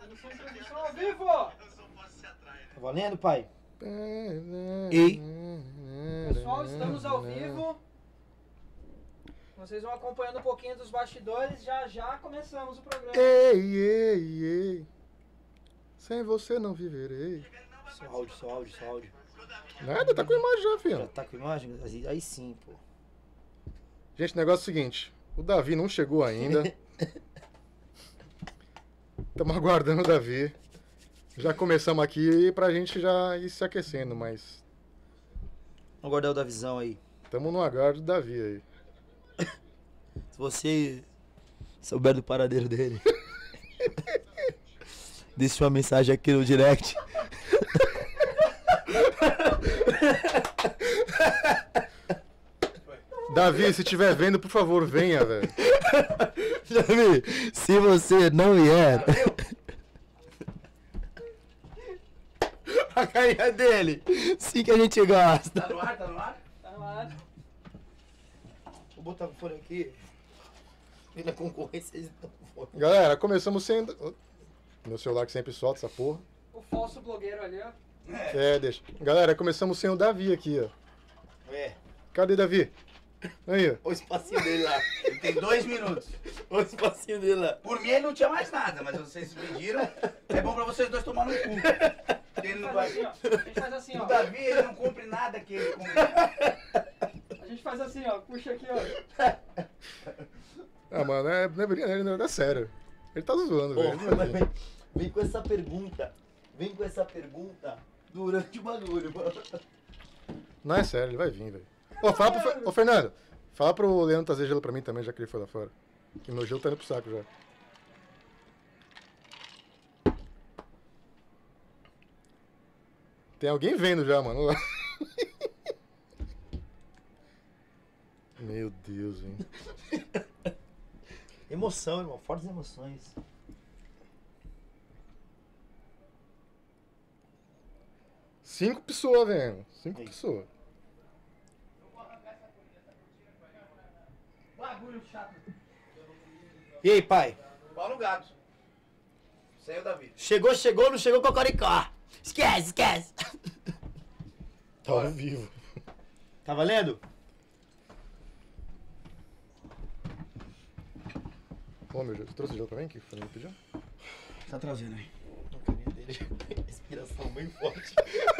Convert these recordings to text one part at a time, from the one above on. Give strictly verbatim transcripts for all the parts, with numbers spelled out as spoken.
Transmissão, transmissão ao vivo! Tá valendo, pai? Ei. Pessoal, estamos ao vivo. Vocês vão acompanhando um pouquinho dos bastidores. Já já começamos o programa. Ei, ei, ei. Sem você não viverei. Só áudio, só áudio, só áudio. Nada, tá com imagem já, Já filho. tá com imagem? Aí, aí sim, pô. Gente, o negócio é o seguinte. O Davi não chegou ainda. Estamos aguardando o Davi. Já começamos aqui pra gente já ir se aquecendo, mas Vamos guardar o da visão aí. estamos no aguardo do Davi aí. Se você souber do paradeiro dele, deixe uma mensagem aqui no direct. Davi, se estiver vendo, por favor, venha, velho. Davi, se você não vier... A carinha dele. Sim que a gente gosta. Tá no ar, tá no ar? Tá no ar. Vou botar o fone aqui. E na concorrência eles não fone. Galera, começamos sem... Meu celular que sempre solta essa porra. O falso blogueiro ali, ó. É, deixa. Galera, começamos sem o Davi aqui, ó. É. Cadê Davi? Aí, ó. Olha o espacinho dele lá. Ele tem dois minutos. Olha o espacinho dele lá. Por mim ele não tinha mais nada, mas vocês pediram. É bom pra vocês dois tomarem no cu. Ele não Faz vai... assim, ó. A gente faz assim, ó. O Davi, ele não cumpre nada que ele cumpre. A gente faz assim, ó. Puxa aqui, ó. Ah, mano, é, não é brincadeira, não, é sério. Ele tá zoando, Pô, velho. mas vem, vem com essa pergunta. Vem com essa pergunta durante o bagulho, mano. Não é sério, ele vai vir, velho. Ô, fala pro Fer- Ô, Fernando, fala pro Leandro trazer gelo pra mim também, já que ele foi lá fora. Que meu gelo tá indo pro saco já. Tem alguém vendo já, mano. Meu Deus, hein. Emoção, irmão. Fortes emoções. Cinco pessoas, velho. Cinco Aí. pessoas. Bagulho chato. E aí, pai? Pau no gato. Sem o Davi. Chegou, chegou, não chegou Cocoricó. Esquece, esquece. Tá ao vivo. Tá valendo? Ô, meu Deus, você trouxe gelo pra mim? Que foi me pediu? Tá trazendo aí. A carinha dele. Respiração bem forte.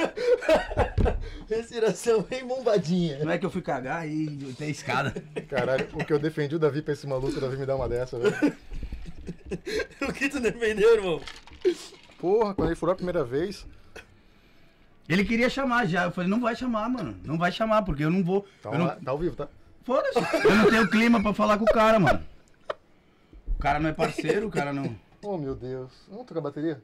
Respiração bem bombadinha. Não é que eu fui cagar e tem escada. Caralho, o que eu defendi o Davi pra esse maluco, o Davi me dá uma dessa, velho. O que tu defendeu, irmão? Porra, quando ele furou a primeira vez, Ele queria chamar já. Eu falei, não vai chamar, mano. Não vai chamar, porque eu não vou. tá, eu não... lá- tá ao vivo, tá? Foda-se. Eu não tenho clima pra falar com o cara, mano. O cara não é parceiro, o cara não. Oh, meu Deus. Vamos trocar a bateria?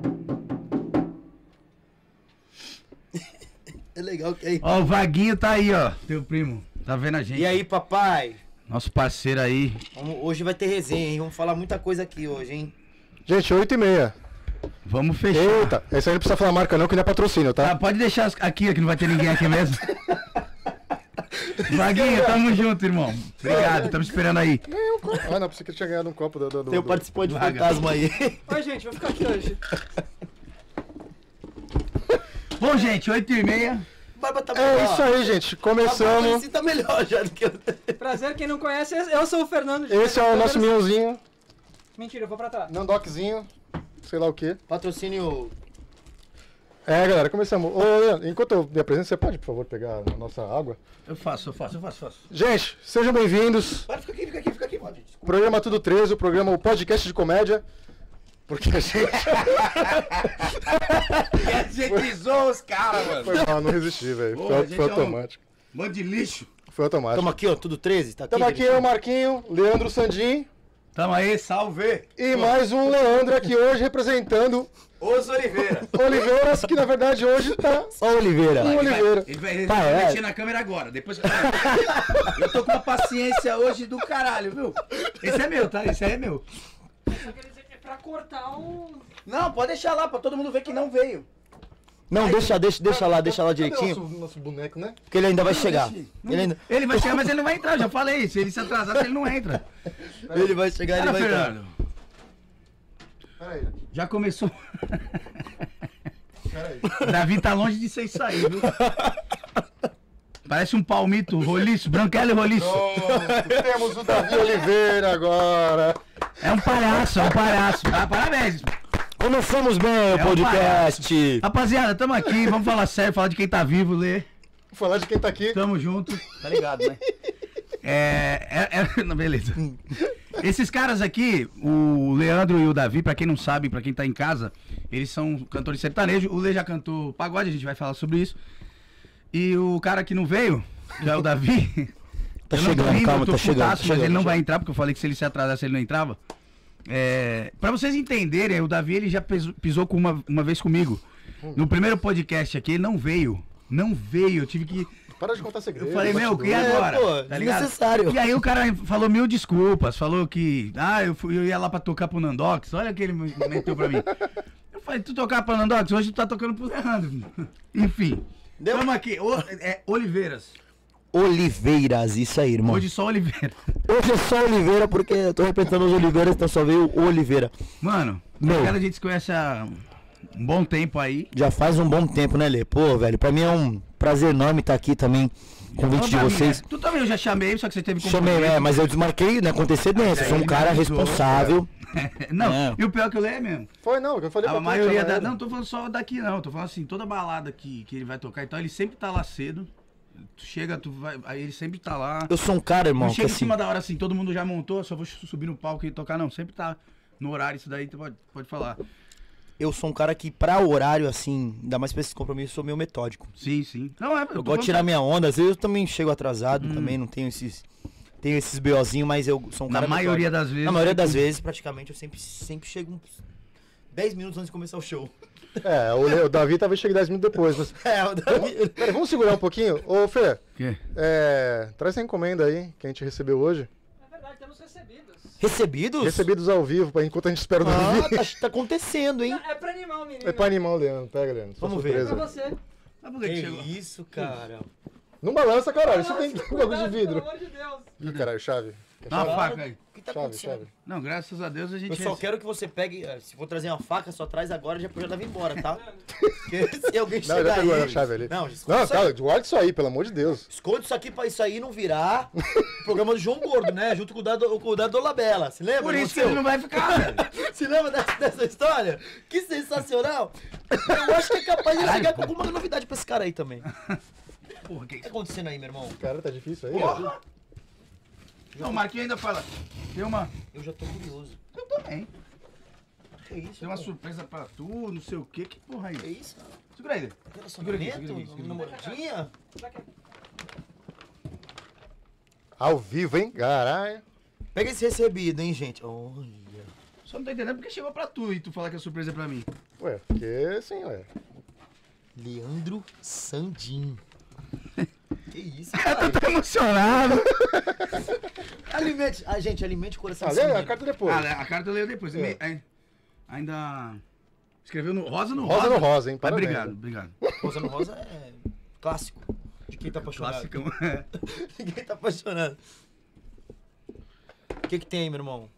É legal que aí. Ó, o Vaguinho tá aí, ó. Teu primo. Tá vendo a gente? E aí, papai? Nosso parceiro aí. Vamos- hoje vai ter resenha, hein? Vamos falar muita coisa aqui hoje, hein? Gente, oito e meia. Vamos fechar. Eita, esse aí não precisa falar marca não, que não é patrocínio, Tá, tá? pode deixar as- aqui, que não vai ter ninguém aqui mesmo. Vaguinho, tamo junto, irmão. Obrigado, tamo esperando aí. Ganhei um copo. Ah, não, pensei que ele tinha ganhado um copo do... do, do Tem um do- participante Vaga. fantasma aí. Oi, gente, vou ficar aqui hoje. Bom, gente, oito e meia. Barba tá É melhor. isso aí, gente. Começamos. Esse tá melhor já do que eu. Prazer, quem não conhece, eu sou o Fernando. gente. Esse é o nosso minhãozinho, Mentira, eu vou pra trás. Nandoquzinho, sei lá o quê. Patrocínio. É, galera, começamos. Ô, Leandro, enquanto eu me apresento, você pode, por favor, pegar a nossa água? Eu faço, eu faço, eu faço, faço. Gente, sejam bem-vindos. Para, fica aqui, fica aqui, fica aqui, pode. Desculpa. Programa Tudo treze, o programa, o podcast de comédia. Porque a gente... A gente zoou os caras, mano. Foi mal, não resisti, velho. Pô, Foi, a gente foi é um- automático. Bando de lixo. Foi automático. Tamo aqui, ó, tudo treze, tá aqui. Estamos aqui, eu, Marquinho, Leandro Sandim Tamo aí, salve. e mais um Leandro aqui hoje representando Os Oliveira. Oliveiras, que na verdade hoje tá Só Oliveira. um Oliveira. Ele vai, ele Pai, vai é. mexer na câmera agora. Depois que eu... eu tô com uma paciência hoje do caralho, viu? Esse é meu, tá? Esse aí é meu. Só quer dizer que é pra cortar o... Não, pode deixar lá, pra todo mundo ver que não veio. Não, deixa, deixa, deixa lá, deixa lá Cadê direitinho. Nosso, nosso boneco, né? Porque ele ainda vai chegar. Não, Ele ainda. ele vai chegar, mas ele não vai entrar, já falei. Se ele se atrasar, ele não entra. Ele vai chegar, ele Cara, vai entrar. Fernando. Peraí, gente. Já começou. Peraí. Davi tá longe de ser isso aí, viu? Parece um palmito, roliço, branquelo e roliço. Pronto, temos o Davi Oliveira agora. É um palhaço, é um palhaço. Ah, parabéns. Começamos bem o É um podcast. Rapaziada, tamo aqui, vamos falar sério, falar de quem tá vivo, Lê. Vou falar de quem tá aqui. Tamo junto. Tá ligado, né? É, é, é... Não, beleza. Esses caras aqui, o Leandro e o Davi, pra quem não sabe, pra quem tá em casa, eles são cantores sertanejos. O Lê já cantou pagode, a gente vai falar sobre isso. E o cara que não veio, que é o Davi. Tá eu não tô chegando, rindo, calma, eu tô tá putaço, chegando, tá mas chegando, ele não tá vai entrar, porque eu falei que se ele se atrasasse ele não entrava. É, pra vocês entenderem, o Davi ele já pisou, pisou com uma, uma vez comigo. No primeiro podcast aqui, ele não veio. Não veio, eu tive que... Para de contar segredo. Eu falei, meu, e bastidor. agora? É, pô, tá ligado? desnecessário. E aí o cara falou mil desculpas, falou que, ah, eu, fui, eu ia lá pra tocar pro Nandox, olha o que ele me- meteu pra mim. Eu falei, tu tocar pro Nandox, hoje tu tá tocando pro Leandro. Enfim, Deu? tamo aqui, o, é, Oliveiras, Oliveiras, isso aí, irmão. hoje só Oliveira. Hoje é só Oliveira, porque eu tô representando os Oliveiras, então só veio o Oliveira. Mano, Meu. cara, a gente se conhece há um bom tempo aí. Já faz um bom tempo, né, Lê? Pô, velho, pra mim é um prazer enorme estar aqui também, convite de Ô, Davi, vocês. né? Tu também eu já chamei, só que você teve Chamei, compromisso. é, mas eu desmarquei né, com antecedência. Aí Sou um ele cara me avisou, responsável. Não, É. e o pior que eu leio é mesmo. Foi, não, que eu falei A pra tu, maioria chama da. ele. Não, tô falando só daqui não, tô falando assim, toda balada que, que ele vai tocar, então ele sempre tá lá cedo. Tu chega, tu vai. Aí ele sempre tá lá. Eu sou um cara, irmão, Não que chega em assim. cima da hora assim, todo mundo já montou, só vou subir no palco e tocar, não. Sempre tá no horário, isso daí tu pode, pode falar. Eu sou um cara que, pra horário, assim, ainda mais pra esses compromissos, eu sou meio metódico. Sim, sim. Não é, Eu gosto de tirar minha onda, às vezes eu também chego atrasado, também não tenho esses. Tenho esses BOzinhos, mas eu sou um Na cara. maioria metódico. das vezes. Na maioria das sempre- vezes, praticamente, eu sempre, sempre chego uns dez minutos antes de começar o show. É, o, Le- o Davi talvez chegue dez minutos depois. Mas... É, o Davi. Peraí, vamos segurar um pouquinho? Ô, Fê, Quê? é, traz essa encomenda aí que a gente recebeu hoje. É verdade, temos recebidos. Recebidos? Recebidos ao vivo, pra- enquanto a gente espera o Ah, Davi. tá, tá acontecendo, hein? Não, é pra animar o menino. É pra animar o Leandro. Pega, Leandro. sua Vamos ver. É pra surpresa. você. Mas por que que chegou? isso, cara. Não balança, caralho. Isso Nossa, tem um cuidado, bagulho de vidro. Pelo amor de Deus. Ih, caralho, chave. Quer Dá uma chave? faca aí. O que tá Chave, acontecendo? chave. Não, graças a Deus a gente. Eu só rece- quero que você pegue. eh, Se for trazer uma faca, só traz agora já já deve ir embora, tá? Porque se alguém Não, chegar já pegou aí. a chave ali. Não, esconde Não, isso aí. cara, guarda isso aí, pelo amor de Deus. Esconde isso aqui pra isso aí não virar o programa do João Gordo, né? Junto com o Dado, com o Dado Dolabella. Se lembra? Por isso que Você- ele não vai ficar, velho. Se lembra dessa, dessa história? Que sensacional! Eu acho que é capaz de Caralho, chegar com pô. alguma novidade pra esse cara aí também. O Porra, que que tá acontecendo aí, meu irmão? Cara, tá difícil aí. Porra! Não, o Marquinhos ainda fala. Tem uma. Eu já tô curioso. Eu também. Que isso? Tem uma irmão? surpresa pra tu, não sei o quê. Que porra Que aí? isso? Segura aí. Segura aqui, Relacionamento? segura aqui, segura aqui. Namoradinha? Ao vivo, hein? Caralho. Pega esse recebido, hein, gente? Olha. Só não tô entendendo porque chegou pra tu e tu fala que a surpresa é pra mim. Ué, porque sim, ué. Leandro Sandin. Que isso, Eu cara? tô emocionado. Alimente. Ah, gente, alimente o coração Ah, do lê a menino. carta depois. Ah, a carta eu leio depois. É. Me- ai- Ainda. Escreveu no rosa no Rosa rosa. no rosa, hein? Mas Parabéns. obrigado, obrigado. Rosa no Rosa é clássico. De quem tá apaixonado. Clássico. De quem tá apaixonado. O que que tem aí, meu irmão?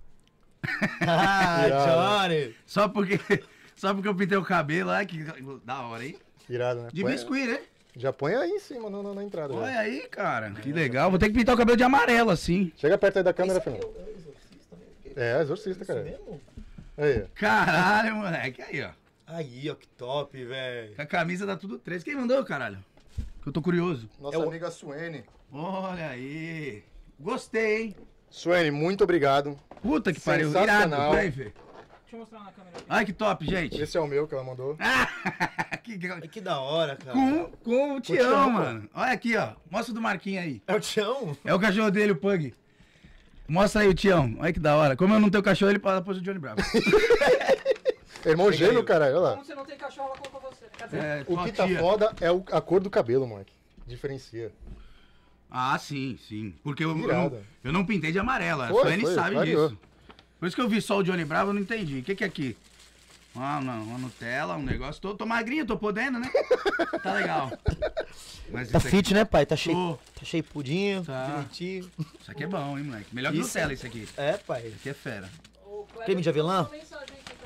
Ah, Irado. Johnny! Só porque. Só porque eu pintei o cabelo, olha que da hora, hein? Irado, né? De Põe- biscuit, né? Já põe aí em cima, na, na- na entrada. já. Olha aí, cara. Que legal. Vou ter que pintar o cabelo de amarelo, assim. Chega perto aí da câmera, Isso aqui Fernando. é o- é o exorcista mesmo? É, exorcista, Isso cara. mesmo? Aí. Caralho, moleque. Aí, ó. Aí, ó, que top, velho. A camisa dá tudo três. Quem mandou, caralho? Que eu tô curioso. Nossa É o- amiga Suene. Olha aí. Gostei, hein? Suene, muito obrigado. Puta que pariu. Sensacional. Irado. Peraí, Fê. Deixa eu mostrar na câmera aqui. Ai, que top, gente. Esse é o meu que ela mandou. que, que- Que da hora, cara. com, com o Tião, Tião, pô. mano. Olha aqui, ó. Mostra o do Marquinhos aí. É o Tião? É o cachorro dele, o Pug. Mostra aí o Tião. Olha que da hora. Como eu não tenho cachorro, ele pôs o Johnny Bravo. Irmão Chega aí, gêmeo, caralho, olha lá. Como você não tem cachorro, ela colocou você. Quer dizer, É, O tua que tá tia. foda é o- a cor do cabelo, moleque. Diferencia. Ah, sim, sim. Porque eu, eu, Irado. não, eu não pintei de amarela. Foi, A Suene foi, sabe clareou. disso. Por isso que eu vi só o Johnny Bravo, eu não entendi. O que que é aqui? Ah, não, uma Nutella, um negócio. Tô, tô magrinho, tô podendo, né? Tá legal. Mas Tá isso aqui- fit, né, pai? Tá cheio, Tô. tá cheio pudinho, Tá. direitinho. Isso aqui é bom, hein, moleque? Melhor que Isso. Nutella, isso aqui. Isso É, pai. aqui é fera. o Kleber Creme de avelã? mandou uma mensagem aqui.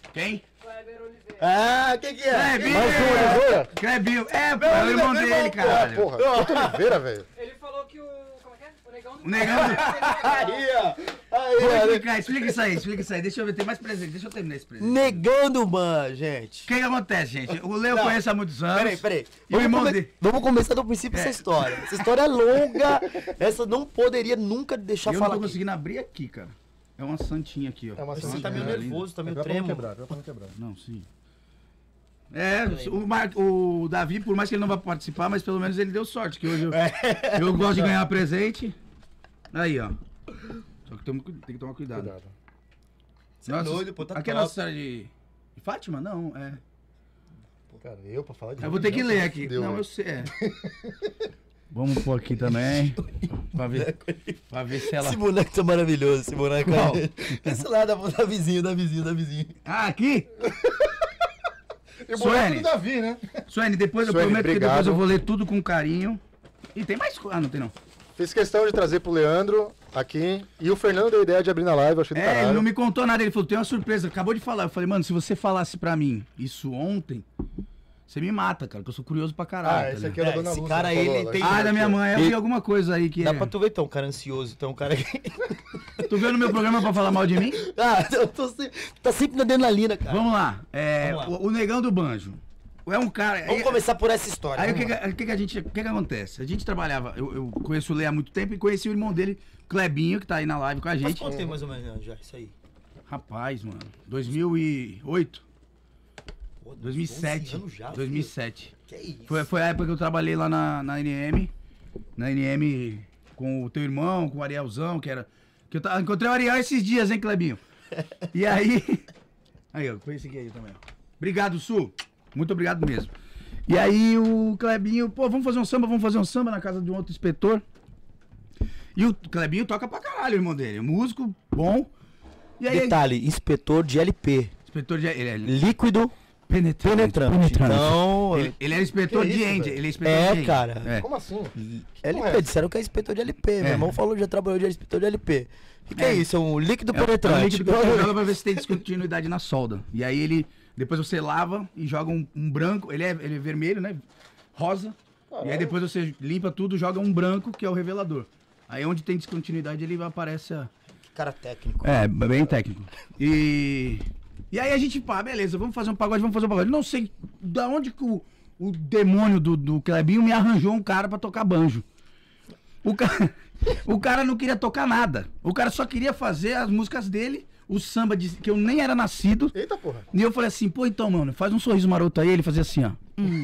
Quem? Kleber Oliveira. Ah, quem que é? Clebinho! Mais um Oliveira? Clebinho! É, pô, é o irmão meu dele, irmão, caralho. Porra, Couto Oliveira, velho. Ele falou que o... Como é que é? O Negão do... O Negão do... Aí, ó. Aí, Vamos ó. explicar, explica isso aí, explica isso aí. Deixa eu ver, tem mais presente, deixa eu terminar esse presente. Negando, mano, gente. O que que acontece, gente? O Leo Não. conhece há muitos anos. Peraí, peraí. E o irmão come- dele? Vamos começar do princípio É. dessa história. Essa história é longa. Essa não poderia nunca deixar Eu não falar tô aqui. conseguindo abrir aqui, cara. É uma santinha aqui, ó. É uma Você santinha. tá meio linda. nervoso, tá meio Vai pra não tremo. quebrar, vai pra não quebrar. Não, sim. É, o, Mar... o Davi, por mais que ele não vá participar, mas pelo menos ele deu sorte, que hoje eu, eu gosto de ganhar presente. Aí, ó. Só que tem, tem que tomar cuidado. Cuidado. Você é doido, pô, tá aqui é a top. nossa história de... de Fátima? Não, é. Cara, eu pra falar de Eu vou ter que ler aqui. Deu, não, velho. eu sei. É. Vamos pôr aqui também. Pra ver, pra ver se ela... Esse boneco tá maravilhoso, esse boneco. Qual? Esse lá da, da vizinho, da vizinho, da vizinho. Ah, aqui? E o Suene. boneco do Davi, né? Suene, depois eu Suene, prometo que obrigado. depois eu vou ler tudo com carinho. E tem mais coisa. Ah, não tem não. Fiz questão de trazer pro Leandro aqui. E o Fernando deu a ideia de abrir na live, eu achei do É, ele caralho. não me contou nada, ele falou, tem uma surpresa, acabou de falar. Eu falei, mano, se você falasse pra mim isso ontem, você me mata, cara, que eu sou curioso pra caralho. Ah, tá esse ligado? aqui é da É, Dona esse Lúcia. cara, ela ele falou, tem- ela Ah, da minha mãe, eu vi alguma coisa aí que Dá é... pra tu ver, então, um cara ansioso, então, um cara que... Tu veio no meu programa pra falar mal de mim? Ah, eu tô sempre... Tá sempre na adrenalina, cara. Vamos lá, é, Vamos lá. O, o Negão do Banjo. É um cara... Vamos aí- começar por essa história. Aí o que, vamos que, lá. o que que a gente, o que que acontece? A gente trabalhava, eu, eu conheço o Lê há muito tempo e conheci o irmão dele, Clebinho, que tá aí na live com a Mas gente. quanto tempo mais ou menos já, isso aí? Rapaz, mano, dois mil e oito, Pô, dois mil e sete, onze anos já, dois mil e sete. filho. Que isso? Foi, foi a época que eu trabalhei lá na, na N M, na N M com o teu irmão, com o Arielzão, que era... Que eu ta- encontrei o Ariel esses dias, hein, Clebinho? E aí... Aí, ó, foi esse aqui aí também. Obrigado, Sul. Muito obrigado mesmo. E aí o Clebinho, pô, vamos fazer um samba, vamos fazer um samba na casa de um outro inspetor. E o Clebinho toca pra caralho, o irmão dele. Músico, bom. E aí, Detalhe, inspetor de L P. inspetor de... Ele é Líquido penetrante. penetrante. Então... Ele, ele é inspetor Que de isso, ende, velho? ele é inspetor É, de ende. cara. É. Como assim? L P, é? disseram que é inspetor de L P. É. Meu irmão falou que já trabalhou de inspetor de L P. O que, que é. É. isso? É um líquido É, é um penetrante. líquido que você joga pra ver se tem descontinuidade na solda. E aí ele. Depois você lava e joga um, um branco. Ele é, ele é vermelho, né? Rosa. E aí depois você limpa tudo, joga um branco, que é o revelador. Aí onde tem descontinuidade, ele aparece a. Cara técnico. É, bem técnico. E. E aí a gente, pá, beleza, vamos fazer um pagode, vamos fazer um pagode. Não sei da onde que o, o demônio do, do Clebinho me arranjou um cara pra tocar banjo. O cara, o cara não queria tocar nada. O cara só queria fazer as músicas dele, o samba de, que eu nem era nascido. Eita porra. E eu falei assim, pô, então, mano, faz um sorriso maroto aí. Ele fazia assim, ó. Hum.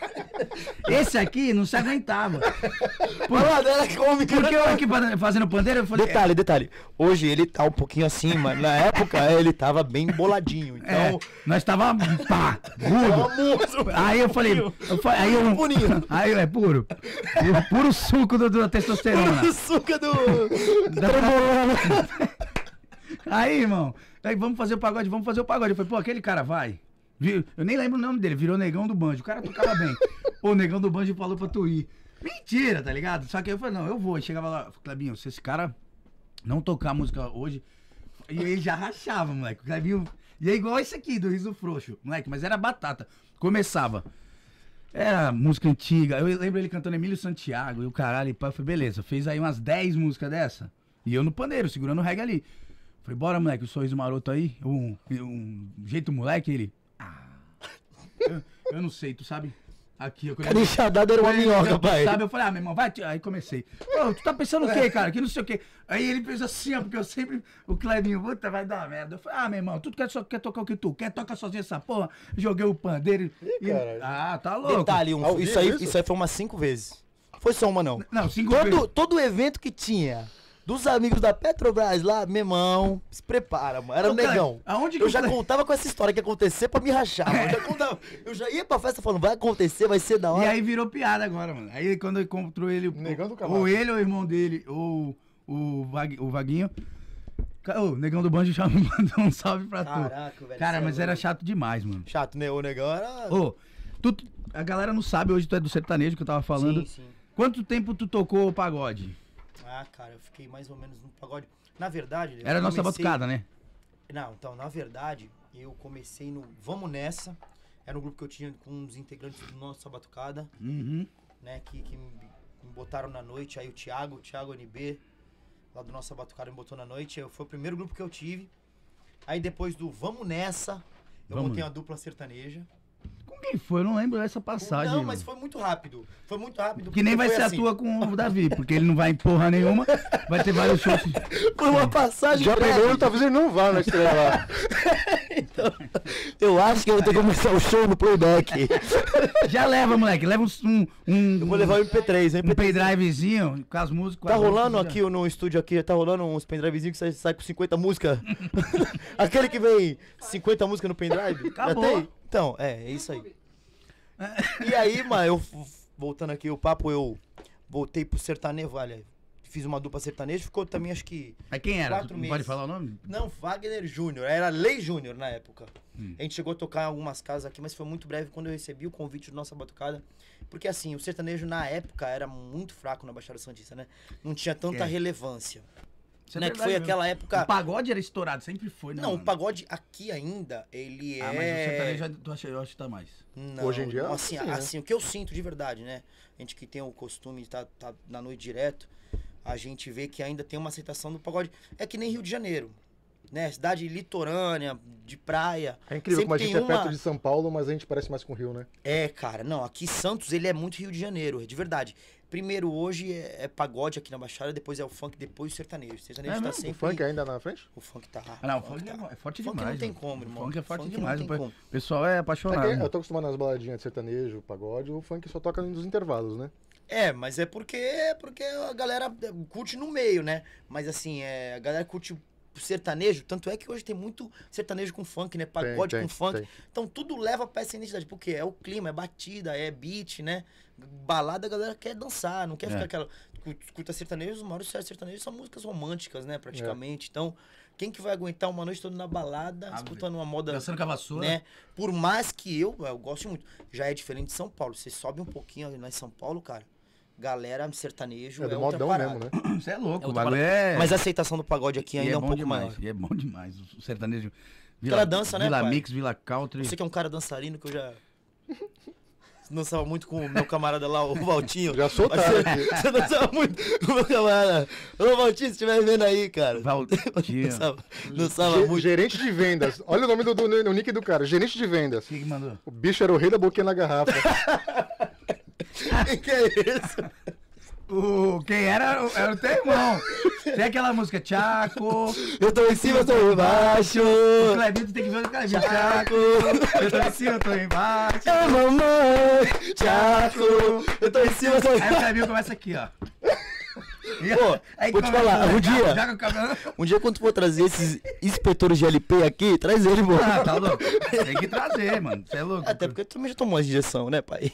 Esse aqui não se aguentava. Fala dela que come, Porque eu aqui pa- fazendo pandeiro, eu falei... Detalhe, detalhe. Hoje ele tá um pouquinho assim, mas na época ele tava bem boladinho. É, Então. nós tava, pá, burro. Aí eu falei, eu falei, aí eu, Purinho. aí é puro, puro, puro suco do, da testosterona. O suco do. Da trembolona. Aí, irmão, aí vamos fazer o pagode, vamos fazer o pagode. Eu falei, pô, aquele cara vai. Vi- Eu nem lembro o nome dele, virou Negão do Banjo. O cara tocava bem. Pô, o Negão do Banjo falou pra tu ir. Mentira, tá ligado? Só que aí eu falei, não, eu vou. E chegava lá, Clebinho, se esse cara não tocar música hoje. E ele já rachava, moleque. O Clebinho. E é igual esse aqui, do Riso Frouxo, moleque, mas era batata. Começava. Era música antiga. Eu lembro ele cantando Emílio Santiago e o caralho. E pá, eu falei, beleza, fez aí umas dez músicas dessa. E eu no pandeiro, segurando o reggae ali. Falei, bora, moleque, o sorriso maroto aí. Um, um jeito moleque, ele. Ah. Eu, eu não sei, tu sabe? Aqui, eu Cara enxadado era uma minhoca, eu, pai. Sabe? Eu falei, ah, meu irmão, vai. te- Aí comecei. Pô, tu tá pensando o quê, cara? Que não sei o quê. Aí ele fez assim, ó, porque eu sempre. O Clebinho, puta, vai dar uma merda. Eu falei, ah, meu irmão, tu quer, só, quer tocar o que tu quer? Toca sozinho essa porra. Joguei o pandeiro e. caralho. Ah, tá louco. Detalhe, um- Ao isso, vivo aí, isso? isso aí foi umas cinco vezes. Foi só uma, não. Não, cinco Todo, vezes. todo evento que tinha dos amigos da Petrobras lá, meu irmão, se prepara, mano. Era um Ô, cara, negão. aonde que eu o já Cle- contava com essa história que ia acontecer pra me rachar. mano. Eu já contava. Eu já ia pra festa falando, vai acontecer, vai ser da E hora. aí virou piada agora, mano. Aí quando eu encontrou ele, Negão do Camacho. ou ele, ou o irmão dele, ou o, Vag, o Vaguinho. Ca- Ô, o Negão do Banjo já me mandou um salve pra tu. Caraca, velho, Cara, cê é mas era louco. chato demais, mano. Chato, né? O negão era. Ô, tu, tu- a galera não sabe, hoje tu é do sertanejo que eu tava falando. Sim, sim. Quanto tempo tu tocou o pagode? Ah, cara, eu fiquei mais ou menos no pagode. Na verdade. eu Era a nossa comecei- batucada, né? Não, então, na verdade, eu comecei no Vamos Nessa. Era um grupo que eu tinha com uns integrantes do nosso Batucada, Uhum. né? Que, que me, me botaram na noite. Aí o Thiago, o Thiago N B, lá do nosso Batucada, me botou na noite. Eu, foi o primeiro grupo que eu tive. Aí depois do Vamos Nessa, eu Vamos. montei uma dupla sertaneja. Com quem foi? Eu não lembro dessa passagem. Não, mas mano. foi muito rápido. Foi muito rápido. Que nem porque vai foi ser assim. a tua com o Davi, porque ele não vai em porra nenhuma. Vai ter vários shows. Foi uma passagem Já breve. pegou, talvez ele não vá na estreia lá. Então, eu acho que eu vou ter que começar o show no playback. Já leva, moleque. Leva um. um Eu vou levar o M P três, hein? um pendrivezinho com as músicas. com Tá as rolando músicas, aqui no estúdio aqui, tá rolando uns pendrivezinhos que você sai com cinquenta músicas. Aquele que vem cinquenta músicas no pendrive? Acabou. Já tem? Então, é, é isso aí. E aí, mano, eu voltando aqui o papo, eu voltei pro sertanejo, olha, fiz uma dupla sertaneja, ficou também acho que Mas quem era? quatro Não meses. pode falar o nome? Não, Wagner Júnior, era Lei Júnior na época. Hum. A gente chegou a tocar em algumas casas aqui, mas foi muito breve quando eu recebi o convite do Nossa Batucada. Porque assim, o sertanejo na época era muito fraco na Baixada Santista, né? Não tinha tanta É. relevância. Isso é né? Que verdade foi mesmo. aquela época... O pagode era estourado, sempre foi, né? Não, o mano? pagode aqui ainda, ele Ah, é... mas o sertanejo eu acho, eu acho que tá mais. Não, Hoje em dia, não, assim, sim, né? assim, o que eu sinto de verdade, né? A gente que tem o costume de estar tá, tá na noite direto, a gente vê que ainda tem uma aceitação do pagode. É que nem Rio de Janeiro, né? Cidade litorânea, de praia. É incrível como a Sempre gente é tem uma- perto de São Paulo, mas a gente parece mais com o Rio, né? É, cara, não, aqui Santos, ele é muito Rio de Janeiro, de verdade. Primeiro hoje é, é pagode aqui na Baixada, depois é o funk, depois o sertanejo. O sertanejo É tá mesmo? O sempre... funk ainda na frente? O funk tá... Ah, não, o funk é, é forte Funk demais. não tem mano. como, O irmão. funk é forte Funk não demais. tem O pe- como. o pessoal é É apaixonado. que eu tô acostumado nas baladinhas de sertanejo, pagode, o funk só toca nos intervalos, né? É, mas é porque, porque a galera curte no meio, né? Mas assim, é, a galera curte o sertanejo, tanto é que hoje tem muito sertanejo com funk, né? Pagode tem, com funk. tem. Então tudo leva pra essa identidade, porque é o clima, é batida, é beat, né? Balada a galera quer dançar, não quer É. ficar aquela... Curta sertanejo, os maiores sertanejos são músicas românticas, né? Praticamente. Então, quem que vai aguentar uma noite toda na balada, Ah, escutando uma moda... Dançando com a vassoura. Né? Por mais que eu, eu gosto muito, já é diferente de São Paulo. Você sobe um pouquinho ali lá em São Paulo, cara, galera sertanejo É é, do outra modão parada. mesmo, né? Você é louco, É o outra bagulho parada. é... Mas a aceitação do pagode aqui e ainda é, um bom pouco demais, maior. E é bom demais. O sertanejo... Aquela dança, né, Vila pai? Mix, Vila Country. Você que é um cara dançarino que eu já dançava muito com o meu camarada lá, o Valtinho. Já soltaram Mas aqui. Você, você dançava muito com o meu camarada. Ô, Valtinho, se estiver vendo aí, cara. Valtinho. Dançava, dançava Ge- muito. Gerente de vendas. Olha o nome do, do, do nick do cara. Gerente de vendas. Quem que mandou? O bicho era o rei da boquinha na garrafa. Que que é isso? O, quem era, era o teu irmão. Tem aquela música, Tchaco. Eu tô em cima, eu tô embaixo. O Clebinho, tu tem que ver o Clebinho. Tchaco. Eu tô em cima, eu tô embaixo. É mamãe, Tchaco. Eu tô em cima, eu tô Aí o embaixo. Clebinho começa aqui, ó. E Pô, aí vou te começa, falar, né? um dia- Já com o cabelo... Um dia quando tu for trazer esses inspetores de L P aqui, traz ele, mano. Ah, tá louco. Tem que trazer, mano. Você é louco. Até porque tu também já tomou as injeção, né, pai?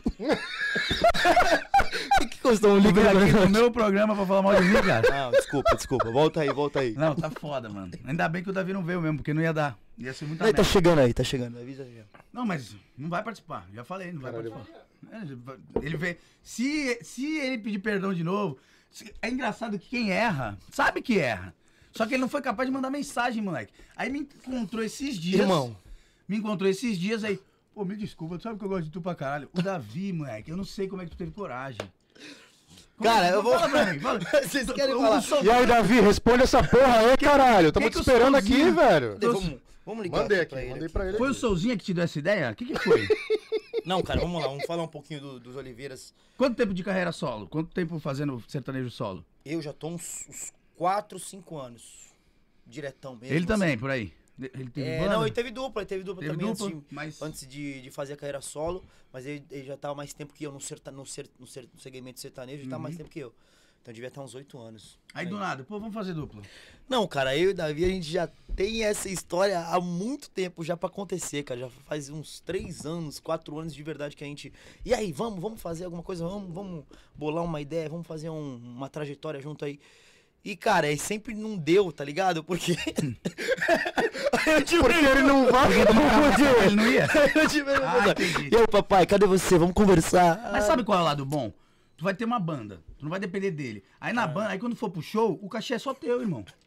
O que custou um Tu livro veio aqui no meu programa pra falar mal de mim, cara. Não, desculpa, desculpa. Volta aí, volta aí. Não, tá foda, mano. Ainda bem que o Davi não veio mesmo, porque não ia dar. Ia ser muita Aí, tá merda. chegando aí, tá chegando. Avisa aí. Não, mas não vai participar. Já falei, não vai Caralho. participar. É, Ele veio. Se, se ele pedir perdão de novo. se- É engraçado que quem erra, sabe que erra. Só que ele não foi capaz de mandar mensagem, moleque. Aí me encontrou esses dias. Irmão. Me encontrou esses dias aí. Pô, me desculpa, tu sabe que eu gosto de tu pra caralho. O Davi, moleque, eu não sei como é que tu teve coragem. Como- Cara, eu vou- Fala pra mim, fala. Vocês querem Eu falar? sou- E aí, Davi, responde essa porra aí, caralho. Tamo que te que o esperando aqui, Solzinho- velho. Vamos, vamos ligar Mandei aqui aqui, pra ele. mandei aqui. pra ele. Foi o aqui. Souzinha que te deu essa ideia? O que que foi? Não, cara, vamos lá. Vamos falar um pouquinho do- dos Oliveiras. Quanto tempo de carreira solo? Quanto tempo fazendo sertanejo solo? Eu já tô uns, uns quatro, cinco anos. Diretão mesmo. Ele assim. também, por aí. Ele teve É, banda? não, ele teve dupla, ele teve dupla Teve também dupla, antes, de, mas... antes de, de fazer a carreira solo, mas ele, ele já tava mais tempo que eu no, serta, no, ser, no, ser, no segmento sertanejo, ele tava mais tempo que eu. Então devia estar uns oito anos. Aí do nada, pô, vamos fazer dupla. Não, cara, eu e o Davi, a gente já tem essa história há muito tempo já pra acontecer, cara. Já faz uns três anos, quatro anos de verdade que a gente... E aí, vamos, vamos fazer alguma coisa, vamos, vamos bolar uma ideia, vamos fazer um- uma trajetória junto aí. E, cara, aí sempre não deu, tá ligado? Porque... Aí eu tive... Porque ele não vai. Ele não ia? Aí eu tive... Ah, entendi. E aí, papai, cadê você? Vamos conversar. Mas sabe qual é o lado bom? Tu vai ter uma banda, tu não vai depender dele. Aí na banda, aí quando for pro show, o cachê é só teu, irmão.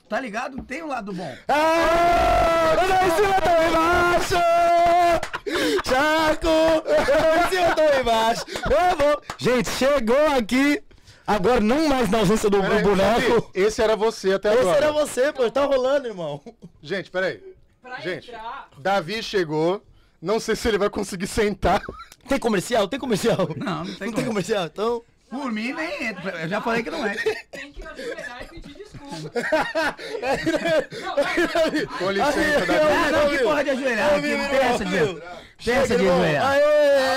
tá ligado? Tem um lado bom. Ah, eu não em cima, tô embaixo! Chaco! Eu não em cima, tô embaixo! Eu vou! Gente, chegou aqui, agora não mais na ausência do Peraí, boneco. Davi, esse era você até Esse agora. era você, pô, tá rolando, irmão. Gente, peraí. Pra Gente, entrar. Davi chegou. Não sei se ele vai conseguir sentar. Tem comercial? Tem comercial? Não, não tem Não tem como. comercial, então... Por mim, nem entra. Eu já falei que não é. Tem que ajoelhar e pedir desculpa. Não, não, Com licença, Davi. Ah, não, que porra de ajoelhar. Aqui não tem essa de, tem essa de ajoelhar. Aê!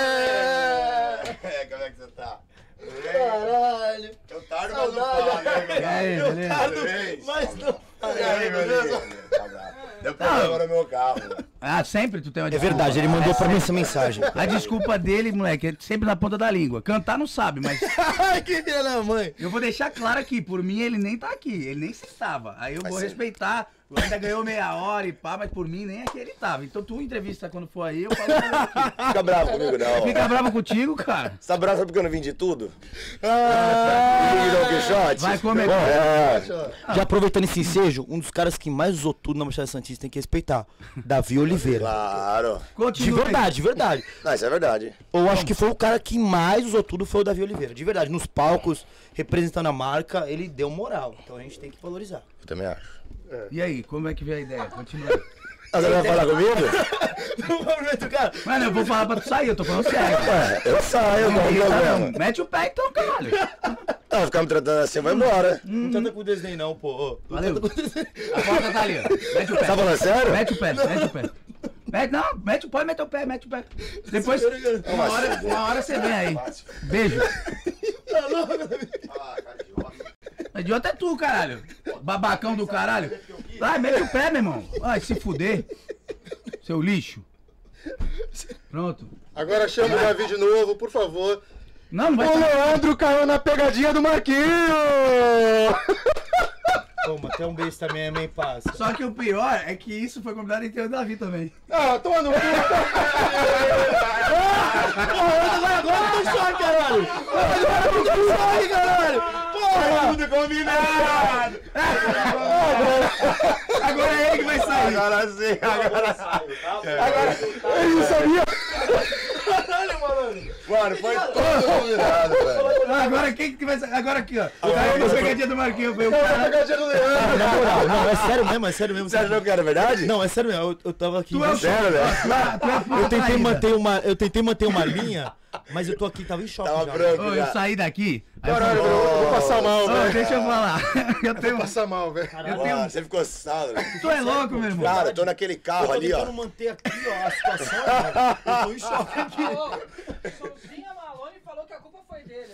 É, como é que você tá? Caralho! Eu tardo, mas não Saudade. falo, né, meu E aí, Eu beleza? tardo, Beleza. mas não... E aí, beleza? Tá bravo. Deu problema no meu carro. Ah, sempre tu tem uma É desculpa. verdade, ele mandou pra mim essa mensagem. A desculpa dele, moleque, é sempre na ponta da língua. Cantar não sabe, mas Ai, que filha da mãe! eu vou deixar claro aqui, por mim ele nem tá aqui, ele nem estava. Aí eu vou respeitar, ainda ganhou meia hora e pá, mas por mim nem aqui ele tava. Então tu entrevista quando for aí, eu falo com ele aqui. Fica bravo comigo, não. Fica bravo contigo, cara. Você tá bravo porque eu não vim de tudo? Ah, Vim de Don Quixote? Vai comer. É. já aproveitando esse ensejo, um dos caras que mais usou tudo na Baixada Santista tem que respeitar. Davi Oliveira. Claro. De Continua aí. verdade, de verdade. Não, isso é verdade. Eu acho que foi o cara que mais usou tudo, foi o Davi Oliveira. De verdade, nos palcos, representando a marca, ele deu moral. Então a gente tem que valorizar. Eu também acho. E aí, como é que veio a ideia? Continua aí. Ah, você vai falar comigo? No momento, cara. Mano, eu vou falar pra tu sair, eu tô falando sério. É, eu saio, qual o Não, problema? mete o pé então, caralho. Ah, ficar me tratando assim, vai embora. Não tanta com desdém, não, pô. Não Valeu. tanta com desdém. A porta tá ali, ó. Mete o pé. Tá falando sério? Mete o pé, mete o pé. Mete, não, mete o pé, mete o pé, mete o pé. Depois, uma hora, uma hora você vem aí. Beijo. Idiota é tu, caralho. Babacão do caralho. Vai, mete o pé, meu irmão. Vai se fuder. Seu lixo. Pronto. Agora chama o Davi de novo, por favor. Não, não vai O ser. Leandro caiu na pegadinha do Marquinhos! Toma, até um beijo também é meio passa. Só que o pior é que isso foi combinado entre eu e o Davi também. Ah, toma no cu! Vai agora eu tô choque, caralho! Agora eu tô choque, caralho! Porra! Tudo combinado! Agora é ele que vai sair. Agora sim, agora sim. Ele não sabia! Caralho, malandro! Mano, foi todo combinado, velho. Agora quem que vai sair? Agora aqui, ó. Caiu na pegadinha do Marquinhos. Foi o cara. Pegadinha do Leandro! Na moral, não, é sério mesmo, é sério mesmo. Você achou que era verdade? Não, é sério mesmo, eu, eu tava aqui. Tu é o Sério, velho? Tu é- tu é a puta Eu tentei traída. manter uma, eu tentei manter uma linha, mas eu tô aqui, tava em choque Tava já. branco Ô, eu já. saí daqui. Aí eu Caralho, falei, eu vou, eu vou passar mal, ô, velho. deixa eu falar. Eu Vou tenho. passar mal, velho. Eu tenho. Mano, você ficou assustado, velho. Tu é louco, meu irmão. Cara, eu tô naquele Eu carro tô ali, tentando ó. manter aqui, ó, a situação, cara. Eu tô em choque aqui. Ô, Solzinha Malone falou que a culpa foi dele.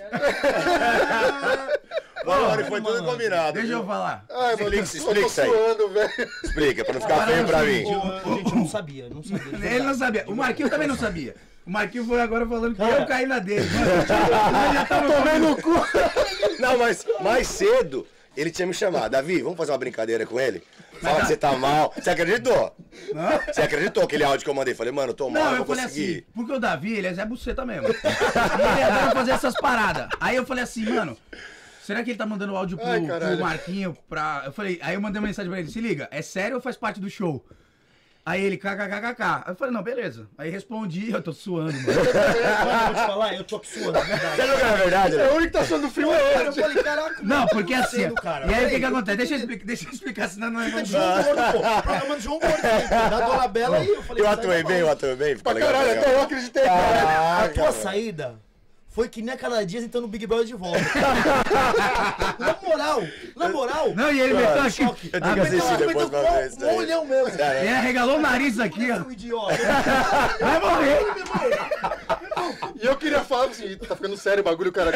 Mano, foi tudo combinado. Deixa viu? eu falar. Ai, Explica, mano, explica eu tô isso aí. suando, velho. Explica, pra não ficar feio pra mim. Ô, gente, eu não sabia, não sabia. de Ele verdade. não sabia. O Marquinhos também não sabia. O Marquinhos foi agora falando que eu caí na dele. Mano, eu já tava comendo o cu. Não, mas mais cedo ele tinha me chamado. Davi, vamos fazer uma brincadeira com ele? Fala que você tá mal. Você acreditou? Você acreditou aquele áudio que eu mandei? Falei, mano, eu tô mal, Não, não eu vou falei conseguir. assim, porque o Davi, ele é Zé Buceta mesmo. E ele adora fazer essas paradas. Aí eu falei assim, mano, será que ele tá mandando áudio pro, Ai, pro caralho. Marquinho pra... Eu falei, aí eu mandei uma mensagem pra ele, se liga, é sério ou faz parte do show? Aí ele, kkkk. Aí eu falei, não, beleza. Aí respondi, eu tô suando, mano. Mano, eu vou te falar, eu tô aqui suando, é verdade. Você achou que era verdade, É né? o único que tá suando frio é Cara, eu ele. falei, caraca, Não, porque assim, acontecendo, cara? e aí o que Peraí. que acontece? Deixa eu explicar, deixa eu explicar, senão não é Fica de João Gordo, pô. Programa de João Gordo, pô. Da Dona Bela aí. Eu falei, Eu sai atuei da bem, eu mão. atuei bem. Ficou Pra legal. caralho, legal. até eu acreditei. A Caraca, tua velho. saída foi que nem aquela dias entrando no Big Brother de volta. Na moral, na moral. Não, e ele meteu aqui. choque. Eu tenho que assistir depois pra ver isso Um aí. olhão mesmo. Ele arregalou o nariz aqui, ó. Um idiota. Vai morrer. E eu queria falar assim, tá ficando sério o bagulho, cara.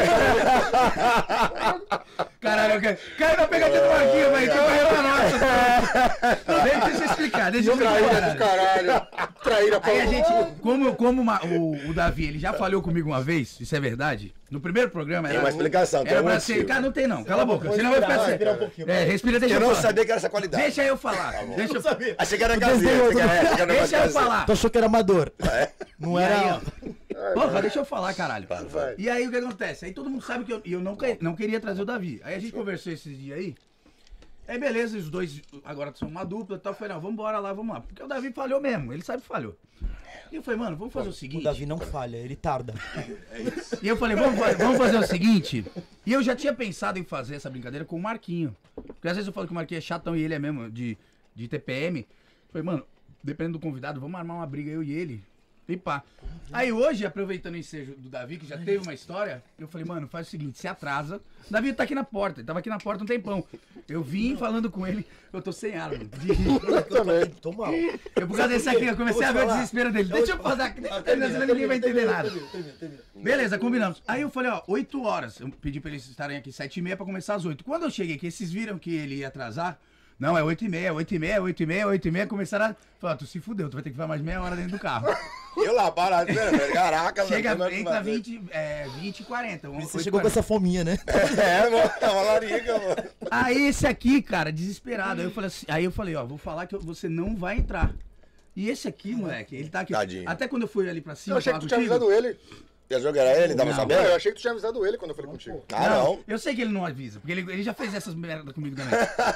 Caralho, eu quero. Caiu na pegadinha do Marquinhos, velho. Que correu na nossa. Deixa, deixa eu explicar, deixa eu explicar. Traíra caralho. do caralho. Traíra pra Aí a gente, como, como uma- o, o Davi, ele já falhou comigo uma vez, isso é verdade? No primeiro programa era... Tem uma explicação, tem Era um pra motivo. ser... Cara, não tem não, cala a boca, senão vai ficar respirar, sério. respirar um pouquinho, É, respira, deixa Eu eu não falar. sabia que era essa qualidade. Deixa eu falar, deixa eu... sabia. Achei que era caseiro. Achei que era, achei que era um negócio Deixa eu caseiro. falar. Tu achou que era amador? É? Não E era. aí, ó. Porra, deixa eu falar, caralho. Vai. E aí o que acontece? Aí todo mundo sabe que eu, eu não, que- não queria trazer o Davi. Aí a gente conversou esses dias aí. Aí beleza, os dois agora são uma dupla e tal. Eu falei, não, vamos embora lá, vamos lá. Porque o Davi falhou mesmo, ele sabe que falhou. E eu falei, mano, vamos fazer o seguinte. O Davi não falha, ele tarda. E eu falei, vamos, fa- vamos fazer o seguinte. E eu já tinha pensado em fazer essa brincadeira com o Marquinho. Porque às vezes eu falo que o Marquinho é chatão e ele é mesmo de, de T P M. Eu falei, mano, dependendo do convidado, vamos armar uma briga eu e ele. E pá. Aí hoje, aproveitando o ensejo do Davi, que já teve uma história, eu falei, mano, faz o seguinte, se atrasa. O Davi tá aqui na porta, ele tava aqui na porta um tempão. Eu vim falando com ele, eu tô sem arma. De rir. Eu também. Tô mal. Eu, por causa desse aqui, eu comecei a ver o desespero dele. Deixa eu falar, deixa eu terminar, senão ninguém vai entender nada. Beleza, combinamos. Aí eu falei, ó, oito horas. Eu pedi pra eles estarem aqui sete e meia pra começar às oito. Quando eu cheguei aqui, vocês viram que ele ia atrasar? Não, é oito e meia, oito e meia, oito e meia, oito e meia, começaram a... Falar, tu se fudeu, tu vai ter que ficar mais meia hora dentro do carro. Eu lá, parado, velho. Caraca, Chega, mano. entra vinte, é, vinte e quarenta. Você chegou com essa fominha, né? É, mano, é uma larica, mano. Aí esse aqui, cara, desesperado. Aí eu falei assim, aí eu falei, ó, vou falar que você não vai entrar. E esse aqui, moleque, ele tá aqui. Tadinho. Até quando eu fui ali pra cima, Eu achei que falar tu tinha contigo, avisado ele. E a jogo era ele? Tava Não. Não, sabendo? eu achei que tu tinha avisado ele quando eu falei contigo. Ah, não. Eu sei que ele não avisa, porque ele, ele já fez essas merdas comigo também.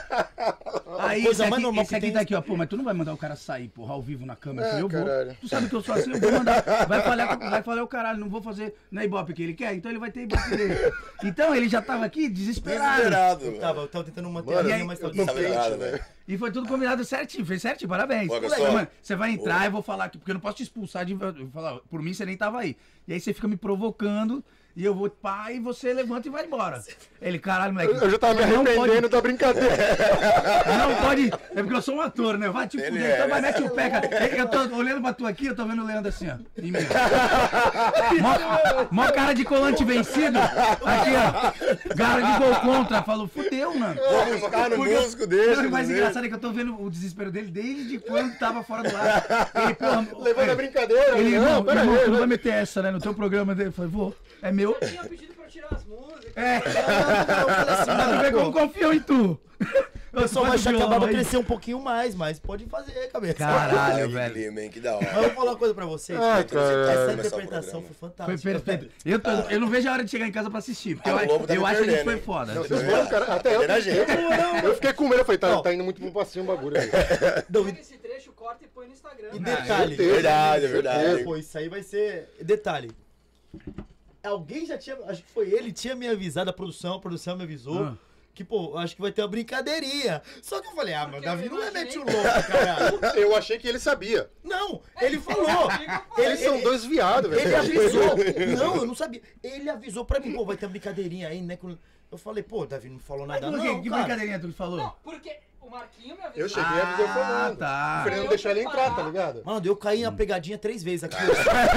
Aí Coisa esse aqui, mais normal esse que aqui tem- tá aqui, ó, pô, mas tu não vai mandar o cara sair, porra, ao vivo na câmera. Eu falei, eu vou. caralho. Tu sabe que eu sou assim, eu vou mandar. Vai falhar, vai falhar o caralho, não vou fazer na Ibope que ele quer, então ele vai ter Ibope dele. Então ele já tava aqui desesperado. Desesperado. Eu tava, eu tava tentando manter Mano, a linha, e aí- mas eu tava tô Tá desesperado. ligado, velho? E foi tudo combinado certinho, fez certinho, parabéns. Pô, Eu gostou? falei, mano, você vai entrar, eu vou falar aqui, porque eu não posso te expulsar de. Eu vou falar, por mim você nem tava aí. E aí você fica me provocando, e eu vou, pá, e você levanta e vai embora. Ele, caralho, moleque. Eu já tava me não arrependendo da brincadeira. Pode, não pode. É porque eu sou um ator, né? Vai te Ele fuder, é. então vai, mete o pé, cara. Eu tô olhando pra tu aqui, eu tô vendo o Leandro assim, ó. Em mim. Mó, mó cara de colante vencido. Aqui, ó. Cara de gol contra. Falou, fudeu, mano. Vamos ficar no Porque- músico dele. Não, o mais dele. engraçado é que eu tô vendo o desespero dele desde quando tava fora do ar. Ele, porra, Levando a brincadeira. ele, não, irmão, pera irmão, aí. tu não vai vai- meter essa, né? No teu programa dele. Eu falei, vou. É meu. Eu tinha pedido pra eu tirar as músicas. É. Eu falei assim, Mas tu vê como confiam em tu. o pessoal vai Faz o achar que a violão barba aí. crescer um pouquinho mais, mas pode fazer, cabeça. Caralho, Ai, velho. clima, hein? Que da Mas hora. eu vou falar uma coisa pra vocês. Ai, Então, você cara. tá- Essa começar o interpretação programa. foi Foi fantástica. perfeito. Eu, tô- eu não vejo a hora de chegar em casa pra assistir, porque Ah, eu, o Lobo tá eu me acho que a gente perdendo, foi hein? foda. Não, vocês foram, cara. Até eu, Perdendo a gente. eu fiquei com medo. Eu falei, tá, Não. tá indo muito pro passinho o bagulho aí. Não, Pega esse trecho, corta e põe no Instagram. e né? detalhe. Verdade, é verdade. É, pô, isso aí vai ser. Detalhe. Alguém já tinha. Acho que foi ele, tinha me avisado, a produção, a produção me avisou. Ah. Que, pô, acho que vai ter uma brincadeirinha. Só que eu falei, ah, mas o Porque Davi eu não é imaginei- mete o louco, caralho. Eu achei que ele sabia. Não, ele falou. Eles são dois viados, velho. Ele avisou. Não, eu não sabia. Ele avisou pra mim, pô, vai ter uma brincadeirinha aí, né? Eu falei, pô, Davi não falou nada, Por quê? não. Que cara. brincadeirinha tu falou? Não, porque o Marquinho me avisou. Eu cheguei e avisei o Ah, Fernando. tá. O Fernando deixou ele entrar, tá ligado? Mano, eu caí na pegadinha três vezes aqui.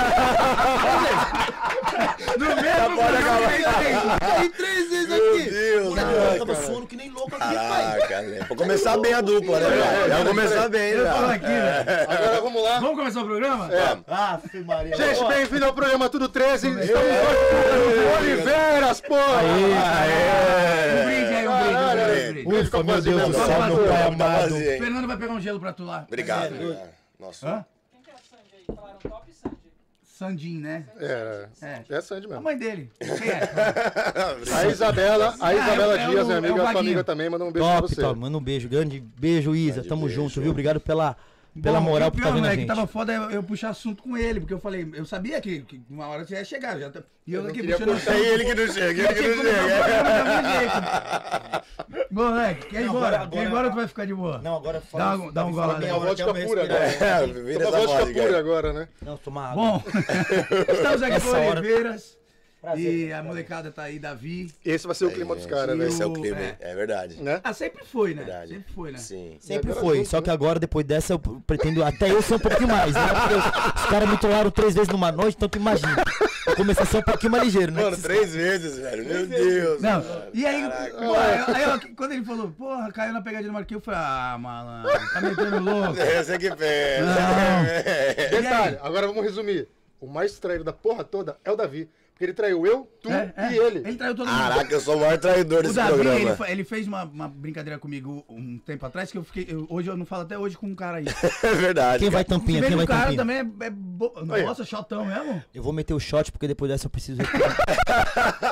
No mesmo pode acabar. Eu caí três vezes Meu aqui. Deus, Moleque, ai, eu tava cara. suando que nem louco aqui, pai. Caraca, né? Vou começar bem a dupla, né? velho? Já vou começar bem, Eu tô já. aqui, velho. Agora vamos lá. Vamos começar o programa? É. Ah, Fê Maria. Gente, Ó, bem-vindo ao programa Tudo treze. Estamos É. hoje com o Oliveiras, porra! Um brinde aí, um brinde, um Caralho. brinde, um brinde. Ufa, meu Deus do Vamos céu, fazer. meu pai Tá amado. vazio, O hein? Fernando vai pegar um gelo pra tu lá. Obrigado, cara. Nossa. Hã? Quem que é a Sandy aí? Falaram top Sandy. Sandin, né? É, É. é Sandy A mesmo. mãe dele. Quem é? A Isabela, a Isabela é o- Dias, é o- minha é o amiga, sua Vaguinho. amiga também, manda um beijo pra Top, você. top. Manda um beijo. Grande beijo, Isa. Grande Tamo beijo. junto, viu? Obrigado pela, pela Bom, moral e o por pior, estar vendo a moleque, gente. tava foda eu, eu puxar assunto com ele, porque eu falei, eu sabia que, que uma hora você ia chegar. Já tá- e eu não aqui queria puxando puxar É assunto. ele que não chega, ele Eu que tinha não que começar o chega. programa do meu jeito. Moleque, quer ir Não, embora? agora- Quer ir agora- embora ou tu vai ficar de boa? Não, agora Dá fala. um- dá um gole fala aí. bem, Uma agora vodka tem uma pura respirada. É, Toma vira essa vodka vodka. pura agora, né? Não, tomar água. Bom, estamos aqui com Essa hora- Oliveiras. Prazer. E a molecada tá aí, Davi. Esse vai ser o clima dos caras, né? Esse é o o- clima, hein? é. É verdade. Né? Ah, sempre foi, né? Verdade. Sempre foi, né? Sim. Sempre agora foi, junto, só né? que agora, depois dessa, eu pretendo até eu ser um pouquinho mais, né? Porque os, os caras me trollaram três vezes numa noite, então tu imagina. Vou começar a ser um pouquinho mais ligeiro, né? Mano, Esses- três vezes, velho. Meu Deus. Não, mano. e aí, Caraca. pô, aí, aí, ó, quando ele falou, porra, caiu na pegadinha do Marquinhos, eu falei, ah, malandro, tá metendo louco. É você que pensa. Não. Detalhe, agora vamos resumir. O mais traído da porra toda é o Davi. Porque ele traiu eu, tu É, é, e ele. Ele traiu todo mundo. Caraca, eu sou o maior traidor O desse Davi, programa. ele, fa- ele fez uma, uma brincadeira comigo um tempo atrás, que eu fiquei, eu- hoje eu não falo até hoje com um cara aí. É verdade. Quem vai cara. tampinha? Se bem Quem que vai o cara tampinha? também é, é bo... Aí. Nossa, chatão mesmo. Eu vou meter o shot, porque depois dessa eu preciso...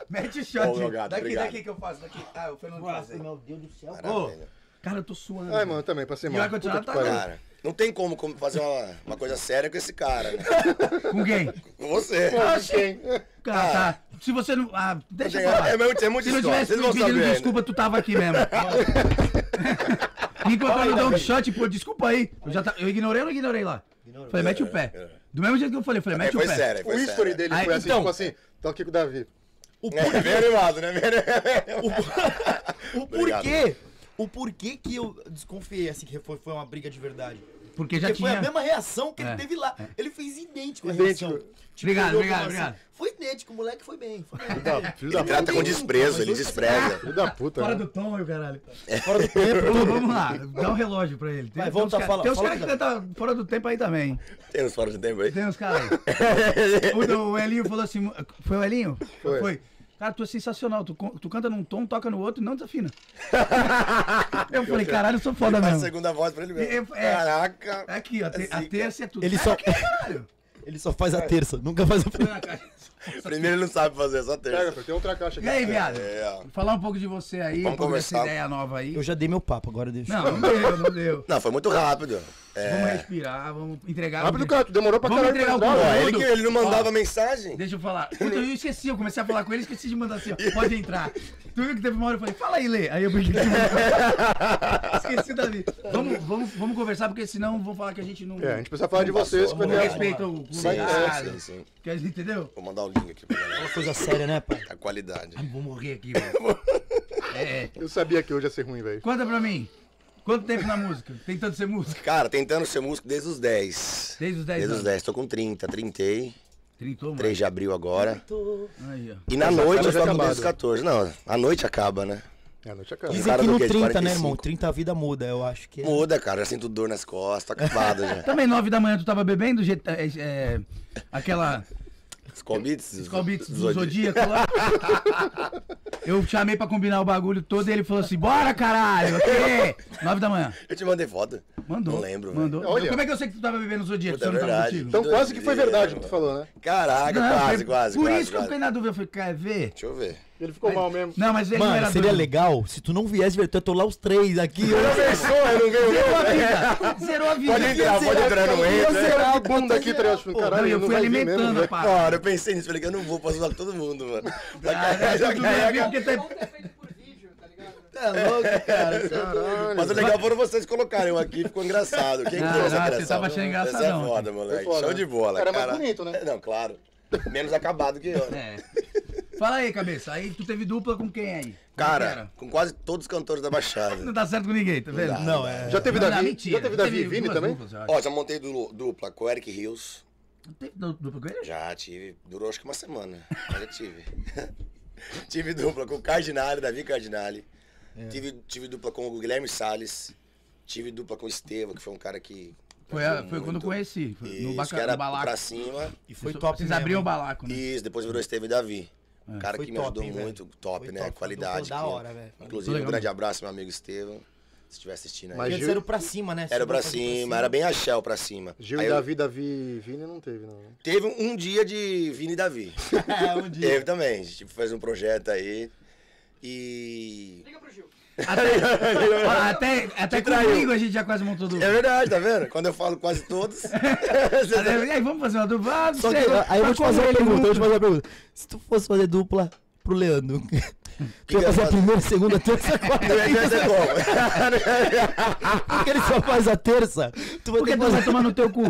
Mete o shot. Ô, meu gato, daqui, obrigado. daqui que eu faço. Daqui. Ah, o Fernando faz. aí. Meu Deus do céu. Maravilha. Cara, eu tô suando. Ai, mano, também, passei E mal. vai continuar, Puta que tá pariu. Cara, não tem como como fazer uma, uma coisa séria com esse cara, né? Com quem? Com você. Ah, quem? Cara, tá. Se você não. Ah, deixa eu É, falar. é, muito- é muito Se não história, tivesse vocês me vão pedindo saber ainda. desculpa, tu tava aqui mesmo. Enquanto eu dou um shot, pô, desculpa aí. Eu, já tá, eu ignorei ou não ignorei lá? Falei, mete o pé. Do mesmo jeito que eu falei, falei, É, mete o foi pé. sério, O foi history sério. dele Aí, foi assim, então- tipo assim, tô aqui com o Davi. O É, bem animado, né? Bem O Obrigado. porquê? O porquê que eu desconfiei, assim, que foi, foi uma briga de verdade. Porque já Porque foi tinha. a mesma reação que É, ele teve lá. Ele fez idêntico a Idêntico. reação. Obrigado, olhou obrigado, e falou obrigado. assim, foi idêntico, o moleque foi bem. Foi bem. Filho da, filho da Ele trata com puta. desprezo, ele despreza. Filho da puta. Fora né? do tom, meu caralho. Fora do tempo. Ô, vamos lá, dá um relógio pra ele. Tem, Vai, tem volta, uns ca- fala- Tem uns fala caras que que dá. tá fora do tempo aí também. Tem uns fora de tempo aí? Tem uns caras aí. O, o Elinho falou assim, foi o Elinho? Foi. Cara, tu é sensacional, tu, con- tu canta num tom, toca no outro e não desafina. Eu falei, caralho, eu sou foda Faz a mesmo. segunda voz pra ele mesmo. Eu- é. Caraca. Aqui, ó, te- a Zica. terça é tudo. Ele Sai só- daqui, caralho. Ele só faz a terça, nunca faz a Põe primeira. na caixa. Primeiro ele não sabe fazer, só Pega, terça. filho, tem outra caixa aqui. E aí, viado? É, ó. Falar um pouco de você aí, Vamos um pouco dessa conversar. ideia nova aí. Eu já dei meu papo, agora deixa. Não, não deu, não deu. Não, foi muito rápido. Vamos respirar, vamos entregar. Rápido, o- cara, tu demorou pra Vamos caralho entregar pra o entrar, Ó, velho. ele, que- ele não mandava Ó. mensagem. Deixa eu falar. Puta, eu esqueci, eu comecei a falar com ele, esqueci de mandar assim, ó. Pode entrar. Tu viu que teve uma hora eu falei, fala aí, Lê. Aí eu brinquei. Esqueci, Davi. Vamos, vamos, vamos conversar, porque senão vão falar que a gente não. É, a gente precisa falar de vocês. passou, Vai não ter- respeita o Sim, convidado. sim, sim. Que a gente entendeu? Vou mandar o link aqui pra galera. Coisa séria, né, pai? A qualidade. Vou morrer aqui, velho. É. Eu sabia que hoje ia ser ruim, velho. Conta pra mim. Quanto tempo na música? Tentando ser música? Cara, tentando ser músico desde os dez. Desde os dez Desde os anos. dez. Tô com trinta, trintei. Trintou, mano. três de abril agora. Aí, ó. E na Essa noite cara eu já toco acabado. desde os catorze. Não, a noite acaba, né? É, a noite acaba. Dizem cara que do no quê? De trinta, né, quarenta e cinco. irmão? trinta a vida muda, eu acho que é. Muda, cara. Já sinto dor nas costas, tô acabado já. Também nove da manhã tu tava bebendo? Je- é, é, aquela Skull Beats? Skull Beats do Zodíaco. Zodíaco lá. Eu chamei pra combinar o bagulho todo e ele falou assim, bora caralho, o quê? Nove da manhã. Eu te mandei foto. Mandou. Não lembro, velho. Mandou. Olha. Como é que eu sei que tu tava bebendo o Zodíaco Puta, se eu não é tava verdade. contigo? Então quase que foi verdade o que tu falou, né? Caraca, Não, quase, foi- quase, Por quase, isso que eu quase. fiquei na dúvida, eu falei, quer ver? Deixa eu ver. Ele ficou mal mesmo. Não, mas ele não era Mano, seria doido. legal se tu não viesse ver, eu tô lá os três aqui. Eu Pensou, eu não ganhei Zerou a vida. Zerou a vida. Pode entrar, pode entrar, não Eu entra. será a bunda aqui, tá ligado? Pô, Caralho, Não, eu não fui vai vir mesmo, alimentando a velho. parada. Cara, eu pensei nisso, falei que eu não vou, posso usar com todo mundo, mano. Ah, Já tudo ganhei, bem, já porque ganhei. tá- Bom ter feito por vídeo, tá ligado? É louco, cara. Caralho. Mas o legal foram vocês colocarem eu aqui, ficou engraçado. Quem Não, criou essa não, você criação? tava achando Essa é engraçadão. foda, moleque. Foi foda. Show de bola, Era mais cara. bonito, né? É, Não, claro. Menos acabado que eu, né? É. Fala aí, cabeça. Aí tu teve dupla com quem aí? Como é que Cara, era? com quase todos os cantores da Baixada. Não dá certo com ninguém, tá vendo? dá. Não, é. Já teve Não, não, Davi? mentira. Já teve Davi e Vini duas também? duplas, eu acho. Ó, já montei du- dupla com o Eric Rios. Teve du- dupla com ele? Já tive. Durou acho que uma semana. Mas já tive. Tive dupla com o Cardinale, Davi Cardinale. Tive, tive dupla com o Guilherme Salles. Tive dupla com o Estevam, que foi um cara que. Foi, a- ajudou foi quando eu muito. conheci. Foi no, Isso, baca, que era no balaco. pra cima. E foi Vocês- top Vocês mesmo, abriam o hein? balaco, né? Isso, depois virou Estevam e Davi. Um cara Foi que me top, ajudou hein, velho? muito, top, Foi né? top, Qualidade. foi da que- hora, velho. Inclusive, Legal. um grande abraço, meu amigo Estevam. Se estiver assistindo aí. Mas Antes Gil- era o pra cima, né? Era Você pra vai fazer cima, era bem axé o pra cima. Gil Aí e eu- Davi, Davi e Vini não teve, não. né? Teve um dia de Vini e Davi. É, um dia. Teve também. A gente fez um projeto aí. E. Liga pro Gil. Até, ó, até, até traiu. comigo a gente já quase montou dupla. É verdade, tá vendo? Quando eu falo quase todos. E aí, vamos fazer uma dupla? Ah, não Só que, sei, aí eu vou mas te fazer como uma ele pergunta, eu vou te nunca- fazer uma pergunta. Se tu fosse fazer dupla pro Leandro, tu que ia eu fazer a faço? primeira, segunda, terça, quarta, Vai quinta, ser como? porque ele só faz a terça, tu vai Por que ter tu que vai fazer... tomar no teu cu?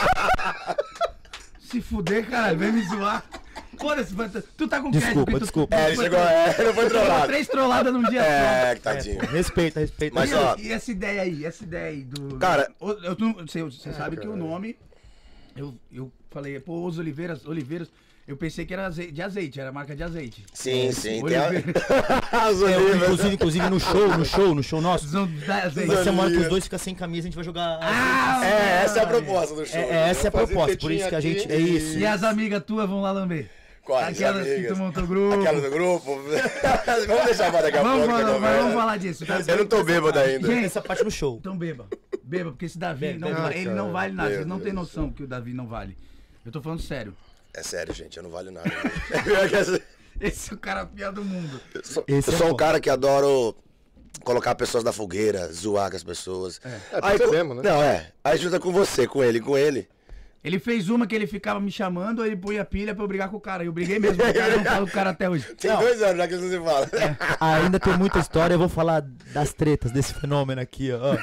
Se fuder, caralho, vem me zoar. Foda-se, vai- tu tá com Desculpa, crédito, tu- desculpa. tu- É, ele chegou. É, não foi tu- trollado. Três trolladas num dia só. É, que tadinho. Respeita, respeita. Mas, E, ó, e essa ideia aí, essa ideia aí do. Cara- o- eu, não- você, você sabe que o nome. Eu, eu falei, pô, os Oliveiras, Oliveiras, eu pensei que era azeite, de azeite, era marca de azeite. Sim, sim. Tem a... Oliveira. As É, olivas. inclusive, inclusive no show, no show, no show nosso, São da azeite. vai ser uma hora que os olivas. dois ficam sem camisa, a gente vai jogar... Ah, É, essa é a proposta do show. É, é, essa é a Fazer proposta, por tetinha isso que a aqui gente... É isso. E as amigas tuas vão lá lamber. Quais Aquelas que amigas? tu montou grupo. Aquela do grupo. Vamos deixar pra daqui a Vamos, pouco. que eu falar, não mas vejo. vamos falar disso. Tá? Eu não tô bêbado ainda. Gente, Essa parte no show. então beba. Beba, porque esse Davi, Bebe, não, bebe. va- ele não cara. vale nada. Meu Vocês não Deus têm do noção que o Davi não vale. Eu tô falando sério. É sério, gente, eu não valho nada. É pior que essa- Esse é o cara pior do mundo. Eu sou, Esse eu é sou um foda. cara que adoro colocar pessoas na fogueira, zoar com as pessoas. É, Aí, percebemos, né? Não, é. Aí junta com você, com ele, com ele. Ele fez uma que ele ficava me chamando, aí ele põe a pilha pra eu brigar com o cara. Eu briguei mesmo com o cara, eu não falo com o cara até hoje. Tem Não. dois anos já que eles não se falam. Ainda tem muita história, eu vou falar das tretas desse fenômeno aqui, ó.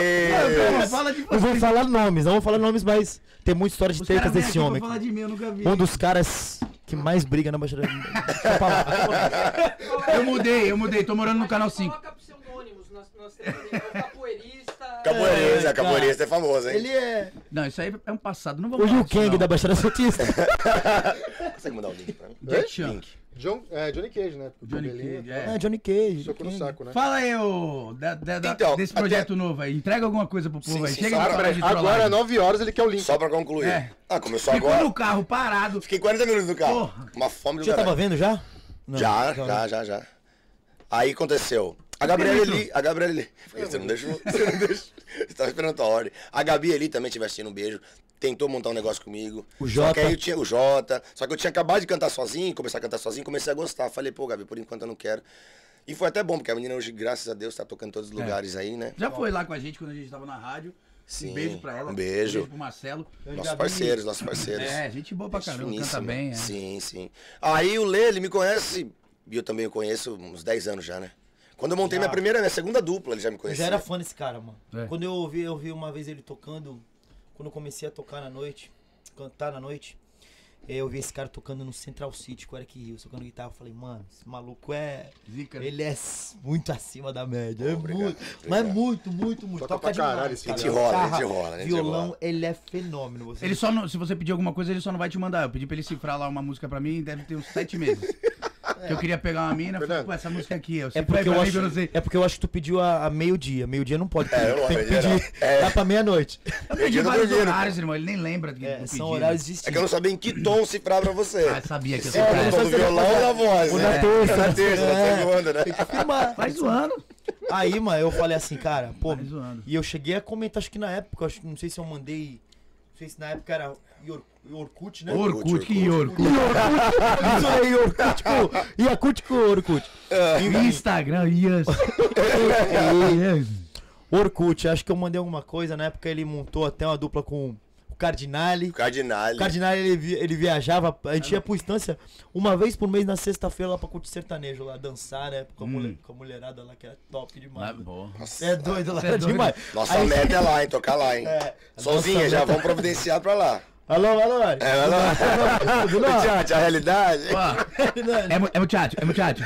Não, Ei, fala de Não vou falar nomes, não vou falar nomes, mas tem muita história de Os caras tretas vêm desse aqui pra homem. falar de mim, eu nunca vi. Um dos caras que mais briga na Baixada. Deixa eu falar. Eu mudei, eu mudei, tô morando no canal cinco. Coloca pseudônimos nas, nas tretas dele. O capoeirista. Capoeirista, É, capoeirista é famoso, hein? Ele é Não, isso aí é um passado, não vou o falar Liu disso, Kang não. da Baixada Santista. Consegue mandar o link pra mim? Jack Chan. John, é, Johnny Cage, né? Porque o Johnny cabelinho Cage, e tal. é. É, Johnny Cage. Soco no Kang. saco, né? Fala aí, ô, da, da- da- Então, desse até- projeto novo aí. Entrega alguma coisa pro povo Sim, aí. sim, Chega só de pra- falar de Agora, trollagem. nove horas, ele quer o link. Só pra concluir. É. Ah, começou Ficou agora? no carro parado. Fiquei quarenta minutos no carro. Porra. Uma fome do Já tava caralho. vendo já? Não, Já, então- já, já, já. Aí aconteceu. A Gabriela ali, a Gabriela ali. Você não deixou, você não deixou. Você tava esperando a tua ordem. A Gabi ali também tive assistindo um beijo. Tentou montar um negócio comigo. O Só Jota. que aí eu tinha o Jota. Só que eu tinha acabado de cantar sozinho, começar a cantar sozinho, comecei a gostar. Falei, pô, Gabi, por enquanto eu não quero. E foi até bom, porque a menina hoje, graças a Deus, tá tocando em todos os lugares aí, né? Já foi lá com a gente quando a gente tava na rádio. Sim, Um beijo pra ela. um beijo. Um beijo pro Marcelo. Nossos parceiros, nossos parceiros. É, gente boa pra caramba, canta Finíssimo. bem, é. Sim, sim. Aí o Lê, ele me conhece, e eu também o conheço uns dez anos já, né? Quando eu montei Já. minha primeira, minha segunda dupla, ele já me Eu conhecia. já era fã desse cara, mano. É. Quando eu ouvi, eu vi uma vez ele tocando, quando eu comecei a tocar na noite, cantar na noite, eu vi esse cara tocando no Central City, com o Eric Rios, tocando guitarra. Eu falei, mano, esse maluco é. Zica, né? Ele é s- muito acima da média. É Obrigado, muito. obrigado. Mas muito, muito, muito. Toca Toca pra demais. caralho esse cara. cara. A gente rola, a gente Guitarra, rola, a gente violão, rola. ele é fenômeno. Você Ele só não, se você pedir alguma coisa, ele só não vai te mandar. Eu pedi pra ele cifrar lá uma música pra mim, deve ter uns sete meses. Que eu queria pegar uma mina, eu falei, Fernando. pô, essa música aqui, eu É cifrei porque, pra eu mim acho, que eu não sei. é porque eu acho que tu pediu a, a meio-dia. Meio-dia não pode É, pedir. eu não Tem que aprendi, pedir. não. É. Dá pra meia-noite. Eu pedi eu tô vários dormindo. horários, irmão, ele nem lembra do que É, eu pedi, são né? horários É que eu distintos. não sabia em que tom cifrar pra você. Ah, sabia que eu É, sei. ele No só tom do sabia violão ou fazer- da voz, ou né? na terça. Na terça, É. na segunda, né? Tem que filmar. Vai zoando. Aí, mano, eu falei assim, cara, pô. Vai zoando. E eu cheguei a comentar, acho que na época, acho, não sei se eu mandei. Não sei se na época era Yor- Orkut, né? Orkut, que Orkut. Isso aí, Orkut com. Yakut com Orkut. Instagram, yes. Yes. Orkut, acho que eu mandei alguma coisa. Na época ele montou até uma dupla com o Cardinale. Cardinale. O Cardinale ele, vi- ele viajava, a gente ia pro Estância uma vez por mês na sexta-feira lá pra curtir sertanejo lá, dançar, né? Com a, mulher- com a mulherada lá que era top demais. Mas, pô. Nossa, É doido lá, Cê é era doido. demais. Nossa Aí- meta é lá, hein? Tocar lá, hein? É, Sozinha, nossa já meta- vamos providenciar pra lá. Alô, alô, Ari. É, vai lá. Tudo bom? Gente, a realidade. Ó, é, mu- é muchacho, é muchacho.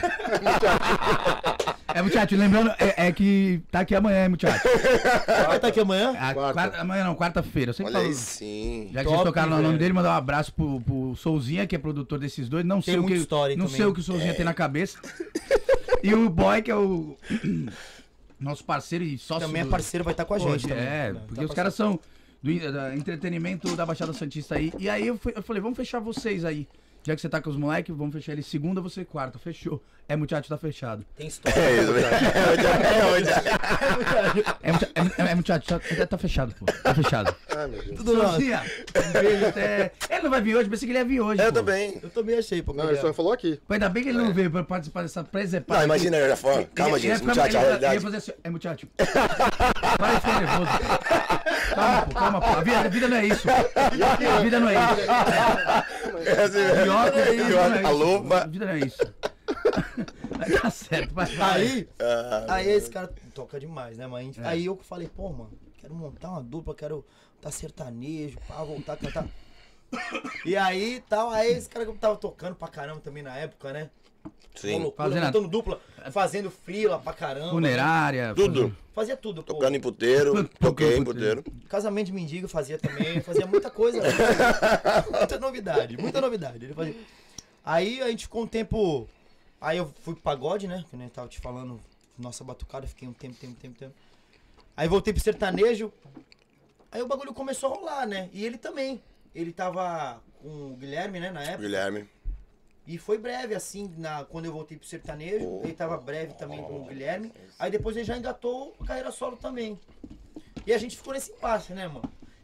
É muchacho, lembrando, é, é que tá aqui amanhã, é muchacho. Vai estar aqui amanhã? A Quarta. quarta- amanhã não, quarta-feira. Eu sempre Olha falo. aí, sim. Já que Top, vocês tocaram no nome velho. dele, mandar um abraço pro, pro Souzinha, que é produtor desses dois. Não sei o muita que, história aí não também. sei o que o Souzinha tem na cabeça. E o Boy, que é o nosso parceiro e sócio. Também é do- parceiro, vai estar com a Pô, gente também. É, Tá porque os parceiro. caras são do da entretenimento da Baixada Santista aí. E aí eu, fui- eu falei, vamos fechar vocês aí. Já que você tá com os moleques, vamos fechar ele segunda, você quarta. Fechou. É muchacho, tá fechado. Tem história. É isso, é hoje. É, mucha- é, é, é muchacho, tá, tá fechado, pô. Tá fechado. Ai, meu Deus. Tudo nosso. Souzinha, um beijo até... Ele não vai vir hoje, pensei que ele ia vir hoje, Eu pô. também. Eu também achei, pô. Não, ele só falou aqui. Pô, ainda bem que ele não veio pra participar dessa presepada. Não, imagina, eu já falando. Calma, Ele ia gente, ficar- muchacho, a ele ia- ele ia realidade. fazer assim, é muchacho. Para de ficar nervoso. Calma, pô, calma, pô. A vida, a vida não é isso. A vida não é isso. É assim mesmo. Pior que é isso, Pior- não é A isso. lupa. A vida não é isso. Vai dar certo, vai. vai. Aí, Ah, aí esse cara toca demais, né, mãe? É. Aí eu falei, pô, mano, quero montar uma dupla, quero tá sertanejo, pá, voltar a cantar. E aí, tal, aí esse cara que eu tava tocando pra caramba também na época, né? Uma Sim. loucura, Fazendo a- montando dupla, fazendo frila pra caramba. Funerária. Tudo. Fazia tudo, pô. Tocando em puteiro, toquei em puteiro. Casamento de mendigo fazia também, fazia muita coisa. né? Muita novidade, muita novidade. Ele fazia. Aí a gente ficou um tempo. Aí eu fui pro pagode, né? Que eu tava te falando, nossa batucada, fiquei um tempo, tempo, tempo, tempo. Aí voltei pro sertanejo. Aí o bagulho começou a rolar, né? E ele também. Ele tava com o Guilherme, né, na época. Guilherme. E foi breve, assim, na, quando eu voltei pro sertanejo. Oh. Ele tava breve também com o Guilherme. Aí depois ele já engatou a carreira solo também. E a gente ficou nesse impasse, né, mano?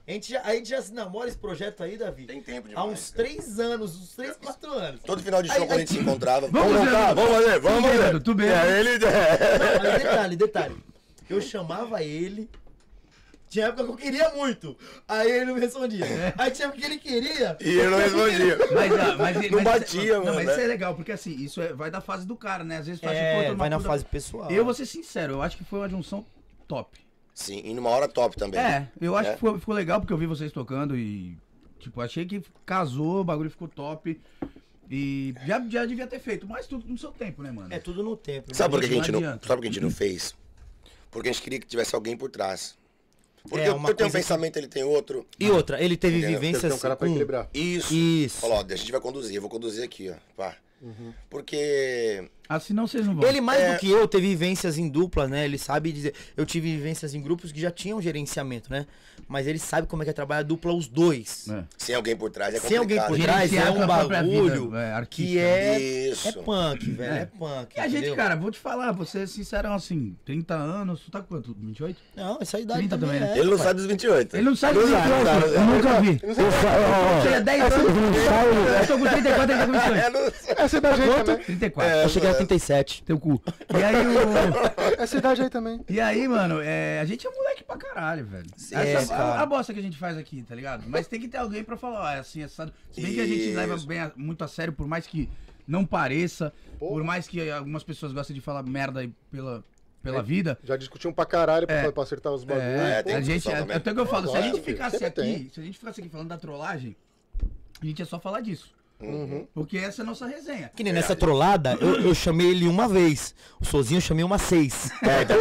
A gente, já, a gente já se namora esse projeto aí, Davi? Tem tempo Há demais. uns três anos, uns três, quatro anos. Todo final de show, Aí- quando a gente aí- se encontrava. Vamos Vamos fazer, voltar, vamos fazer, vamos Tu fazer. bêbado, tu bêbado. É, ele... Não, mas detalhe, detalhe. Eu chamava ele. Tinha época que eu queria muito. Aí ele não me respondia. Aí tinha época que ele queria. E eu não respondia. Mas, ah, mas, Não mas- batia, não, mano, Mas né? isso é legal, porque assim, isso é- vai da fase do cara, né? Às vezes tu acha, pô, É, tô numa vai na puta- fase pessoal. Eu vou ser sincero, eu acho que foi uma junção top. Sim, e numa hora top também. É, eu acho É. que ficou, ficou legal porque eu vi vocês tocando e, tipo, achei que casou, o bagulho ficou top. E já, já devia ter feito, mas tudo no seu tempo, né, mano? É tudo no tempo. Sabe por que a Não gente não, adianta. sabe por que a gente não fez? Porque a gente queria que tivesse alguém por trás. Porque É, eu, uma eu tenho um coisa que- pensamento, ele tem outro. E outra, ele teve Entendeu? Tem que ter vivências um cara pra com... equilibrar. Isso. Isso. Falou, ó, a gente vai conduzir, eu vou conduzir aqui, ó. Pá. Porque Ah, senão vocês não vão. Ele mais É. do que eu teve vivências em dupla, né? Ele sabe dizer. Eu tive vivências em grupos que já tinham gerenciamento, né? Mas ele sabe como é que é trabalhar dupla os dois. É. sem alguém por trás é Sem alguém complicado. por trás Gerenciar é a um tua própria bagulho vida, é, artista, que é, Isso. é punk, velho. É, É. punk. E a gente, entendeu? cara, vou te falar, você é sincerão assim, trinta anos, tu tá com quanto? vinte e oito? Não, essa idade trinta também, também, né? é. Ele não pai. sai dos vinte e oito. Ele não sabe disso, sabe, sabe, eu sabe. nunca vi. Eu tinha dez anos, eu tô com trinta e quatro, ele tá com vinte e É, oito. não- Essa idade aí também. trinta e quatro, Eu cheguei a trinta e sete. teu cu. E aí, o... Essa idade aí também. e aí, mano, é, a gente é moleque pra caralho, velho. É, Essa, cara. a, a bosta que a gente faz aqui, tá ligado? Mas tem que ter alguém pra falar, ó, é assim, essa... Se bem que a gente Isso. leva bem a- muito a sério, por mais que não pareça, Porra. por mais que algumas pessoas gostem de falar merda aí pela, pela vida. Já discutimos pra caralho pra, É. pra acertar os bagulhos. É, É, tem a gente, discussão é, também. até que eu falo, se a Claro, gente filho, ficasse sempre aqui, tem. se a gente ficasse aqui falando da trollagem, a gente ia só falar disso. Uhum. Porque essa é a nossa resenha. Que nem nessa trollada, eu, eu chamei ele uma vez. O Sozinho eu chamei uma seis. É, tá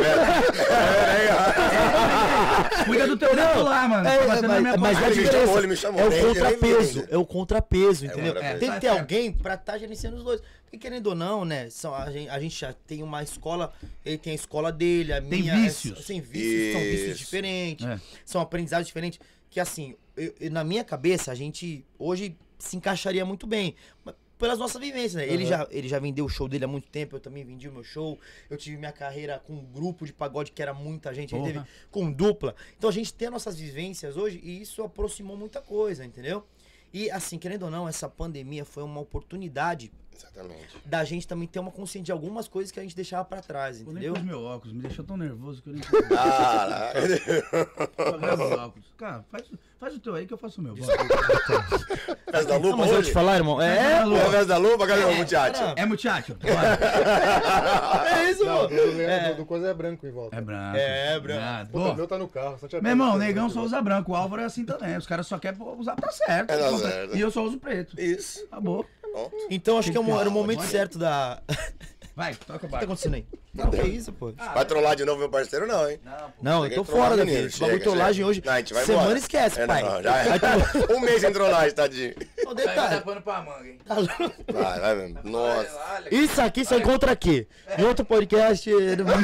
vendo? Cuida do teu dedo lá, mano. É, Tá batendo na minha mas, mas porta. é a Ele me diferença. chamou, ele me chamou, É o nem- nem vi contrapeso. ainda. É o contrapeso, entendeu? contrapeso. Tem É, que ter tá certo. alguém pra estar gerenciando os dois. Porque querendo ou não, né? São, a, gente, a gente já tem uma escola, ele tem a escola dele, a Tem minha. vícios. É, tem vícios, são vícios Isso. diferentes, É. são aprendizados diferentes. Que assim, eu- eu- na minha cabeça, a gente hoje se encaixaria muito bem. Mas pelas nossas vivências, né? Ele, já, ele já vendeu o show dele há muito tempo, eu também vendi o meu show. Eu tive minha carreira com um grupo de pagode que era muita gente, ele Porra. teve com dupla. Então a gente tem as nossas vivências hoje e isso aproximou muita coisa, entendeu? E assim, querendo ou não, essa pandemia foi uma oportunidade Exatamente. da gente também ter uma consciência de algumas coisas que a gente deixava pra trás, Vou nem entendeu? pôs meu óculos, me deixou tão nervoso que eu nem Ah, Vou ver os óculos. Cara, faz, faz o teu aí que eu faço o meu. Bora. festa da Ah, lupa mas eu vou te hoje? falar, irmão, é... É a festa da lupa? Cadê o muchacho? cara. É muchacho? Bora. É isso, Não, mano. do, do, Leandro, do coisa é branco em volta. É branco. É, branco. Ah, Puta, o pô, meu tá no carro. Só te meu irmão, o aperta, negão tá só usa branco, o Álvaro é assim também. Os caras só querem usar pra certo. É, tá certo. E eu só uso preto. Isso. Acabou. Pronto. Então acho que é um- era o momento Bora. certo da... Vai, toca o O que tá barco. acontecendo aí? Não, que isso, pô. Vai trollar de novo meu parceiro, não, hein? Não, eu Chega tô a trollar, fora, menino, Davi. chega, Bagulho trollagem chega. hoje. Não, a gente vai Semana embora. esquece, É, pai. não, já Aí tu- Um mês sem trollagem, tadinho. Ô, detalhe. pano pra manga, hein? Tá louco? Vai, vai mesmo. Nossa. Isso aqui só encontra aqui. Em outro podcast. ele não-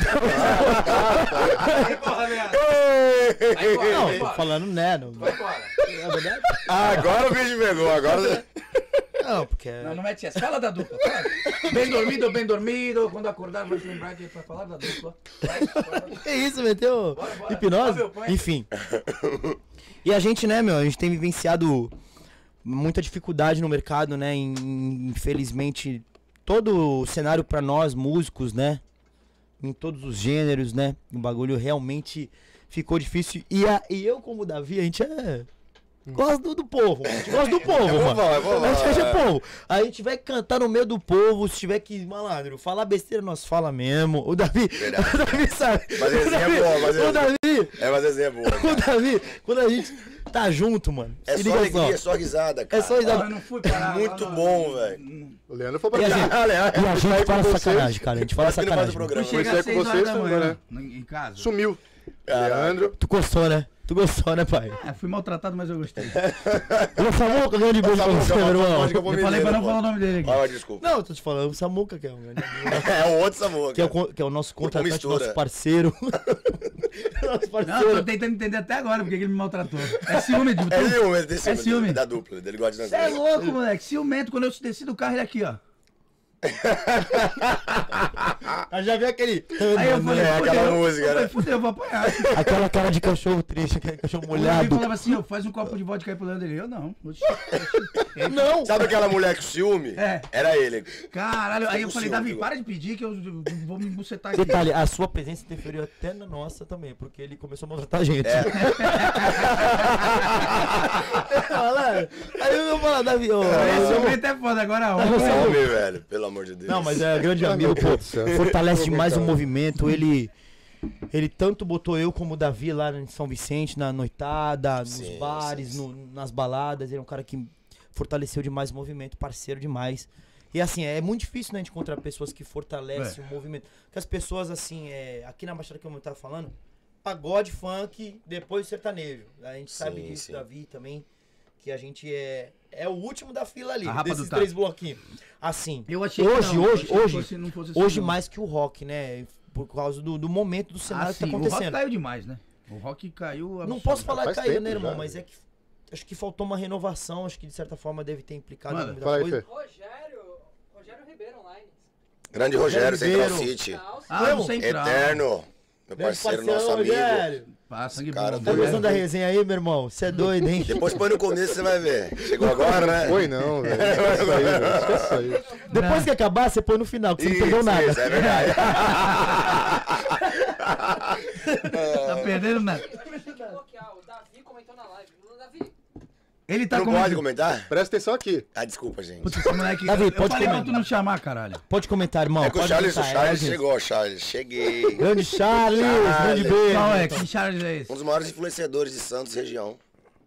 Não, tô falando, né? Não, Vai embora. é verdade? Agora o bicho pegou, agora... Não, porque. Não, não mete essa. Fala da dupla. Fala. Bem dormido, bem dormido. Quando acordar, vai se lembrar que é pra falar da dupla. Vai, fala. Que isso, meteu Bora, bora. hipnose? Ah, meu pai. Enfim. E a gente, né, meu, a gente tem vivenciado muita dificuldade no mercado, né? em- Infelizmente, todo o cenário pra nós, músicos, né? Em todos os gêneros, né? O bagulho realmente ficou difícil. E, a, e eu, como o Davi, a gente é. Gosta do, do povo, a gente gosta do povo, É mano. povão, é povão, A gente é é. povo. A gente vai cantar no meio do povo, se tiver que, malandro, falar besteira, nós fala mesmo. O Davi, Verdade. o Davi sabe. Mas O resenha é Davi- boa, mas O resenha- Davi, É, mas essa é boa. o Davi, quando a gente tá junto, mano. É se só liga alegria, é só. só risada, cara. É só Ó, risada. eu não fui parar. Muito lá no- bom, velho. O Leandro foi pra E a cá. gente, Ah, Leandro, e a gente com fala vocês. sacanagem, cara. A gente fala Quase que ele faz o sacanagem. programa. Eu cheguei Comecei às com seis horas vocês, da manhã né? em casa. Sumiu. Caralho. Leandro. Tu gostou, né? Tu gostou, né, pai? É, fui maltratado, mas eu gostei. O Samuca, grande beijo pra você, meu irmão. Pode que eu vou Eu me falei ver, pra não pô. falar o nome dele aqui. Ah, desculpa. Não, eu tô te falando, o Samuca, que é um grande amigo. É o outro Samuca. Que é o, con- que é o nosso contratante, mistura. nosso parceiro. nosso Não, eu tô parceiro. tentando entender até agora porque que ele me maltratou. É ciúme, tipo, É tu- ciúme, desse É ciúme. da dupla, dele gosta de Você é nós. louco, moleque. Ciumento. Quando eu desci do carro, ele aqui, ó. Aí já viu aquele... Aí eu falei, É, aquela fudeu, música, eu falei, né? fudeu, eu vou apanhar. Aquela cara de cachorro triste, aquele cachorro Ele molhado. falava assim, ó, faz um copo de vodka aí pro Leandro. Ele, eu não. Oxi, oxi. Não! Sabe aquela mulher com ciúme? É. Era ele. Caralho, aí eu falei, Ciúme, Davi, viu? para de pedir que eu vou me bucetar aqui. Detalhe, a sua presença interferiu até na nossa também, porque ele começou a maltratar a gente. É. Fala, aí eu vou falar, Davi, ô, Esse momento é foda, agora ó. Ciúme, velho. Pelo amor de Deus. Não, mas é grande Ai, amigo, meu pô. Deus do céu. Fortalece Vou demais o aguentar. movimento. Ele, ele tanto botou eu como o Davi lá em São Vicente, na noitada, nos Sim, bares, sim, no- nas baladas. Ele é um cara que fortaleceu demais o movimento, parceiro demais. E assim, é muito difícil, né, a gente encontrar pessoas que fortalecem É. o movimento. Porque as pessoas, assim, é, aqui na Baixada que eu tava falando, pagode, funk, depois sertanejo. A gente sabe Sim, disso, sim. Davi também, que a gente é, é o último da fila ali, A rapa do desses taco. três bloquinhos. Assim, Eu achei Hoje, que não, hoje, eu achei que hoje, fosse- não fosse assim, hoje não. mais que o rock, né? Por causa do, do momento do cenário Ah, que tá sim, o rock acontecendo. caiu demais, né? O rock caiu Não absurdo. posso falar que Faz caiu, tempo né, irmão? já, Mas né? é que acho que faltou uma renovação, acho que de certa forma deve ter implicado Mano, em muita fala aí, coisa. Fê. Rogério, Rogério Ribeiro online. Grande Rogério, Central Ribeiro. City. Não, Ah, Mesmo? no Central. Eterno. Meu Grande parceiro, parceirão, nosso amigo. Rogério. Ah, sangue Cara, bom. Tá doido. gostando da resenha aí, meu irmão? Você é doido, hein? Depois põe no começo, você vai ver. Chegou agora, né? Foi não, velho. Esquece isso aí, velho. Esquece isso aí. Depois que acabar, você põe no final, que você não Isso, perdeu nada. isso, é verdade. Tá perdendo nada. tem que bloquear. O Davi comentou na live. Davi, Ele tá Não comentando. pode comentar? Presta atenção aqui. Ah, desculpa, gente. Putz, esse moleque. Davi, eu pode falei pra comentar. tu não chamar, caralho. Pode comentar, irmão. É que o pode Charles, o comentar, Charles é, gente. chegou, Charles. Cheguei. Grande Charles, grande beijo. Qual é? Que Charles é esse? Um dos maiores influenciadores de Santos região.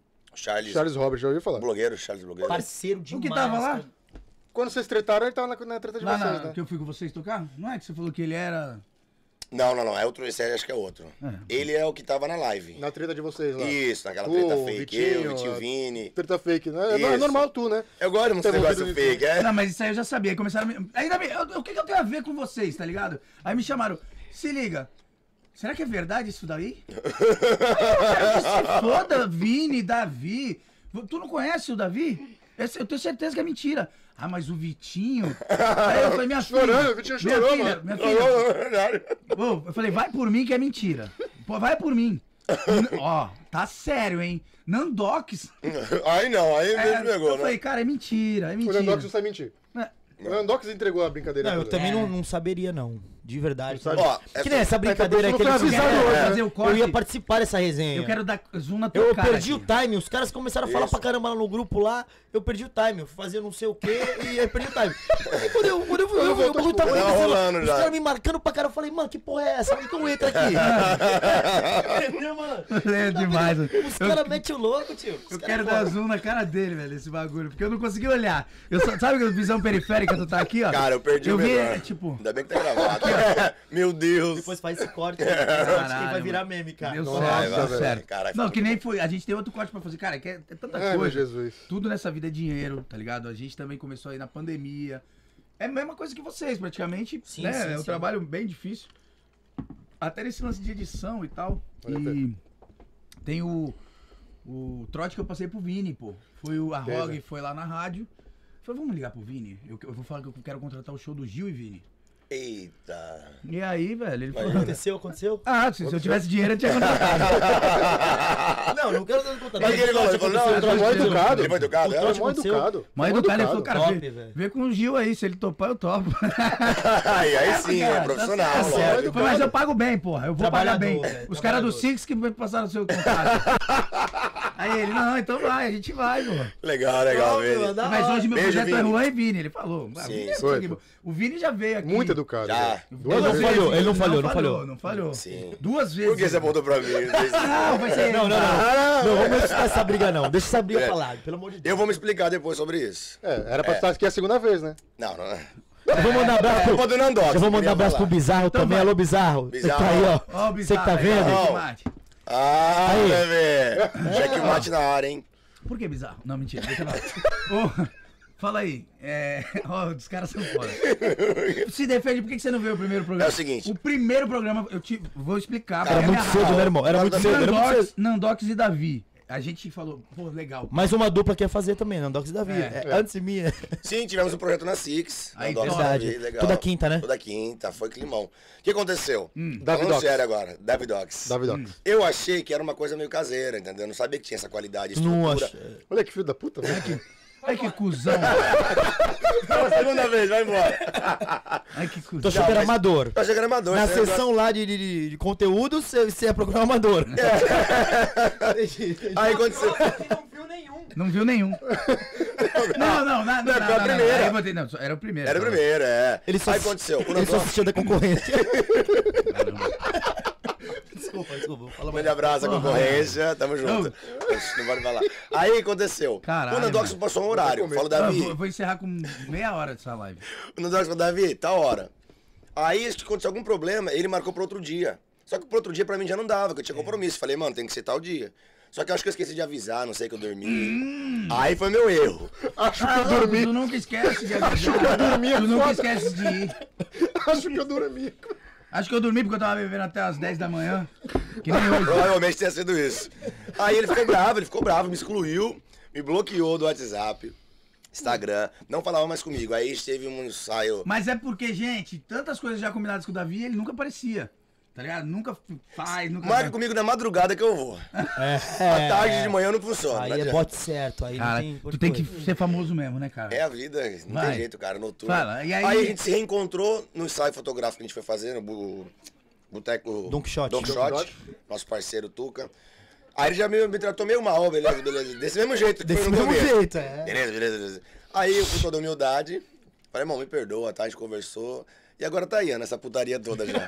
O Charles. Charles Robert, já ouviu falar? Blogueiro, Charles Blogueiro. Parceiro O demais. que tava lá? cara. Quando vocês tretaram, ele tava na, na treta de Lá vocês, na, né? que eu fui com vocês tocar? Não é que você falou que ele era. Não, não, não. É outro, esse aí acho que é outro. É. Ele é o que tava na live. Na treta de vocês lá. Isso, naquela Tu, treta o fake. Vitinho, eu, Vitinho a- Vini. Treta fake, né? É, é Isso. normal tu, né? Eu gosto de uns Tá negócios envolvido fake, é? Não, mas isso aí eu já sabia. Aí começaram a me... Ainda bem, eu- o que, que eu tenho a ver com vocês, tá ligado? Aí me chamaram, se liga. Será que é verdade isso daí? Aí eu quero que se foda, Vini, Davi. Tu não conhece o Davi? Esse- Eu tenho certeza que é mentira. Ah, mas o Vitinho. Aí eu falei, minha filha. Chorando, o Vitinho minha chorou, filha, mano. minha Não, filha. não, não, é verdade. Ô, eu falei, vai por mim que é mentira. Pô, vai por mim. N- Ó, tá sério, hein? Nandox. Aí não, aí É, me pegou, eu né? falei, cara, é mentira, é O mentira. Nandox não sabe mentir. É. O Nandox entregou a brincadeira. Não, eu toda. também É. não, não saberia, não. De verdade. Não sabe? Ó, Que nem essa brincadeira É, que foi eles avisado fizeram. hoje, É, né? Fazer o Eu corte. ia participar dessa resenha. Eu quero dar zoom na tua Eu cara perdi aqui. o time, os caras começaram a falar Isso. pra caramba lá no grupo lá, eu perdi o time, eu fui fazer não sei o que e eu perdi o time. Aí quando eu, quando eu, eu, eu, eu, o bagulho tava Tava acontecendo, rolando os já. caras me marcando pra cara, eu falei, mano, que porra é essa? Onde que eu entro aqui? Entendeu, mano? É demais. mano. Os Eu, caras metem o louco, tio. Os eu cara quero foda. dar zoom na cara dele, velho, esse bagulho. Porque eu não consegui olhar. Eu só, sabe que visão periférica tu tá aqui, ó? Cara, eu perdi eu o vi, melhor. é, tipo... Ainda bem que tá gravado. Meu Deus. Depois faz esse corte, né? Esse corte que vai Caralho, virar mano. meme, cara. Deu Nossa, certo, deu velho. certo. Caralho, Não, ficou que nem muito foi. A gente tem outro corte pra fazer. Cara, é, é tanta Ai, meu coisa. Jesus. Tudo nessa vida é dinheiro, tá ligado? A gente também começou aí na pandemia. É a mesma coisa que vocês, praticamente. Sim, né? sim, é um sim. trabalho bem difícil. Até nesse lance de edição e tal. Olha, E tem o, o trote que eu passei pro Vini, pô. Foi o, a Teve. Rog foi lá na rádio. Falei, vamos ligar pro Vini? Eu, eu vou falar que eu quero contratar o show do Gil e Vini. Eita. E aí, velho, ele falou... Aconteceu, aconteceu? Ah, se, se eu tivesse dinheiro, eu tinha contratado. Não, não quero dar conta. Mas ele falou, ele falou, não, Ele foi mó educado. Ele foi educado? Ele É? foi mó educado. Mas Mó do cara, ele falou, cara, Top, vê, velho. vê com o Gil aí, se ele topar, eu topo. Aí, aí sim, é Cara, profissional. tá certo. lógico. Falei, mas eu pago bem, porra. Eu vou pagar bem. Trabalhador, velho, Os caras do trabalhador. Six que me passaram o seu contato. Aí ele, não, então vai, a gente vai, porra. Legal, legal, Top, velho. mano. Da Mas hora. hoje meu Beijo, projeto é Vini. Juan e Vini, ele falou. Ah, Sim, Vini é foi, sangue bom. O Vini já veio aqui. Muito educado. Já. velho. Ele Duas não vezes. falhou, ele não falhou, não falhou. Não falhou. Sim. Duas vezes. Por que você apontou pra mim? Não, vai ser... Não, não, não. Não, vamos escutar essa briga, não. Deixa essa briga É. falar, pelo amor de Deus. Eu vou me explicar depois sobre isso. É, era pra estar aqui a segunda vez, né? Não, não é. Eu vou mandar abraço pro... Culpa do Nandox. Eu vou mandar queria abraço pro falar. Bizarro também. vai. Alô, Bizarro. Bizarro. Você tá aí, ó. Ó, o Você que tá bizarro, vendo? aí, Não. checkmate. Ah, Aí. bebê. Checkmate na área, hein? Por que bizarro? Não, mentira, deixa eu falar. Ô, fala aí. É... Ó, os caras são foda. Se defende, por que que você não veio o primeiro programa? É o seguinte. O primeiro programa, eu te vou explicar. Cara, porque Era a muito minha cedo, né, irmão? Era muito cedo, era muito Nandox, cedo. Nandox e Davi. a gente falou, pô, legal. Mais uma dupla que ia fazer também, né? Docs e Davi. É. É, antes de mim. é. Sim, tivemos um projeto na Six. Aí, na Docs e verdade. Davi, legal. Toda quinta, né? Toda quinta, foi climão. O que aconteceu? Hum. Davi Falando Docs. sério agora, Davi Docs. Davi Docs. Eu achei que era uma coisa meio caseira, entendeu? Eu não sabia que tinha essa qualidade, Não estrutura. acho. Olha que filho da puta, velho. Ai, que cuzão. Pela segunda vez, vai embora. Ai, que cuzão. Tô achando que era mas- amador. Eu achei que era amador. Na esse negócio- sessão lá de, de, de conteúdo, você, você é programador. Entendi, entendi. Aí aconteceu. Você não viu nenhum. Não viu nenhum. Não, não, não. Não, Não, não, foi a não, não. primeira. Aí eu botei, não, era o primeiro. Era o primeiro, é. Ele só, Aí aconteceu. O ele só negócio... assistiu da concorrência. Desculpa, desculpa. Fala Um mais. grande abraço à Porra. concorrência, tamo junto. Não pode falar. Aí aconteceu. Caralho, o Nandox mano. passou um horário. Falou, Ah, Davi. vou, vou encerrar com meia hora dessa live. O Nandox falou, Davi, tá hora. Aí, se aconteceu algum problema, ele marcou pro outro dia. Só que pro outro dia pra mim já não dava, que eu tinha compromisso. Falei, mano, tem que ser tal dia. Só que eu acho que eu esqueci de avisar, não sei que eu dormi. Hum. Aí foi meu erro. Acho que Ah, eu louco, dormi. tu nunca esquece de avisar. que eu dormi, é Tu nunca foda. esquece de ir. Acho que eu dormi. Acho que eu dormi porque eu tava bebendo até as dez da manhã. Que nem hoje. Provavelmente tenha sido isso. Aí ele ficou bravo, ele ficou bravo, me excluiu, me bloqueou do WhatsApp, Instagram, não falava mais comigo. Aí teve um ensaio. Mas é porque, gente, tantas coisas já combinadas com o Davi, ele nunca aparecia. Tá ligado? Nunca faz, nunca... Marca comigo na madrugada que eu vou. É, À tarde de manhã não funciona. Aí não é adianta. bote certo. Aí Cara, não tem tu tem que coisa. ser famoso mesmo, né, cara? É a vida, não Vai. tem jeito, cara, noturno. Fala, e aí- a gente se reencontrou no ensaio fotográfico que a gente foi fazer, no bu- Boteco Don Quixote. Don Don Quixote, nosso parceiro Tuca. Aí ele já me, me tratou meio mal, beleza, beleza. Desse mesmo jeito que Desse foi no mesmo começo. jeito, é. Beleza, beleza, beleza. Aí eu com toda humildade, falei, irmão, me perdoa, tá? A gente conversou. E agora tá aí, Ana, essa putaria toda já.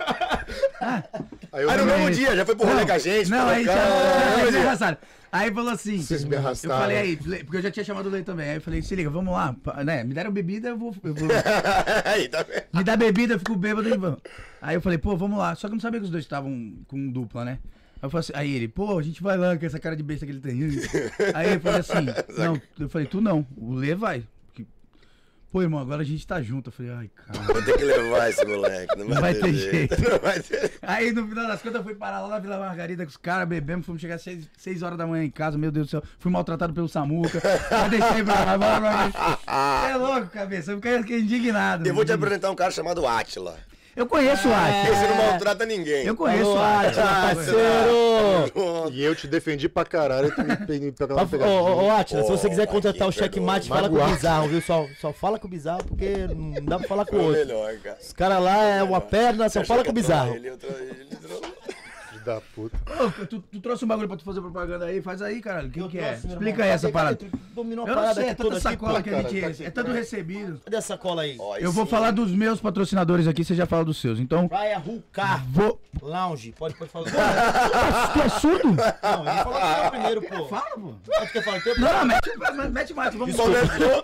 Aí eu Aí no dormi. mesmo dia, já foi pro rolê com a gente. Não, falou, aí cara, já, no mesmo já dia. arrastaram. Aí falou assim. Vocês me eu arrastaram. falei aí, porque eu já tinha chamado o Lei também. Aí eu falei, se liga, vamos lá. pa- Né, me deram bebida, eu vou. Eu vou Aí, tá vendo? me dá bebida, eu fico bêbado e vamos. Aí eu falei, pô, vamos lá. Só que eu não sabia que os dois estavam com dupla, né? Aí, eu falei assim, aí ele, pô, a gente vai lá com essa cara de besta que ele tem. Aí eu falei assim, não, eu falei, tu não, o Lê vai. Porque, pô, irmão, agora a gente tá junto. Eu falei, ai, cara. Vou ter que levar esse moleque. Não vai, Não vai ter jeito. Não vai ter. Aí no final das contas eu fui parar lá na Vila Margarida com os caras, bebemos, fomos chegar às seis, seis horas da manhã em casa, meu Deus do céu. Fui maltratado pelo Samuca. Aí deixei pra lá, bora pra É louco, cabeça, eu fiquei indignado. Eu vou te apresentar um cara chamado Átila. Eu conheço o Átila. Esse não maltrata ninguém. Eu conheço o Alô, Átila. Átila, parceiro! E eu te defendi pra caralho, e tu me pe- me pegou Ô, na pegadinha. ô, ô, Átila, se Ô, você quiser contratar o aqui, checkmate, perdoa. fala com o Magoado. Bizarro, viu? Só, só fala com o Bizarro, porque não dá pra falar com o Foi o outro. melhor, cara. Os caras lá é uma perna, só Você fala achou com o que ia trollar Bizarro. ele, eu tro- ele trollou. Filho da puta. Ô, tu, tu trouxe um bagulho pra tu fazer propaganda aí? Faz aí, caralho. Quem Eu que é? trouxe, meu Explica irmão. aí essa Cadê, parada. cadê? Dominou a Eu não parada sei, é aqui toda tanta aqui, sacola pô. que a gente cara, tá é. aqui, É tanto recebido. Cadê a sacola aí? Ó, aí Eu vou sim. falar dos meus patrocinadores aqui, você já fala dos seus. Então, Praia Rucar vou. Lounge. Pode, pode falar. Tu é surdo? Não, ele falou que foi primeiro, pô. Fala, pô. Pode que falar o teu? Não, não, mete, mete, mete mais. Vamos Começou.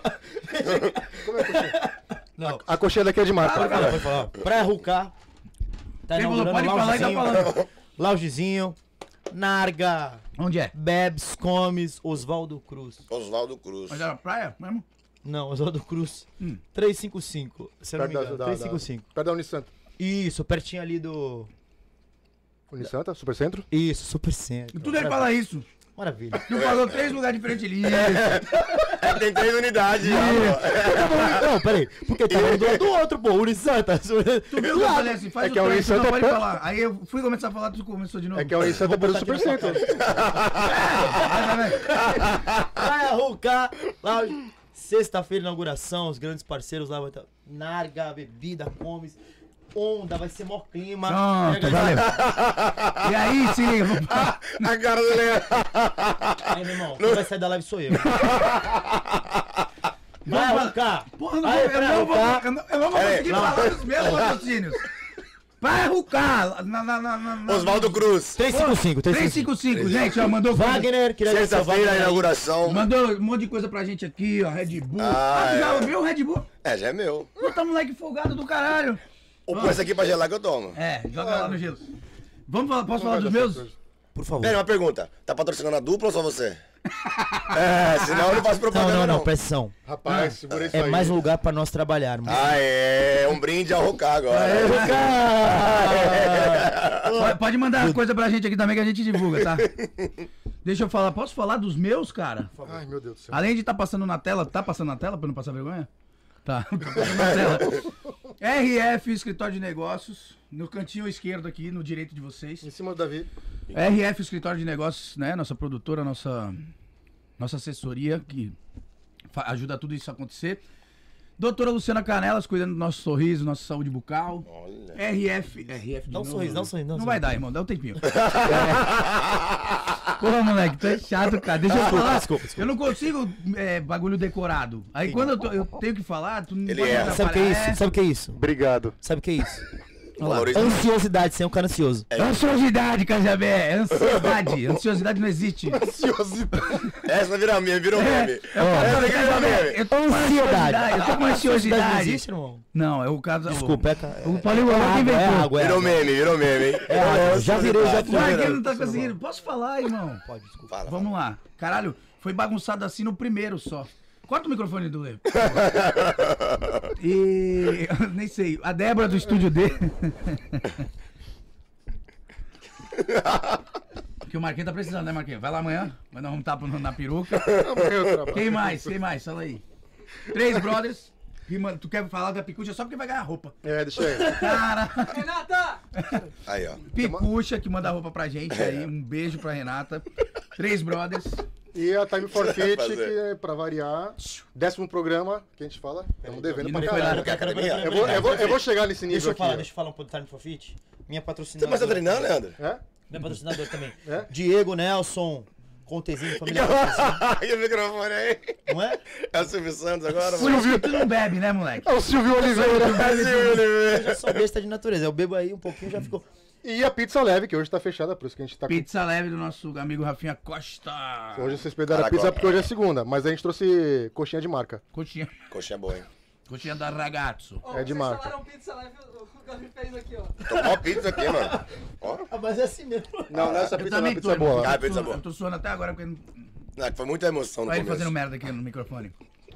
Não. A coxinha daqui é de mata. Pode falar, pode falar. Praia Rucar. Tá Quem falou? inaugurando Pode falar e tá loungezinho. falando. Loungezinho. Narga. Onde é? Bebes, comes. Oswaldo Cruz. Oswaldo Cruz. Mas era praia mesmo? Não, Oswaldo Cruz. Hum. trezentos e cinquenta e cinco. Se eu não me Perto da, engano. da, trezentos e cinquenta e cinco. da, perto da Unisanta. Isso, pertinho ali do. Unisanta, Supercentro? Isso, super centro. Tudo ele fala isso. Maravilha. Tu falou três lugares diferentes ali. É, tem três unidades. já, pô. Não, peraí. Porque tá um do lado do outro, pô. Unisanta. Tu viu que eu falei assim? Faz É o que a três, Unisanta não é pode per- falar. Aí eu fui começar a falar, tu começou de novo. É que a Unisanta é perto do Supercentro. Vai, vai, vai. Praia Rucar. Lounge. Sexta-feira, inauguração. Os grandes parceiros lá vão estar. Narga, bebida, comes. Onda, vai ser mó clima. Pronto, valeu. E aí, se liga. vamos- A cara do Leandro. Aí, meu irmão, quem vai sair da live sou eu. Vai, Vamos- Rucar. Porra, eu não Aí, vou, eu Praia não vou, Rucar. eu não, eu não vou Peraí, conseguir não. falar dos meus patrocínios. Vai rucar. Na, na, na, na, na- Oswaldo Cruz. trezentos e cinquenta e cinco, três trezentos e cinco cinco, gente, ó, mandou coisa- Wagner, queria agradecer ao Sexta-feira, a Wagner aí. inauguração. Mandou um monte de coisa pra gente aqui, ó, Red Bull. Ah, Ah, tu já é. viu o Red Bull? É, já é meu. Puta moleque folgado do caralho. Ou põe esse aqui pra gelar que eu tomo. É, joga lá no gelo. Vamos falar, posso falar dos meus? Por favor. Pera, uma pergunta. Tá patrocinando a dupla ou só você? É, senão eu não faço Não, propaganda, não, não. não, presta atenção. Rapaz, segura isso É aí. mais um lugar pra nós trabalharmos. Ah, é. Um brinde ao Rocar agora. Pode, pode mandar coisa pra gente aqui também que a gente divulga, tá? Deixa eu falar, posso falar dos meus, cara? Ai, meu Deus do céu. Além de estar passando na tela, tá passando na tela pra não passar vergonha? Tá, tá passando na tela. R F, Escritório de Negócios, no cantinho esquerdo aqui, no direito de vocês. Em cima do Davi. R F, Escritório de Negócios, né? Nossa produtora, nossa, nossa assessoria, que fa- ajuda tudo isso a acontecer. Doutora Luciana Canelas, cuidando do nosso sorriso, nossa saúde bucal. Olha. R F. R F de Dá um novo, sorriso, dá um né? sorriso, dá um Não sorriso. vai dar, irmão, dá um tempinho. Porra, moleque, tu é chato, cara. Deixa eu falar. desculpa, desculpa. Eu não consigo é, bagulho decorado. Aí quando eu, tô- eu tenho que falar, tu não Ele pode é. me Sabe o que é atrapalhar. isso? Sabe o que é isso? Obrigado. Sabe o que é isso? Olha lá. Valoriza- Ansiosidade, você é um cara ansioso. É ansiosidade, Cajabé. É ansiedade. Ansiosidade não existe. Ansiosidade. Essa vira meme, virou meme. É, eu, Essa aqui virou meme. eu tô com uma ansiosidade. Eu tô com uma Ansiosidade não ansiosidade. existe, irmão? Não, é o caso. Desculpa, é... ca- O Paulinho é Gogol que água, é inventou. água, é Virou água. meme, virou meme, hein? É água, já virei, já Não, é que ele não tá Isso conseguindo. Posso falar, irmão? Pode, desculpa. Fala, Vamos lá. Caralho, foi bagunçado assim no primeiro só. Corta o microfone do Leo. E. Nem sei. A Débora do estúdio D. Que o Marquinhos tá precisando, né, Marquinhos? Vai lá amanhã. Vai dar um tapa na peruca. Quem mais? Quem mais? Fala aí. Três brothers. Que, mano, tu quer falar da Picucha só porque vai ganhar roupa. É, deixa aí. Cara, Renata! Aí, ó. Picucha que manda roupa pra gente aí. Um beijo pra Renata. Três brothers. E a Time for Fit, fazer? que é pra variar. Décimo programa, que a gente fala. Estamos devendo E pra não foi lá caralho. no Quer academia? Eu vou, eu, vou, eu vou chegar nesse nível Deixa eu aqui. falar, ó. deixa eu falar um pouco do Time for Fit. Minha Você patrocinadora. mais tá treinando, Leandro? É? Minha patrocinadora também. É? Diego Nelson, Contezinho, família. E o microfone aí? Não é? É o Silvio Santos agora, Por mano? isso que tu não bebe, né, moleque? É o Silvio Oliveira. Eu já sou besta de natureza. Eu bebo aí um pouquinho já ficou. E a pizza leve, que hoje tá fechada, por isso que a gente tá com... Pizza leve do nosso amigo Rafinha Costa. Hoje vocês pegaram a Caraca, pizza ó. porque hoje é segunda, mas a gente trouxe coxinha de marca. Coxinha. Coxinha boa, hein? Coxinha da Ragazzo. Ó, É de vocês marca. falaram pizza leve, o o Gabi fez aqui, ó. Tomou uma pizza aqui, mano. Ó. Ah, mas é assim mesmo. Não, não é essa Eu pizza, não, também a tô, pizza é irmão. boa. Ah, Eu tô pizza suando- boa. Eu tô suando até agora porque não... Não, foi muita emoção no Olha ele começo. fazendo merda aqui no microfone.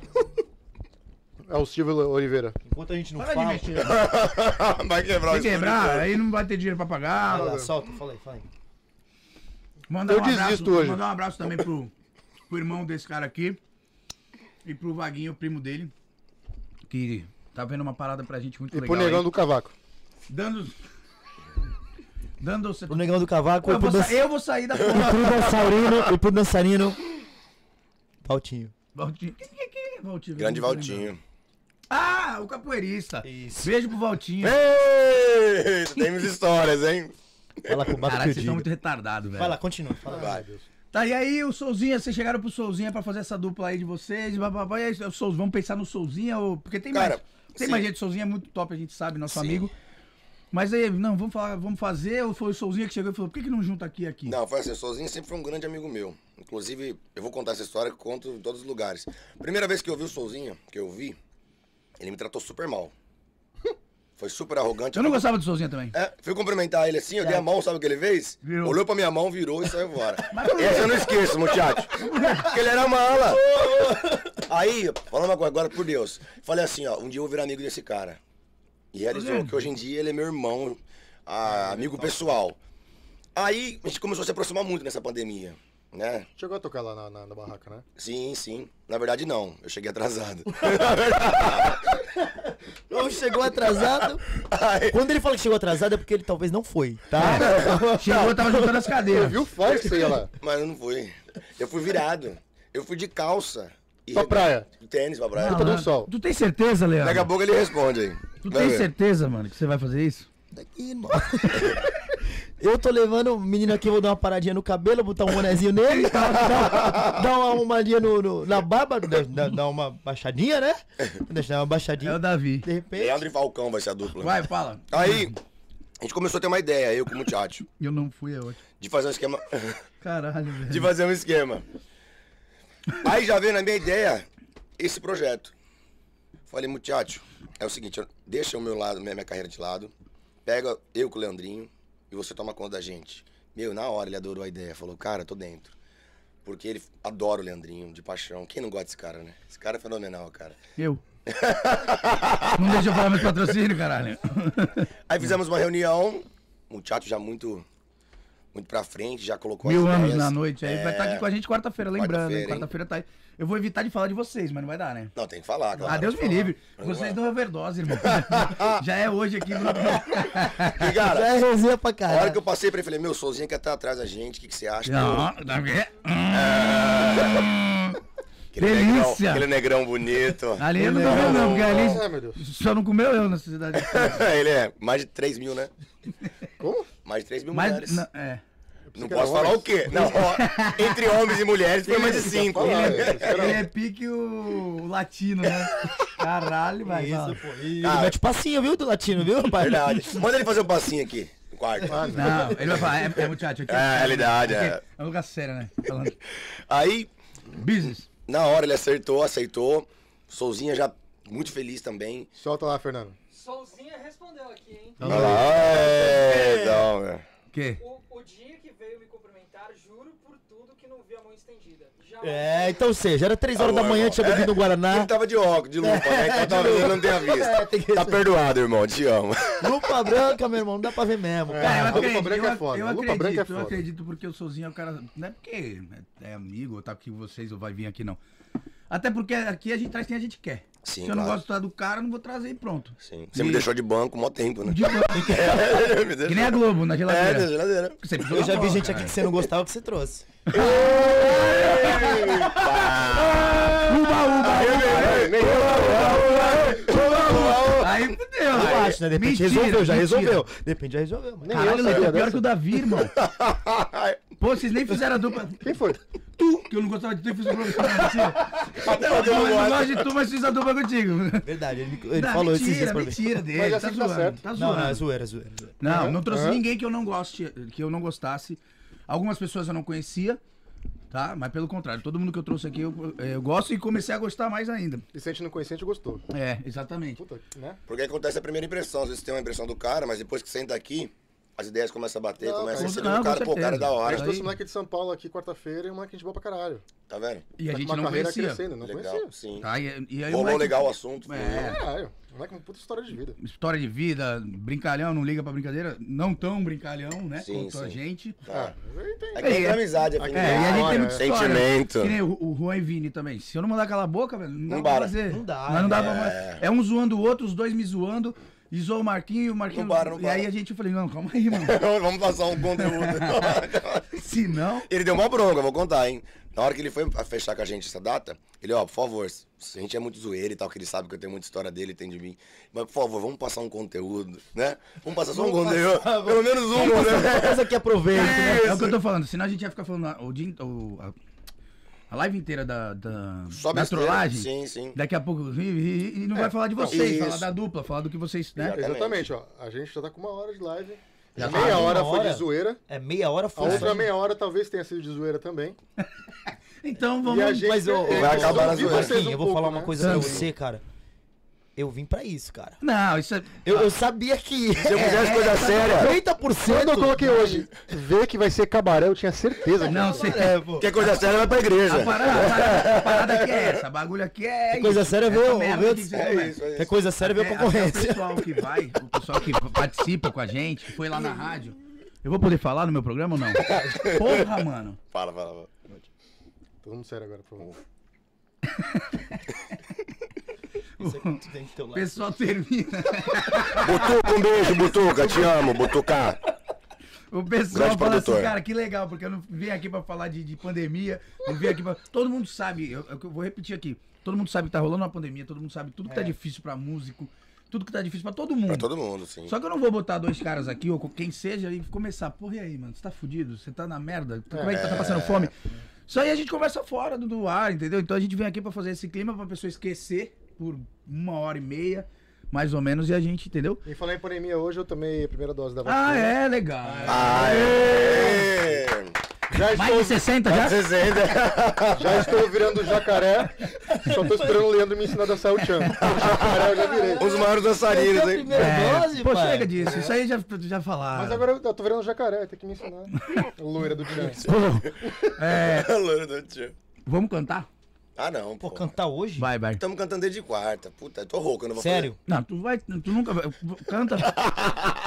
É o Silvio Oliveira. Enquanto a gente não Para de fala. mexer. Vai quebrar o Se quebrar, estúdio aí não vai ter dinheiro pra pagar. Vai lá, solta, fala aí, fala aí. Mandar Eu um abraço, desisto hoje. mandar um abraço também pro, pro irmão desse cara aqui. E pro Vaguinho, o primo dele. Que tá vendo uma parada pra gente muito E legal. pro negão aí. do cavaco. Dando... Dando... Pro negão do cavaco Eu e pro, vou, dan... sa- eu vou sair da e porra. pro dançarino. E pro dançarino. Valtinho. Valtinho. Quem, quem, quem é Valtinho? Grande Eu não tô lembrando. Valtinho. Ah, o capoeirista. Isso. Beijo pro Valtinho. Ei, temos histórias, hein? Vai lá com o bato que Caralho, eu vocês estão digo. muito retardados, velho. Vai lá, continua. Fala. Vai. Tá, e aí o Souzinha, vocês chegaram pro Souzinha pra fazer essa dupla aí de vocês, blá, blá, blá, e aí, o Souzinha, vamos pensar no Souzinha, ou... porque tem Cara, mais, tem sim. mais gente, o Souzinha é muito top, a gente sabe, nosso Sim. amigo. Mas aí, não, vamos, falar, vamos fazer, ou foi o Souzinha que chegou e falou, por que que não junta aqui e aqui? Não, foi assim, o Sozinho sempre foi um grande amigo meu. Inclusive, eu vou contar essa história que eu conto em todos os lugares. Primeira vez que eu vi o Sozinho, que eu vi, ele me tratou super mal. Foi super arrogante. Eu não gostava do Souzinha também. É, fui cumprimentar ele assim, eu dei a mão, sabe o que ele fez? Virou. Olhou pra minha mão, virou e saiu fora. Esse eu não esqueço, muchacho. Porque ele era mala. Aí, falando uma coisa agora, por Deus. Falei assim, ó, um dia eu vou virar amigo desse cara. E realizou que hoje em dia ele é meu irmão, ah, amigo pessoal. Aí a gente começou a se aproximar muito nessa pandemia, né? Chegou a tocar lá na, na- na barraca, né? Sim, sim. Na verdade, não. Eu cheguei atrasado. Não chegou atrasado. Aí, Quando ele fala que chegou atrasado é porque ele talvez não foi, tá? Chegou, tava juntando as cadeiras. Viu? Faz que você ia lá. mas eu não fui. Eu fui virado. Eu fui de calça. E Pra praia. Tênis pra praia. Não, Puta do não. sol. Tu tem certeza, Leandro? Daqui a pouco ele responde aí. Tu Vai tem ver. certeza, mano, que você vai fazer isso? Daqui, irmão. Eu tô levando o menino aqui, vou dar uma paradinha no cabelo, botar um bonezinho nele, dar, dar, dar uma arrumadinha no, no- na barba, dar, dar- dar uma baixadinha, né? Deixa eu dar uma baixadinha. É o Davi. De repente. Leandro e Falcão vai ser a dupla. Vai, fala. Aí, a gente começou a ter uma ideia, eu com o muchacho, Eu não fui, é ótimo. de fazer um esquema. Caralho, velho. de fazer um esquema. Aí já veio na minha ideia esse projeto. Falei, muchacho, é o seguinte, deixa o meu lado, minha, minha carreira de lado, pega eu com o Leandrinho e você toma conta da gente. Meu, na hora ele adorou a ideia, falou, cara, tô dentro. Porque ele adora o Leandrinho, de paixão. Quem não gosta desse cara, né? Esse cara é fenomenal, cara. Eu. Não deixa eu falar mais patrocínio, caralho. Aí fizemos uma reunião, muchacho já muito muito pra frente, já colocou Mil as anos ideias. na noite. Aí vai estar aqui com a gente quarta-feira, lembrando. hein? Quarta-feira, hein? Quarta-feira tá aí. Eu vou evitar de falar de vocês, mas não vai dar, né? Não, tem que falar, claro. Ah, Deus me livre. Vamos Vocês lá. dão overdose, irmão. Já é hoje aqui. No... E, cara, Já é resenha pra a hora caralho. que eu passei pra ele, falei, meu, Souzinha quer estar atrás da gente, o que, que você acha? Não, tá vendo? Aquele delícia. Negrão, aquele negrão bonito. Ali eu não tô vendo, não, porque ali Ai, meu Deus. só não comeu eu nessa cidade. Ele é mais de três mil, né? Como? Mais de três mil Mas, mulheres. não, é. Não que posso era falar homens. o quê? Não, ó, entre homens e mulheres foi mais de cinco. falar, Ele é. é, ele é pique o, o latino, né? Caralho, vai. Isso, fala. pô. E Cara. ele mete passinho, viu, do latino, viu, rapaz? Verdade. Manda ele fazer um passinho aqui, no quarto. Ah, não. Não, ele vai falar, é, é muchacho aqui. É, realidade, Aqui é. É um lugar sério, né? Falando. Aí, Business. na hora ele acertou, aceitou. Souzinha já muito feliz também. Solta lá, Fernando. Solzinha respondeu aqui, hein? Olha lá, é, então, velho. O quê? O, o dia que veio me cumprimentar, juro por tudo que não vi a mão estendida. Já É, então, ou seja, era três Tá horas da bom, manhã, irmão. tinha bebido no Guaraná. Ele tava de óculos, de lupa, né? Então talvez eu não tenha visto. É, tem que- Tá perdoado, irmão, te amo. Lupa branca, meu irmão, não dá pra ver mesmo. É. Cara, eu a lupa acredito, branca eu, é foda, eu a lupa acredito, branca é eu foda. acredito porque o Souzinho é o cara. Não é porque é amigo ou tá aqui com vocês ou vai vir aqui, não. Até porque aqui a gente traz quem a gente quer. Sim, Se eu não claro. gostar do cara, eu não vou trazer e pronto. Sim. Você me deixou de banco mó tempo, né? De boa. É, me deixou. Que nem a Globo, na É, geladeira. na geladeira. Você precisou Eu já da vi bola, gente cara. aqui que você não gostava que você trouxe. Aí fudeu. Eu aí- acho, né? De repente Mentira, resolveu, já mentira. resolveu. De repente já resolveu, mano. Nem Caralho, eu Leandro, sabia é pior dessa. que o Davi, irmão. Pô, vocês nem fizeram a dupla. Quem foi? Tu, que eu não gostava de tu e fiz o programa contigo. Não, eu Eu não não gosto. gosto de tu, mas fiz a dupla contigo. Verdade, ele, ele Não, falou esses dias mentira, pra mim. mentira dele. Mas Tá assim que dá zoando, certo. tá Não, zoando. não, é zoeira, é zoeira. é zoeira. Não, Aham, não trouxe aham. ninguém que eu não goste, que eu não gostasse. Algumas pessoas eu não conhecia, tá? Mas pelo contrário, todo mundo que eu trouxe aqui eu, eu gosto e comecei a gostar mais ainda. E se a gente não conhecia, a gente gostou. É, exatamente. Puta, né? Porque acontece a primeira impressão. Às vezes você tem uma impressão do cara, mas depois que senta aqui, as ideias começam a bater, Não, começa a com- ser não, o cara, com pô, o cara é da A hora. gente trouxe Aí- um moleque de São Paulo aqui quarta-feira e um moleque de boa pra caralho. Tá vendo? E a Tá gente com uma não carreira conhecia. crescendo, não Legal, conhecia. sim. Tá, e, e aí o Rolou moleque- legal o assunto. É. Caralho, um moleque com puta história de vida. História de vida, brincalhão, não liga pra brincadeira. Não tão brincalhão, né? Sim, Quanto a sim. gente. Ah, Mas aí tem. é que tem É, amizade, é, É, e afinidade. a gente Ah, tem é. muita história. Sentimento. Que nem o, o Juan e Vini também. Se eu não mandar aquela boca, velho, não dá Não pra para. fazer. Não dá, Mas não dá é. pra É um zoando o outro, os dois me zoando. E zoou o Marquinho e o Marquinho. Não para, não E para. aí a gente, eu falei, não, calma aí, mano. Vamos passar um conteúdo. Se não. Ele deu uma bronca, eu vou contar, hein? Na hora que ele foi a fechar com a gente essa data, ele, ó, por favor, se a gente é muito zoeiro e tal, que ele sabe que eu tenho muita história dele, tem de mim. Mas, por favor, vamos passar um conteúdo, né? Vamos passar só um conteúdo. Pelo menos um, né? Coisa que aproveita, né? É o que eu tô falando, senão a gente ia ficar falando a- o dia, o, a, a live inteira da, da, Só da besteira. trollagem. Sim, sim. Daqui a pouco, e, e- e não vai falar de não, vocês, isso. falar da dupla, falar do que vocês, né? Exatamente. Exatamente, ó. A gente já tá com uma hora de live. Já meia tá, hora uma foi hora. de zoeira. É meia hora A foi. outra meia hora talvez tenha sido de zoeira também. Então vamos. E a gente Mas, ô, é, vai acabar na ouvir zoeira. vocês um eu vou pouco, falar uma né? coisa pra Sim. você, cara. Eu vim pra isso, cara. Não, isso é. Eu, eu sabia que Se eu fizesse coisa séria, noventa por cento... Quando eu coloquei hoje, ver que vai ser cabaré, eu tinha certeza. Não, você. É, pô. que é coisa séria, vai pra igreja. A parada, a parada, a parada aqui é essa, a bagulho aqui é. Que coisa isso, séria, essa viu? merda Viu? que você É começa. isso, é Que isso. coisa séria veio Até- até concorrência. O pessoal que vai, o pessoal que participa com a gente, que foi lá na rádio. Eu vou poder falar no meu programa ou não? Porra, mano. Fala, fala, fala. Todo mundo sério agora, por favor. Isso aqui tu tem que ter o O lado. pessoal termina. Butuca, um beijo, Butuca, te amo, Butuca. O pessoal Grande fala assim, produtor. cara, que legal, porque eu não vim aqui pra falar de, de pandemia, não vim aqui pra... Todo mundo sabe, eu, eu vou repetir aqui, todo mundo sabe que tá rolando uma pandemia, todo mundo sabe tudo que tá difícil pra músico, tudo que tá difícil pra todo mundo. Pra todo mundo, sim. Só que eu não vou botar dois caras aqui, ou quem seja, e começar, porra, e aí, mano, você tá fudido? Você tá na merda? Como é que tá, tá passando fome? Isso aí a gente conversa fora do, do ar, entendeu? Então a gente vem aqui pra fazer esse clima pra pessoa esquecer por uma hora e meia, mais ou menos, e a gente, entendeu? E falar em pandemia, hoje eu tomei a primeira dose da vacina. Ah, é, legal. Aê! Já Mais de estou, sessenta já? sessenta. já estou virando jacaré. Só tô esperando o Leandro me ensinar a dançar o tchan. O jacaré eu já virei. Os maiores dançarinos, Esse é o hein? primeiro É, dose, pô, pai. chega disso, isso aí já, já falaram. Mas agora eu tô virando jacaré, tem que me ensinar. Loira do tchan. Pô, é, Louro do tio. vamos cantar? Ah, não, Pô, pô. cantar hoje? Vai, vai. Estamos cantando desde quarta. Puta, eu tô rouco, eu não vou Sério? Não, tu vai, tu nunca vai. Canta. fazer.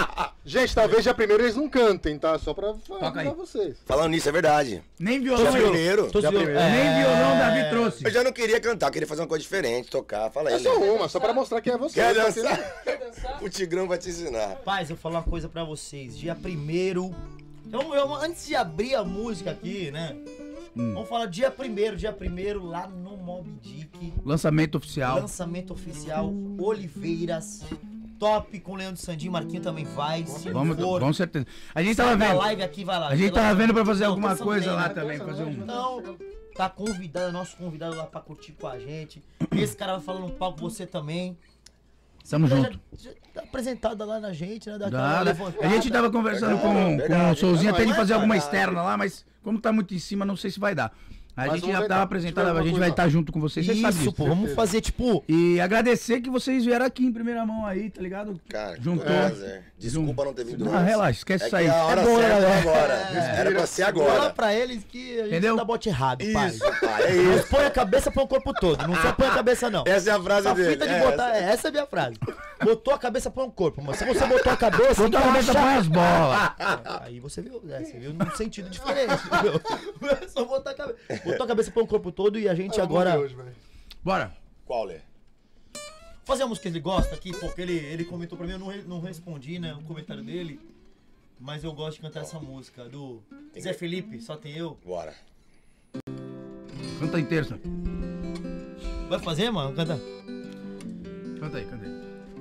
Gente, talvez dia primeiro eles não cantem, tá? Só pra Toca aí. avisar vocês. Falando nisso, é verdade. Nem Dia violão. primeiro. Tô Já zoando. primeiro. Nem violão o Davi trouxe. Eu já não queria cantar, eu queria fazer uma coisa diferente, tocar. Fala aí, É só Lê. uma, só pra mostrar quem é você. Quer tá dançar? Quer dançar? O Tigrão vai te ensinar. Rapaz, eu vou falar uma coisa pra vocês. Dia primeiro. Eu, eu, antes de abrir a música aqui, né? Hum. Vamos falar dia primeiro, dia primeiro, lá no Mob Dick. Lançamento oficial. Lançamento oficial, Oliveiras. Top com Leandro Sandinho, Marquinho também vai. Se Vamos, for, com certeza. A gente sai tava da vendo. live aqui, vai lá. A gente Vai lá. tava vendo pra fazer Não, alguma pensa coisa bem, lá né? também. Fazer um. Então, tá convidado, nosso convidado lá pra curtir com a gente. Esse cara vai falar no palco, você também. Tamo Já- junto. já Dá apresentada lá na gente, né? Dá aquela Dá, dá. levantada. A gente tava conversando Verdade, com, com verdade. o Souzinho Não, até de não é fazer alguma verdade. externa lá, mas como tá muito em cima, não sei se vai dar. A Mas gente vamos já ver, tava tá? apresentando, Tiver a gente alguma vai coisa. estar junto com vocês, vocês sabem Isso, disso. pô, vamos fazer tipo. E agradecer que vocês vieram aqui em primeira mão aí, tá ligado? Cara, Juntou. é, Zé. Desculpa não ter vindo Não, antes. relaxa, esquece É isso que aí. a hora É bom, certa né, é velho? agora. É. Era pra ser Fala agora. pra eles que a gente Entendeu? dá bote errado, pai. Isso, pai, é Não isso. põe a cabeça, põe o corpo todo. Não só põe a cabeça, não. Essa é a frase Essa dele. fita de é botar, essa. é, essa é a minha frase. Botou a cabeça, põe o corpo, mano. Se você botou a cabeça, Botou a cabeça, põe as bolas. aí você viu, é, você viu num sentido diferente, entendeu? É só botar a cabeça. Botou a cabeça, põe o corpo todo e a gente Ah, agora... vamos ver hoje, velho. Bora. Qual, Lê? Fazer a música que ele gosta aqui, porque ele, ele comentou pra mim, eu não, re- não respondi, né, o comentário dele. Mas eu gosto de cantar essa música, do Zé Felipe, Só Tem Eu. Bora. Canta em terça. Vai fazer, mano? Canta. Canta aí, canta aí.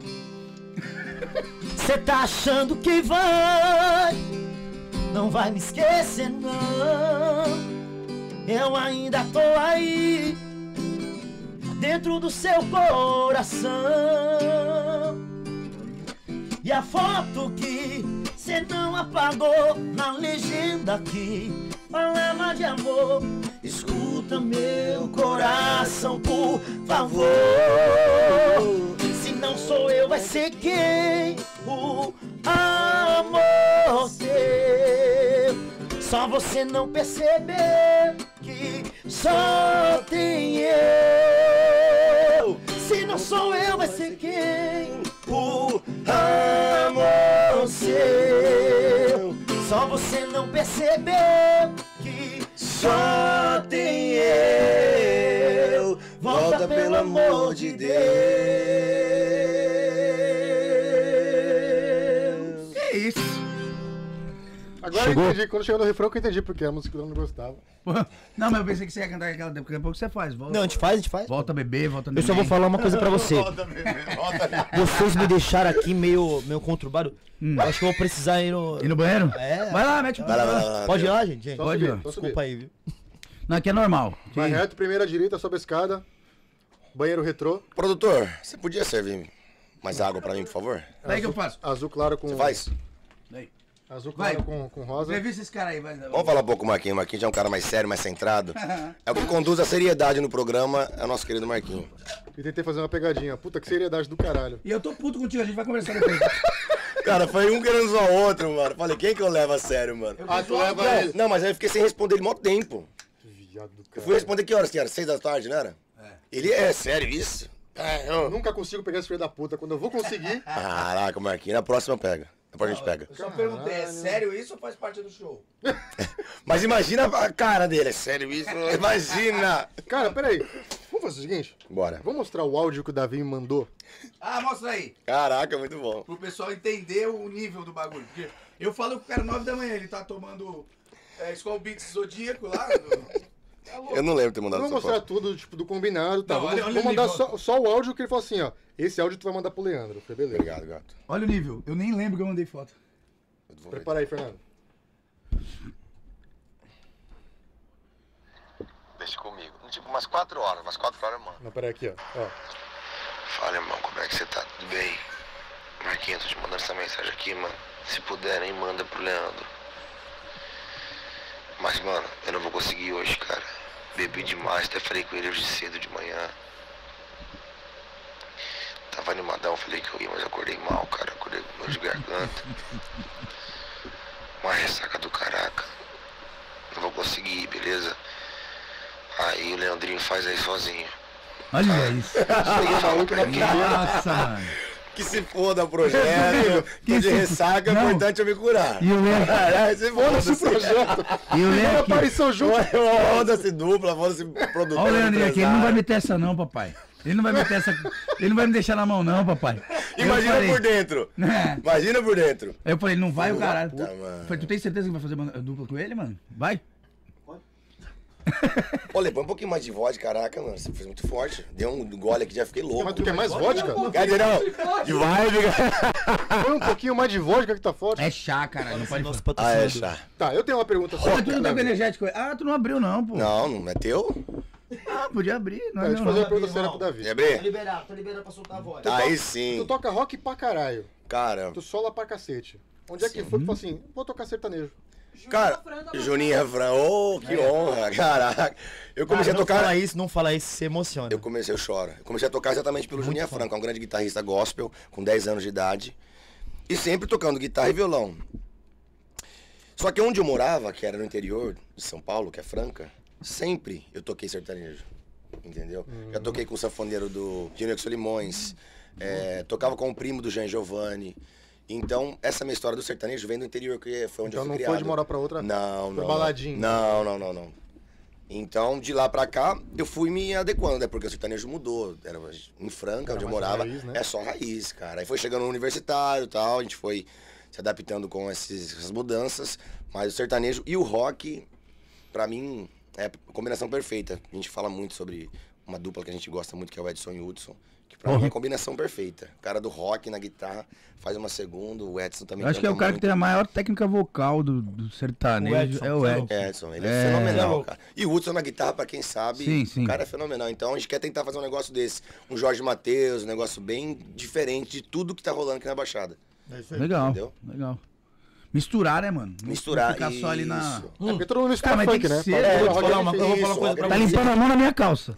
Cê tá achando que vai, não vai me esquecer não. Eu ainda tô aí, dentro do seu coração. E a foto que cê não apagou, na legenda aqui falava de amor. Escuta meu coração, por favor. Se não sou eu, vai ser quem? O amor seu. Só você não percebeu que só tem eu. Se não sou eu, vai ser quem? O amor seu. Só você não percebeu que só tem eu. Volta pelo amor de Deus. Que isso? Agora Chegou? eu entendi. Quando chegou no refrão que eu entendi porque a música eu não gostava. Pô, não, mas eu pensei que você ia cantar aquela. Daqui a pouco você faz. Volta, Não, a gente faz, a gente faz. volta a beber, volta a Eu só vou falar uma coisa pra você. Volta, bebê, volta. Vocês me deixaram aqui meio, meio conturbado. Hum. Eu acho que eu vou precisar ir no... Ir no banheiro? É. Vai lá, mete o Vai lá, vai lá, vai lá. Pode ir lá, gente? gente? Só Pode, subir, ó. só subir. Desculpa aí, viu? Não, aqui é normal. Aqui- Vai reto, primeira direita, sobe a escada. Banheiro retrô. Produtor, você podia servir mais água pra mim, por favor? Daí que eu faço. Azul claro com. Você faz? Daí. Azul Vai. claro com, com rosa. Entrevista esse cara aí, vai. Vamos falar um pouco com o Marquinho. O Marquinho já é um cara mais sério, mais centrado. É o que conduz a seriedade no programa, é o nosso querido Marquinho. E tentei fazer uma pegadinha. Puta, que seriedade do caralho. E eu tô puto contigo, a gente vai conversar depois. Cara, foi um querendo zoar o outro, mano. Falei, quem que eu levo a sério, mano? Ah, tu leva Não, ele. não, mas aí eu fiquei sem responder ele mó tempo. Viado do Eu cara. fui responder que horas que era? Seis da tarde, não era? É. Ele é sério isso? É, Eu eu... nunca consigo pegar esse filho da puta. Quando eu vou conseguir. Caraca, Marquinho, na próxima pega. Depois a gente pega. Eu só perguntei, é sério isso ou faz parte do show? Mas imagina a cara dele, é sério isso? Imagina! Cara, peraí. Vamos fazer o seguinte? Bora. Vou mostrar o áudio que o Davi me mandou. Ah, mostra aí. Caraca, muito bom. Pro pessoal entender o nível do bagulho. Porque eu falo com o cara nove da manhã, ele tá tomando é, Skull Beats Zodíaco lá. Do... Tá louco. Eu não lembro de ter Eu mandado vou essa mostrar foto. tudo, tipo, do combinado, tá? Não, vou olha- olha vou o mandar nível. só, só o áudio que ele falou assim, ó. Esse áudio tu vai mandar pro Leandro. Eu falei, beleza. Obrigado, gato. Olha o nível, eu nem lembro que eu mandei foto. Eu vou ver. Prepara aí, Fernando. Deixa comigo. Tipo, umas quatro horas, umas quatro horas, mano. Não, peraí aqui, ó. ó. Fala, irmão, como é que você tá? Tudo bem? Marquinhos, tô te mandando essa mensagem aqui, mano. Se puderem, manda pro Leandro. Mas, mano, eu não vou conseguir hoje, cara. Bebi demais, até falei com ele hoje cedo de manhã. Tava animadão, falei que eu ia, mas acordei mal, cara. Acordei com dor de garganta. Uma ressaca do caraca. Não vou conseguir, beleza? Aí o Leandrinho faz aí sozinho. Olha isso. Peguei o maluco na primeira. Nossa, mano. Que se foda o projeto. Que Tô de se- ressaca, o Não. importante é eu me curar. E o Lê, Caralho, se Foda-se o foda-se. projeto. e o Lê Primeira aqui. aparição junto. Foda-se dupla, foda-se produtor. Olha o Leandrinho aqui, ele não vai empresário. meter essa não, papai. Ele não vai meter essa. Ele não vai me deixar na mão, não, papai. Eu Imagina falei- por dentro. É. Imagina por dentro. Aí eu falei, não vai o caralho. Puta, mano. Falei, tu tem certeza que vai fazer banda- dupla com ele, mano? Vai? Olha, põe um pouquinho mais de vodka, caraca, mano. Você fez muito forte. Deu um gole aqui, já fiquei louco. Mas tu quer mais vodka? Quer dizer, não. De vibe. Põe um pouquinho mais de vodka que tá forte. É chá, caralho. Não pode Nosso falar. Ah, é patrocinador. chá. Tá, eu tenho uma pergunta só. Mas tu não tá com energético? Ah, tu não abriu não, pô. Não, não é teu? Ah, podia abrir. Não Tá, é deixa eu meu, fazer não. uma pergunta séria pro Davi. Quer abrir? Tá liberado, tá liberado pra soltar a voz. Aí Tu sim. toca rock pra caralho. Cara, Tu sola pra cacete. Onde é que foi que falou assim, vou tocar sertanejo? cara, Juninho Fran, ô, que honra, caraca. Eu comecei Ah, a não tocar. fala isso, não fala isso, se emociona. Eu comecei, eu choro. Eu comecei a tocar exatamente pelo Juninho Franco, é um grande guitarrista gospel, com dez anos de idade. E sempre tocando guitarra e violão. Só que onde eu morava, que era no interior de São Paulo, que é Franca, sempre eu toquei sertanejo. Entendeu? Já toquei com o sanfoneiro do Júnior Solimões, é, tocava com o primo do Jean Giovanni. Então, essa minha história do sertanejo vem do interior, que foi onde Então eu fui não criado. foi de uma hora pra outra? Não, Foi não. baladinho? Não, não, não, não. Então, de lá pra cá, eu fui me adequando, né? Porque o sertanejo mudou. Era em Franca, Era onde eu mais morava, raiz, né? é só raiz, cara. Aí foi chegando no universitário e tal, a gente foi se adaptando com esses- essas mudanças. Mas o sertanejo e o rock, pra mim, é a combinação perfeita. A gente fala muito sobre uma dupla que a gente gosta muito, que é o Edson e o Hudson. Que pra Uhum. mim é a combinação perfeita. O cara do rock na guitarra faz uma segunda, o Edson também Eu acho que é o canta cara que muito. tem a maior técnica vocal do, do sertanejo. O Edson, é o você é Edson. louco. Edson, ele é, É. fenomenal, cara. E o Hudson na guitarra, pra quem sabe, Sim, sim. o cara é fenomenal. Então a gente quer tentar fazer um negócio desse. Um Jorge Mateus, um negócio bem diferente de tudo que tá rolando aqui na Baixada. Legal, Entendeu? legal. Misturar, né, mano? Não Misturar ficar só ali na... isso. É porque todo mundo mistura Ah, mas tem funk, que né? ser, Fala, né? rock Eu vou te falar é uma- difícil. eu vou falar uma coisa pra Tá você. limpando a mão na minha calça.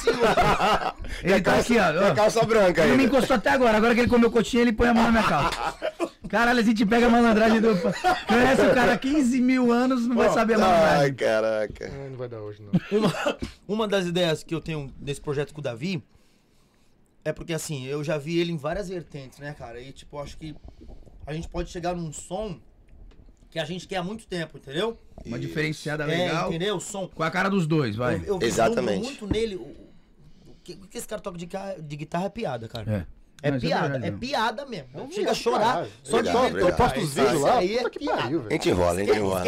Ele tá aqui, ó. É ó. calça branca Ele não me ainda. encostou até agora. Agora que ele comeu coxinha, ele põe a mão na minha calça. Caralho, a gente pega a malandragem do... Conhece o cara há quinze mil anos, não vai saber a Ai, malandragem. caraca. Ah, não vai dar hoje, não. Uma, uma das ideias que eu tenho nesse projeto com o Davi é porque, assim, eu já vi ele em várias vertentes, né, cara? E, tipo, eu acho que a gente pode chegar num som que a gente quer há muito tempo, entendeu? Uma diferenciada É, legal. entendeu? O som. Com a cara dos dois, vai. Eu, eu Exatamente. vislumbro muito nele. O, o, que, o que esse cara toca de, ca- de guitarra é piada, cara. É. É Não, isso é piada, verdade, é não. piada mesmo. É um Chega a moleque, chorar. caralho. Só de Obrigado, ver obrigado. Eu posto os Isso vídeos lá, aí é puta que piada. pariu, A velho. gente enrola, a gente enrola.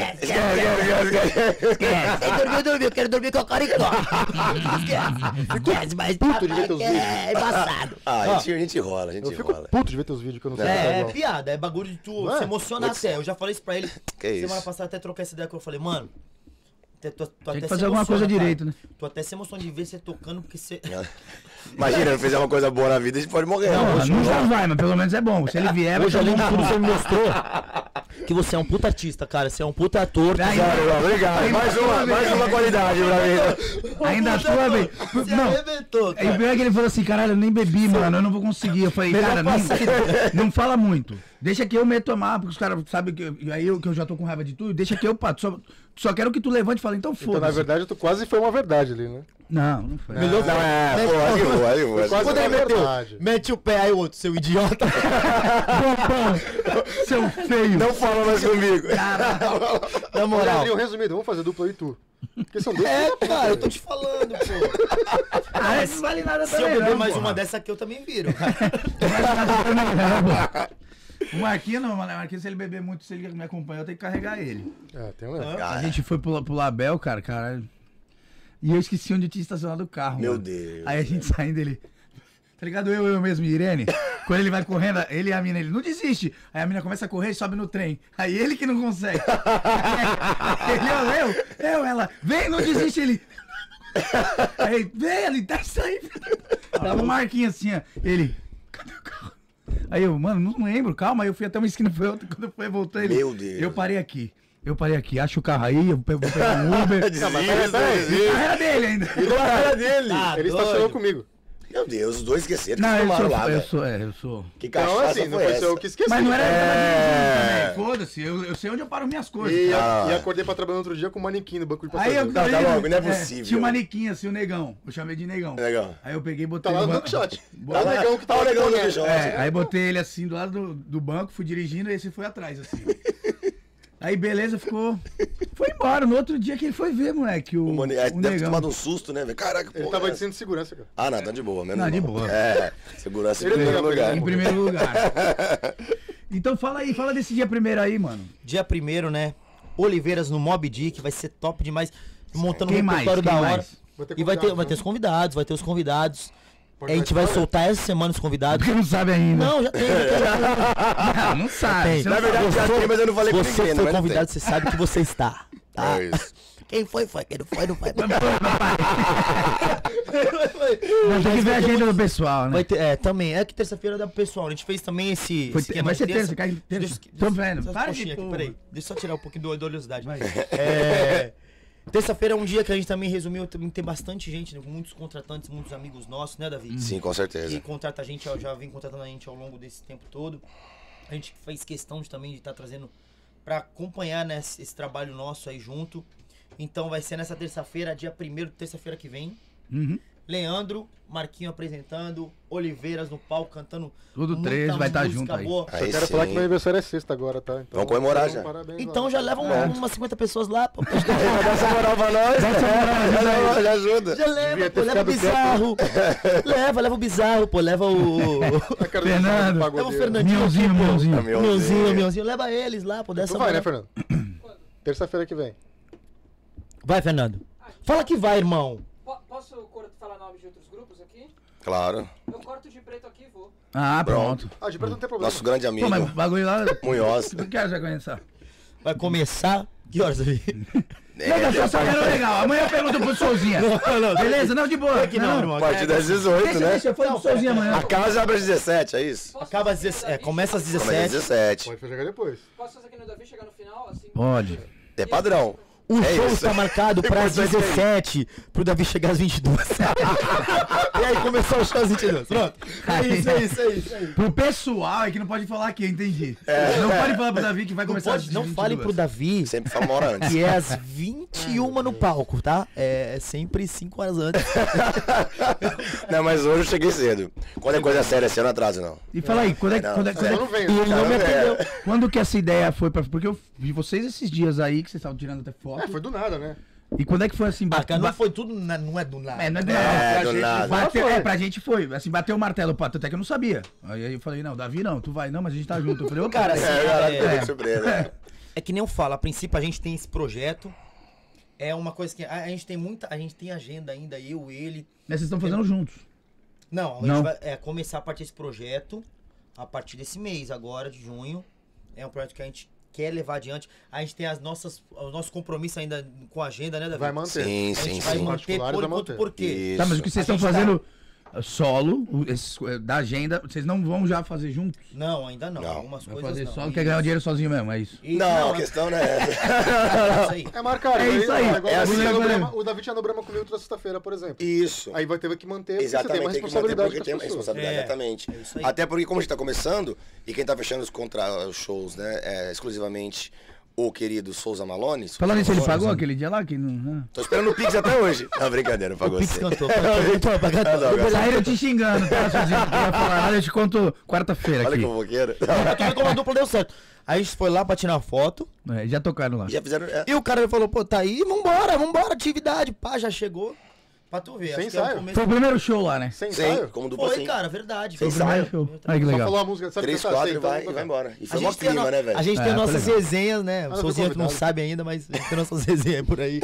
Esquece, dormiu, dormiu, quero dormir com a caricó. Esquece, esquece, mas Puto de ver teus vídeos. é embaçado. Ah, a gente, a gente enrola, a gente Eu fico enrola. puto de ver teus vídeos que eu não sei É, cantar é igual. piada, é bagulho de tu Não é? se emocionar até. Eu já falei isso pra ele. Que Semana isso? passada até troquei essa ideia que eu falei, mano. Tu, tu, tu Tem até que se fazer alguma coisa emociona, direito, cara. né? Tu até se emociona de ver você tocando, porque você. Imagina, não fizer uma coisa boa na vida, a gente pode morrer. Não, né? nunca vai, mas pelo menos é bom. Se ele vier, vai Hoje, ser além de bom. tudo, você me mostrou que você é um puta artista, cara. Você é um puta ator. Aí- Obrigado. Mais uma, mais uma qualidade pra mim. Ainda a tua vez. Você Não. arrebentou, Aí cara. o pior é que ele falou assim, caralho, eu nem bebi, mano, eu não vou conseguir. Eu falei, Melhor cara, não, passar. não fala muito. Deixa que eu meto a mar, porque os caras sabem que eu, aí eu, que eu já tô com raiva de tudo, deixa que eu, pá, só, só quero que tu levante e fale, então Então, na foda-se. verdade, tu quase foi uma verdade ali, né? Não, não foi. Melhor Não, é, pô, aí eu vou, aí eu vou. Quase Quando ele uma meteu, verdade. mete o pé aí, o outro, seu idiota. Seu feio. Não fala mais comigo. Na Olha, moral. Adriano, resumido, vamos fazer dupla aí e tu. Porque são dois. É, cara, eu tô te falando, pô. Ah, isso não vale nada Se eu também, beber não, mais porra. uma dessa aqui, eu também viro, cara. Não vale nada também, não, porra. O Marquinhos não, mano. O Marquinhos, se ele beber muito, se ele me acompanhar, eu tenho que carregar ele. É, tem um. né? A gente foi pro, pro Label, cara, cara. E eu esqueci onde eu tinha estacionado o carro. Meu mano. Deus. Aí a gente saindo, ele. Tá ligado? Eu, eu mesmo, e Irene. Quando ele vai correndo, ele e a mina, ele não desiste. Aí a mina começa a correr e sobe no trem. Aí ele que não consegue. ele, eu, eu, eu, ela, vem, não desiste, ele. Aí, vem, ele tá saindo. Tava o Marquinhos assim, ó. Ele, cadê o carro? Aí eu, mano, não lembro, calma. Aí eu fui até uma esquina, foi outra. Quando eu fui, voltou ele. Meu Deus. Eu parei aqui. Eu parei aqui, acha o carro aí, eu vou pegar um Uber. Desiste, peraí, peraí. desiste. A carreira dele ainda. E na cara dele. Tá Ele doido. estacionou comigo. Meu Deus, os dois esqueceram que Não, eu tomaram sou, lá, eu velho. sou, é, eu sou. Que Então, cachaça assim, não foi foi essa? só eu que esqueci. Mas não era É. é... também, foda-se, eu, eu sei onde eu paro minhas coisas. E, Ah. e acordei pra trabalhar no outro dia com um manequim no banco de Aí eu passageiro. Não, tá logo, não é possível. Tinha um manequim assim, o negão. Eu chamei de negão. Legal. Aí eu peguei e Tá botei lá no banco. Duckshot. Tá Tá o lá- negão que tá tá o negão do no Duckshot. É, aí botei ele assim do lado do, do banco, fui dirigindo e esse foi atrás, assim. Aí beleza, ficou. Foi embora. No outro dia que ele foi ver, moleque. O, O mane... o é, deve ter negão. tomado um susto, né, velho? Caraca, Ele pô. tava é. de centro de segurança, cara. Ah, não, tá de boa, mesmo. Não, de não. boa. É, segurança em Ele primeiro não ia lugar. pegar. Em primeiro lugar. Então fala aí, fala desse dia primeiro aí, mano. Dia primeiro, né? Oliveiras no Mob Dick, vai ser top demais. Montando Quem um mais? repertório Quem da hora. mais? Vai ter E vai ter, convidados, vai ter né? os convidados, vai ter os convidados. Pode a gente vai participar, soltar essa semana os convidados. Porque não sabe ainda. Não, já tem. Já tem. Não, não sabe. Tem. Você Na não verdade, já tem, mas eu não falei com Você ninguém, foi não, mas não convidado, você sabe que você está. Tá? É isso. Quem foi, foi. Quem não foi, não foi. Não, tem que ver a agenda do pessoal, né? Vai ter, é, também. É que terça-feira dá pro pessoal. A gente fez também esse. Foi esse te- esquema vai de ser terça, cai terça. Deixa- Tô deixa- vendo. só Para um de pouquinho aqui, pôr. peraí. Deixa eu só tirar um pouquinho do- da oleosidade. Vai. É, terça-feira é um dia que a gente também resumiu, também tem bastante gente, né, muitos contratantes, muitos amigos nossos, né, Davi? Sim, com Que certeza. contrata a gente, ó, já vem contratando a gente ao longo desse tempo todo. A gente fez questão de, também de estar trazendo pra acompanhar, né, esse, esse trabalho nosso aí junto. Então vai ser nessa terça-feira, dia primeiro, terça-feira que vem. Uhum. Leandro, Marquinho apresentando, Oliveiras no palco cantando. Tudo muita três, vai estar música junto aí. boa. Só Aí quero sim. falar que meu aniversário é sexta agora, tá? Então, Vamos comemorar então, já. parabéns Então lá. já leva uma- É. umas cinquenta pessoas lá. Pô, Dá essa moral pra nós. Dá essa moral, É, ajuda aí. já, já ajuda. já leva, Devia pô, ter leva o ficado bizarro. leva, leva o bizarro, pô, leva o. A cara do Fernando. do Leva o pagodeiro. Fernandinho. Mionzinho, aqui, pô. mionzinho. A O Mionzinho, Mionzinho. o Mionzinho, leva eles lá, pô, dessa Tu vai, né, moral. Fernando? Terça-feira que vem. Vai, Fernando. Fala que vai, irmão. Po- Posso cor- falar nome de outros grupos aqui? Claro. Eu corto de preto aqui e vou. Ah, pronto. Ah, de preto não tem problema. Nosso grande amigo, Pô, mas o bagulho lá. Munhoz. Tu quer já começar? Vai começar. Que horas, Davi? Não, não, só sabendo legal. Amanhã eu pergunto pro Souzinha. Beleza? Não, de boa. que não, irmão. A partir das dezoito, Deixa, né? deixa, foi pro Souzinha amanhã. A casa abre às dezessete, é isso? Posso Acaba às fazer aqui no dezessete. É, Davi? começa às Começa às dezessete. dezessete. Pode chegar depois. Posso fazer aqui no Davi, chegar no final? Assim, Pode. É padrão. O É show isso. está marcado para as Importante é isso. dezessete, pro Davi chegar às vinte e duas. E aí começou o show às vinte e duas. Pronto. É isso, é isso, é isso. É isso. Pro pessoal é que não pode falar aqui, eu entendi. Não pode falar pro Davi que vai Não, começar pode, às não vinte e fale duas. pro Davi Sempre fala uma hora antes. que é às vinte e uma no palco, tá? É sempre cinco horas antes. Não, mas hoje eu cheguei cedo. Quando é coisa séria, assim, eu não atraso, não. E fala aí, quando é, Não, quando é, quando Só é, não vem. E ele não me atendeu. quando que essa ideia foi pra... Porque eu vi vocês esses dias aí, que vocês estavam tirando até foto. É, foi do nada, né? E quando é que foi assim... Ah, bate- cara, não ba- foi tudo, na- não é do nada. É, não é do É, nada. do gente nada. vai- Bateu, foi. é, pra gente foi. Assim, bateu o martelo, pô, até que eu não sabia. Aí eu falei, não, Davi não, tu vai não, mas a gente tá junto. Eu falei, ô, Cara, cara, assim, É, caralho, é, pegou de surpresa. É que nem eu falo, a princípio a gente tem esse projeto. É uma coisa que a, a gente tem muita, a gente tem agenda ainda, eu, ele. mas vocês estão fazendo juntos. Não, a Não. gente vai é, começar a partir desse projeto a partir desse mês agora de junho. É um projeto que a gente quer levar adiante. A gente tem as nossas, os nossos compromissos ainda com a agenda, né, Davi? Vai manter. Sim, A sim, gente vai sim. manter Particulares por vai enquanto, manter. por quê? Isso. Tá, mas o que vocês A estão gente tá- fazendo uh, solo, o- esses, uh, da agenda, vocês não vão já fazer juntos? Não, ainda não. Não. Algumas Vai coisas fazer não. solo, Isso. quer ganhar o dinheiro sozinho mesmo, é isso. E- Não, a é questão não é essa. isso aí. É marcado. É isso aí. Igual É o assim, Davi tinha no valeu. Brahma- o Davi tinha no Brahma comigo toda sexta-feira, por exemplo. Isso. Aí vai ter que manter, porque você tem Exatamente, uma tem que manter responsabilidade porque com tem as uma pessoas. responsabilidade, É, exatamente. é isso aí. Até porque como a gente tá começando, e quem tá fechando os, contra, os shows, né, é exclusivamente o querido Souza Malone. Falando nisso, ele Malone, pagou né? aquele dia lá? Que não, não. Tô esperando o Pix até hoje. Não, brincadeira, não pagou O Pix você. cantou. Cantou, cantou, Ah, não, cantou. Saíram te xingando, tá? Sozinho, não vai falar nada, eu te conto quarta-feira Olha aqui. que fofoqueiro. Cara, como a dupla deu certo. Aí a gente foi lá pra tirar foto. É, já tocaram lá. Já fizeram... é. E o cara falou, pô, tá aí, vambora, vambora, atividade. Pá, já chegou. Pra tu ver. Sem acho que é o ensaio. começo. Foi o primeiro show lá, né? Sem Sim, ensaio? como dupla Foi, assim. cara, verdade. Sem Foi o ensaio. primeiro. Show. Olha que Só legal. falou a música, sabe Três, cantar, quatro sei, e vai, então e vai embora. E A foi mó gente, tem, a clima, no- né, velho? a gente É, tem foi nossas legal. resenhas, né? eu O fui Souzinha que não convidado. sabe ainda, mas a gente tem nossas resenhas por aí.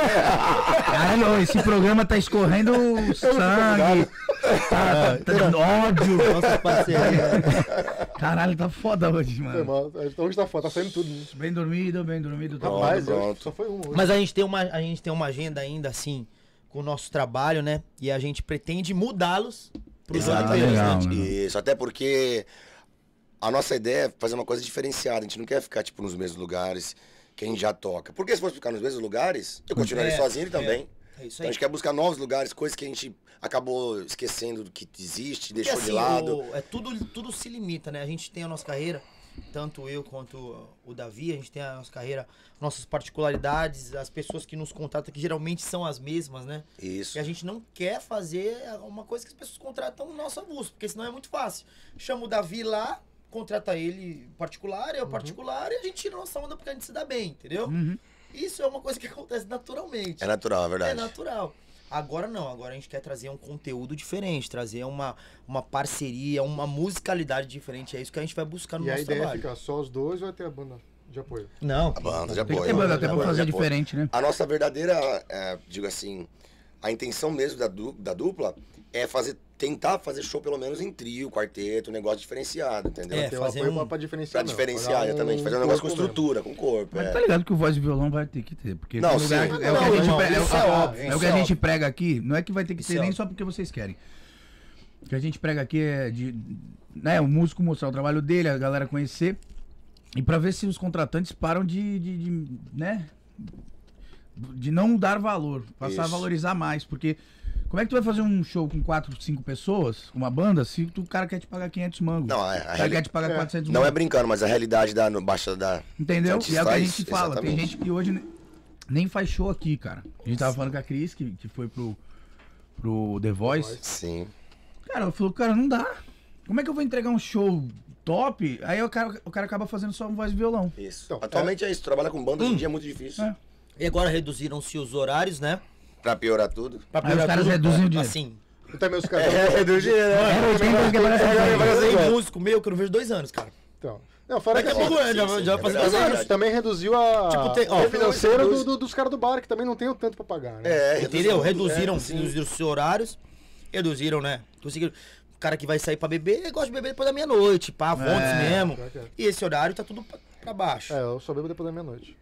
Caralho, esse programa tá escorrendo sangue, tá, tá, tá dando ódio. Nossos parceiros. né? Caralho, tá foda hoje, Foi mano. mal. Então hoje tá foda, tá saindo tudo. Né? Bem dormido, bem dormido. Tá Pronto, Rapaz, pronto. só foi um hoje. Mas a gente, tem uma, a gente tem uma agenda ainda, assim, com o nosso trabalho, né? E a gente pretende mudá-los pros Ah, oliveiras, legal, né? né? Isso, até porque a nossa ideia é fazer uma coisa diferenciada. A gente não quer ficar, tipo, nos mesmos lugares que a gente já toca. Porque se fosse ficar nos mesmos lugares, eu continuaria É, sozinho ele é. também. É isso Então aí. a gente quer buscar novos lugares, coisas que a gente acabou esquecendo do que existe, Porque, deixou assim, de lado. o- é tudo, tudo se limita, né? A gente tem a nossa carreira, tanto eu quanto o Davi, a gente tem a nossa carreira, nossas particularidades, as pessoas que nos contratam, que geralmente são as mesmas, né? Isso. E a gente não quer fazer uma coisa que as pessoas contratam no nosso avulso, porque senão é muito fácil. Chama o Davi lá, contrata ele particular, eu particular, e a gente tira nossa onda porque a gente se dá bem, entendeu? Uhum. Isso é uma coisa que acontece naturalmente. É natural, é É verdade. natural. Agora não, agora a gente quer trazer um conteúdo diferente, trazer uma, uma parceria, uma musicalidade diferente. É isso que a gente vai buscar no E a nosso ideia é trabalho. ficar só os dois ou vai ter a banda de apoio? Não. A banda de Tem que apoio. ter banda até a pra banda fazer de apoio. diferente, né? A nossa verdadeira, é, digo assim, a intenção mesmo da, du- da dupla é fazer, tentar fazer show pelo menos em trio, quarteto, um negócio diferenciado, entendeu? É, Ter o fazer apoio um- pra, pra diferenciar. Pra não, diferenciar, pra dar exatamente. Fazer um negócio com corpo mesmo. estrutura, com corpo. Mas é. tá ligado que o voz e violão vai ter que ter, porque Não, tem lugar sim. que- Não, é o que a não, gente irmão, prega, isso é, é o- óbvio, é isso o que a é gente óbvio. prega aqui, não é que vai ter que Isso ter é nem óbvio. só porque vocês querem. O que a gente prega aqui é de, né, o músico mostrar o trabalho dele, a galera conhecer, e pra ver se os contratantes param de, de, de, né, de não dar valor, passar a Isso. valorizar mais, porque como é que tu vai fazer um show com quatro, cinco pessoas, uma banda, se tu- o cara quer te pagar quinhentos mangos? Não, a- a o cara reali- quer te pagar é. quatrocentos Não é mangos. brincando, mas a realidade da no, baixa da. Entendeu? Antes E é o que a faz, gente fala. Tem exatamente. gente que hoje ne- nem faz show aqui, cara. A gente tava falando com a Cris, que, que foi pro, pro The Voice. Sim. Cara, ela falou, cara, não dá. Como é que eu vou entregar um show top? Aí o cara, o cara acaba fazendo só um voz e violão. Isso. Então, Atualmente é isso. Trabalhar com banda hoje em dia é muito difícil. É. E agora reduziram-se os horários, né? Pra piorar tudo. Pra Aí os piorar caras tudo, reduzem o dinheiro. Assim, E também os caras. do dinheiro. Era oitenta que parece tem igual. músico meu que eu não vejo dois anos, cara. Então. Não, fora que Daqui a assim, pouco é, já, sim, já sim, faz é dois verdade. anos. também reduziu a Tipo, tem- ó, o financeiro reduz- do- do- dos caras do bar, que também não tem o tanto pra pagar, né? É, Entendeu? reduziu- Reduziram, é, sim. reduziram os seus horários, reduziram, né? Conseguiram. O cara que vai sair pra beber, gosta de beber depois da meia-noite, pá, fontes É. mesmo. Pior que é. E esse horário tá tudo pra, pra baixo. É, eu só bebo depois da meia-noite.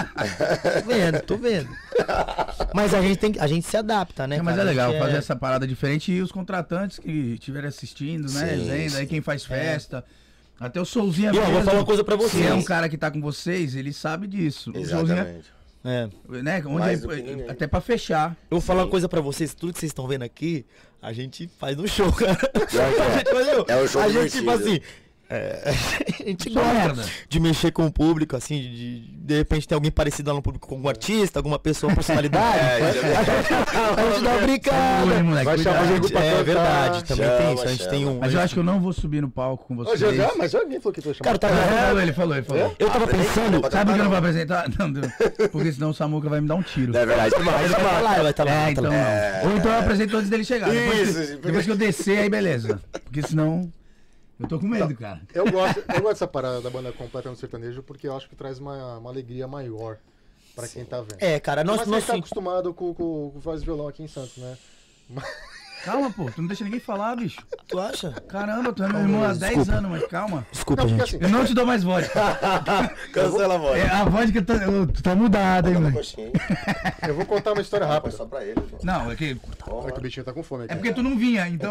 Tô vendo, tô vendo. Mas a gente, tem, que- a gente se adapta, né? É, mas é cara? A legal gente fazer essa parada diferente e os contratantes que estiverem assistindo, né? Sim, Vendo, aí sim. quem faz festa. Até o Souzinha E, ó, vou mesmo, falar uma coisa pra Se é vocês. um cara que tá com vocês, ele sabe disso. O Souzinha, Exatamente. É. né? Onde Mais ele- do que ninguém. até pra fechar. Eu vou falar uma coisa pra vocês, tudo que vocês estão vendo aqui, a gente faz no show, cara. A gente faz no- É um show A gente, tipo divertido. assim, é, a gente Só gosta merda. de mexer com o público, assim, de, de de repente ter alguém parecido lá no público com algum artista, alguma pessoa, personalidade. É, isso é a gente dá uma brincada. Oi, moleque, Vai chamar cuidado. nego pra É cantar. verdade, também Chama, tem isso. A gente chama. tem um. Mas eu acho que eu não vou subir no palco com Ô, vocês. já, já, mas já ninguém falou que tu ia chamar. Cara, tá Ele vendo? falou, ele falou, ele falou. Eu tava pensando. Sabe que eu não vou apresentar? Não, deu. Porque senão o Samuca vai me dar um tiro. É verdade. Ele vai estar lá, ele vai estar lá. É, vai tá então lá. não. Ou então eu apresento antes dele chegar. Depois, Isso, que, porque- depois que eu descer, aí beleza. Porque senão. Eu tô com medo, cara. Eu gosto, eu gosto dessa parada da banda completa no sertanejo porque eu acho que traz uma, uma alegria maior pra quem tá vendo. É, cara, nós, Mas nós você tá sim. acostumado com, com, com voz e violão aqui em Santos, né? Calma, pô. Tu não deixa ninguém falar, bicho. Tu acha? Caramba, tu é meu irmão há dez anos, mas calma. Desculpa, Não, porque gente. assim, Eu não te dou mais vodka. Cancela a voz. É, a vodka tá, eu- tu tá mudada, hein, Toma mano. coxinha. eu vou contar uma história Foi rápida. só pra ele. pô. Não, é que. Olha que o bichinho tá com fome aqui. É porque tu não vinha, então.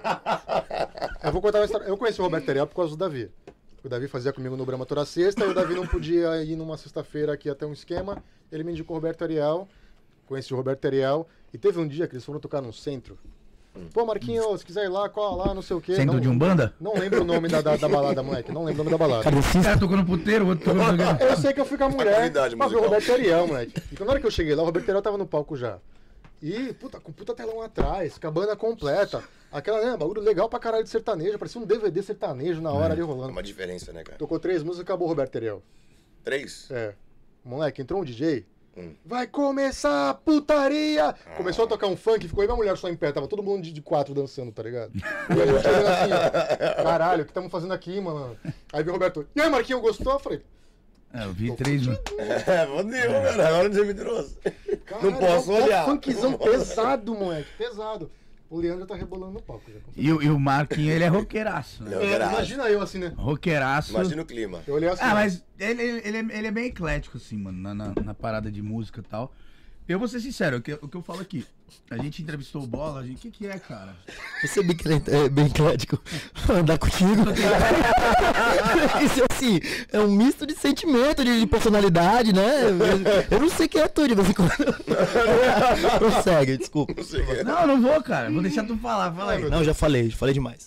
Eu vou contar uma história. Eu conheci o Roberto Ariel por causa do Davi. O Davi fazia comigo no Brahma toda sexta, e o Davi não podia ir numa sexta-feira aqui até um esquema. Ele me indicou o Roberto Ariel. Conheci o Roberto Ariel. E teve um dia que eles foram tocar num centro. Pô, Marquinhos, se quiser ir lá, cola lá, não sei o quê. Centro não, de Umbanda? Não lembro o nome da, da, da balada, moleque. Não lembro o nome da balada. O cara tocou no puteiro, o outro tocou no. Eu sei que eu fui com a mulher Atividade pra ver o musical. Roberto Ariel, moleque. E quando na hora que eu cheguei lá, o Roberto Ariel tava no palco já. E, puta, com puta telão atrás, com a banda completa. Aquela, né, bagulho legal pra caralho de sertanejo. Parecia um D V D sertanejo na hora ali É rolando. uma diferença, né, cara? Tocou três músicas e acabou o Roberto Ariel. Três? É. Moleque, entrou um D J. Hum. Vai começar a putaria! Começou a tocar um funk, ficou aí uma mulher só em pé, tava todo mundo de, de quatro dançando, tá ligado? E a gente olhando assim, ó, caralho, o que estamos fazendo aqui, mano? Aí veio o Roberto, e aí, Marquinhos, gostou? Eu falei, É, eu vi três, mano. É, meu Deus, cara. Agora você me trouxe. caralho, Não posso ó, ó, olhar. funkzão pesado, moleque, pesado. O Leandro tá rebolando no palco. Já. E, o- e o Marquinho, ele é roqueiraço, né? Não, É, garagem. imagina eu assim, né? Roqueiraço. Imagina o clima. Eu olhei assim. Ah, ó. mas ele, ele, ele é, ele é bem eclético, assim, mano, na, na, na parada de música e tal. Eu vou ser sincero, o que, o que eu falo aqui, a gente entrevistou o Bola, a gente... O que que é, cara? Percebi que ele é bem eclético. Andar contigo. Isso assim, é um misto de sentimento, de, de personalidade, né? Eu, eu não sei quem é tu de vez em quando. Prossegue, desculpa. Não, não vou, cara. Vou deixar tu falar, fala aí. Não, já falei, já falei demais.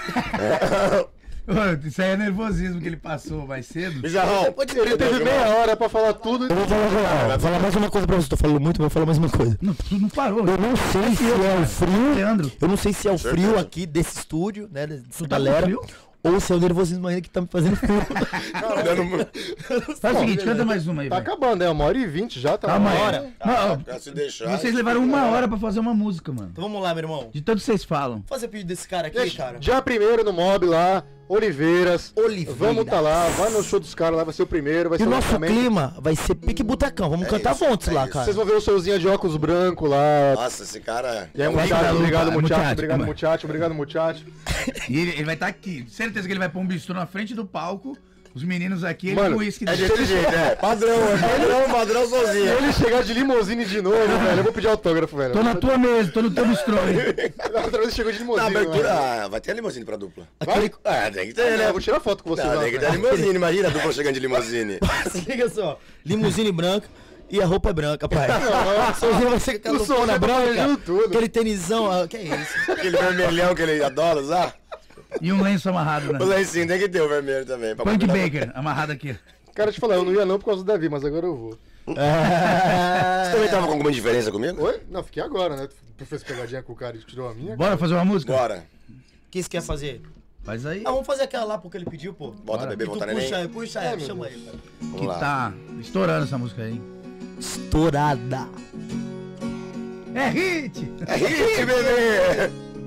Ô, isso aí é nervosismo que ele passou mais cedo. Bizarrão. Ele teve meia hora pra falar tudo. Eu vou falar, vou, vou falar mais uma coisa pra você. Tô falando muito, mas vou falar mais uma coisa. Não, tu não parou. Eu não sei se é o frio. Leandro. Eu não sei se é o frio aqui desse estúdio, né? Dessa Tu tá com galera. frio? Ou se é o nervosismo ainda que tá me fazendo frio. Faz o seguinte, canta mais uma aí, Tá velho. acabando, é uma hora e vinte já, tá Calma uma aí. hora. Não, Pra se deixar. vocês levaram uma hora pra fazer uma música, mano. Então vamos lá, meu irmão. De tanto que vocês falam. Vou fazer pedido desse cara aqui, Deixa- cara. Dia primeiro no Mob lá, Oliveiras. Oliveiras. Vamos tá lá, vai no show dos caras lá, vai ser o primeiro, vai E ser o o nosso lançamento. clima vai ser pique butacão. Vamos É cantar isso, juntos é lá, isso. cara. Vocês vão ver o showzinho de óculos branco lá. Nossa, esse cara. E aí, Vai muchacho, dar obrigado, lupa, muchacho, muchacho, obrigado, como é? muchacho, obrigado, muchacho. E ele, ele vai estar aqui. Certeza que ele vai pôr um bistrô na frente do palco. Os meninos aqui, ele Mano, com o uísque É dele. desse jeito, é. Padrão, é padrão, padrão Se sozinho. ele chegar de limousine de novo, velho, eu vou pedir autógrafo, velho. Tô na tua mesa, tô no teu bistrô aí. Da outra vez chegou de Na limousine. abertura, mano. ah, vai ter a limusine pra dupla. Vai? Ah, tem que ter, É, né? eu vou tirar foto com vocês Não, lá. tem que ter a velho. limusine, imagina a dupla chegando de limusine. Se liga só. Limusine branca e a roupa é branca, pai. O Souzinho vai ser com aquela O Souzinho lupona tá branca. planejando tudo. Aquele tenisão. ah, Que é isso? Aquele vermelhão que ele adora usar. E um lenço amarrado, né? O lencinho tem que ter o vermelho também. Pra Punk combinar. Baker, amarrado aqui. Cara, te falar, eu não ia não por causa do Davi, mas agora eu vou. Você também tava com alguma diferença comigo? Oi? Não, fiquei agora, né? Tu fez pegadinha com o cara e tirou a minha. Bora fazer uma música? Bora. O que você quer fazer? Faz aí. Ah, vamos fazer aquela lá porque ele pediu, pô. Bota bebê, E tu voltar puxa neném. aí, puxa É, aí, meu chama Deus. aí, cara. Vamos Que lá. tá estourando essa música aí. Estourada. É hit! É hit, bebê!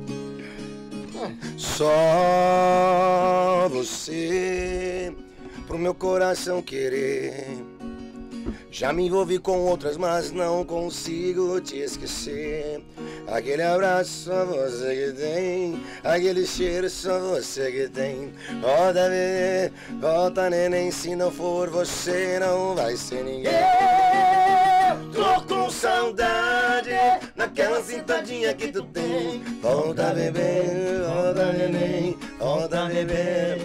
Só você pro meu coração querer. Já me envolvi com outras, mas não consigo te esquecer. Aquele abraço só você que tem, aquele cheiro só você que tem. Volta bebê, volta neném, se não for você não vai ser ninguém. Tô com saudade naquela sentadinha que tu tem. Volta bebê, volta neném, volta bebê.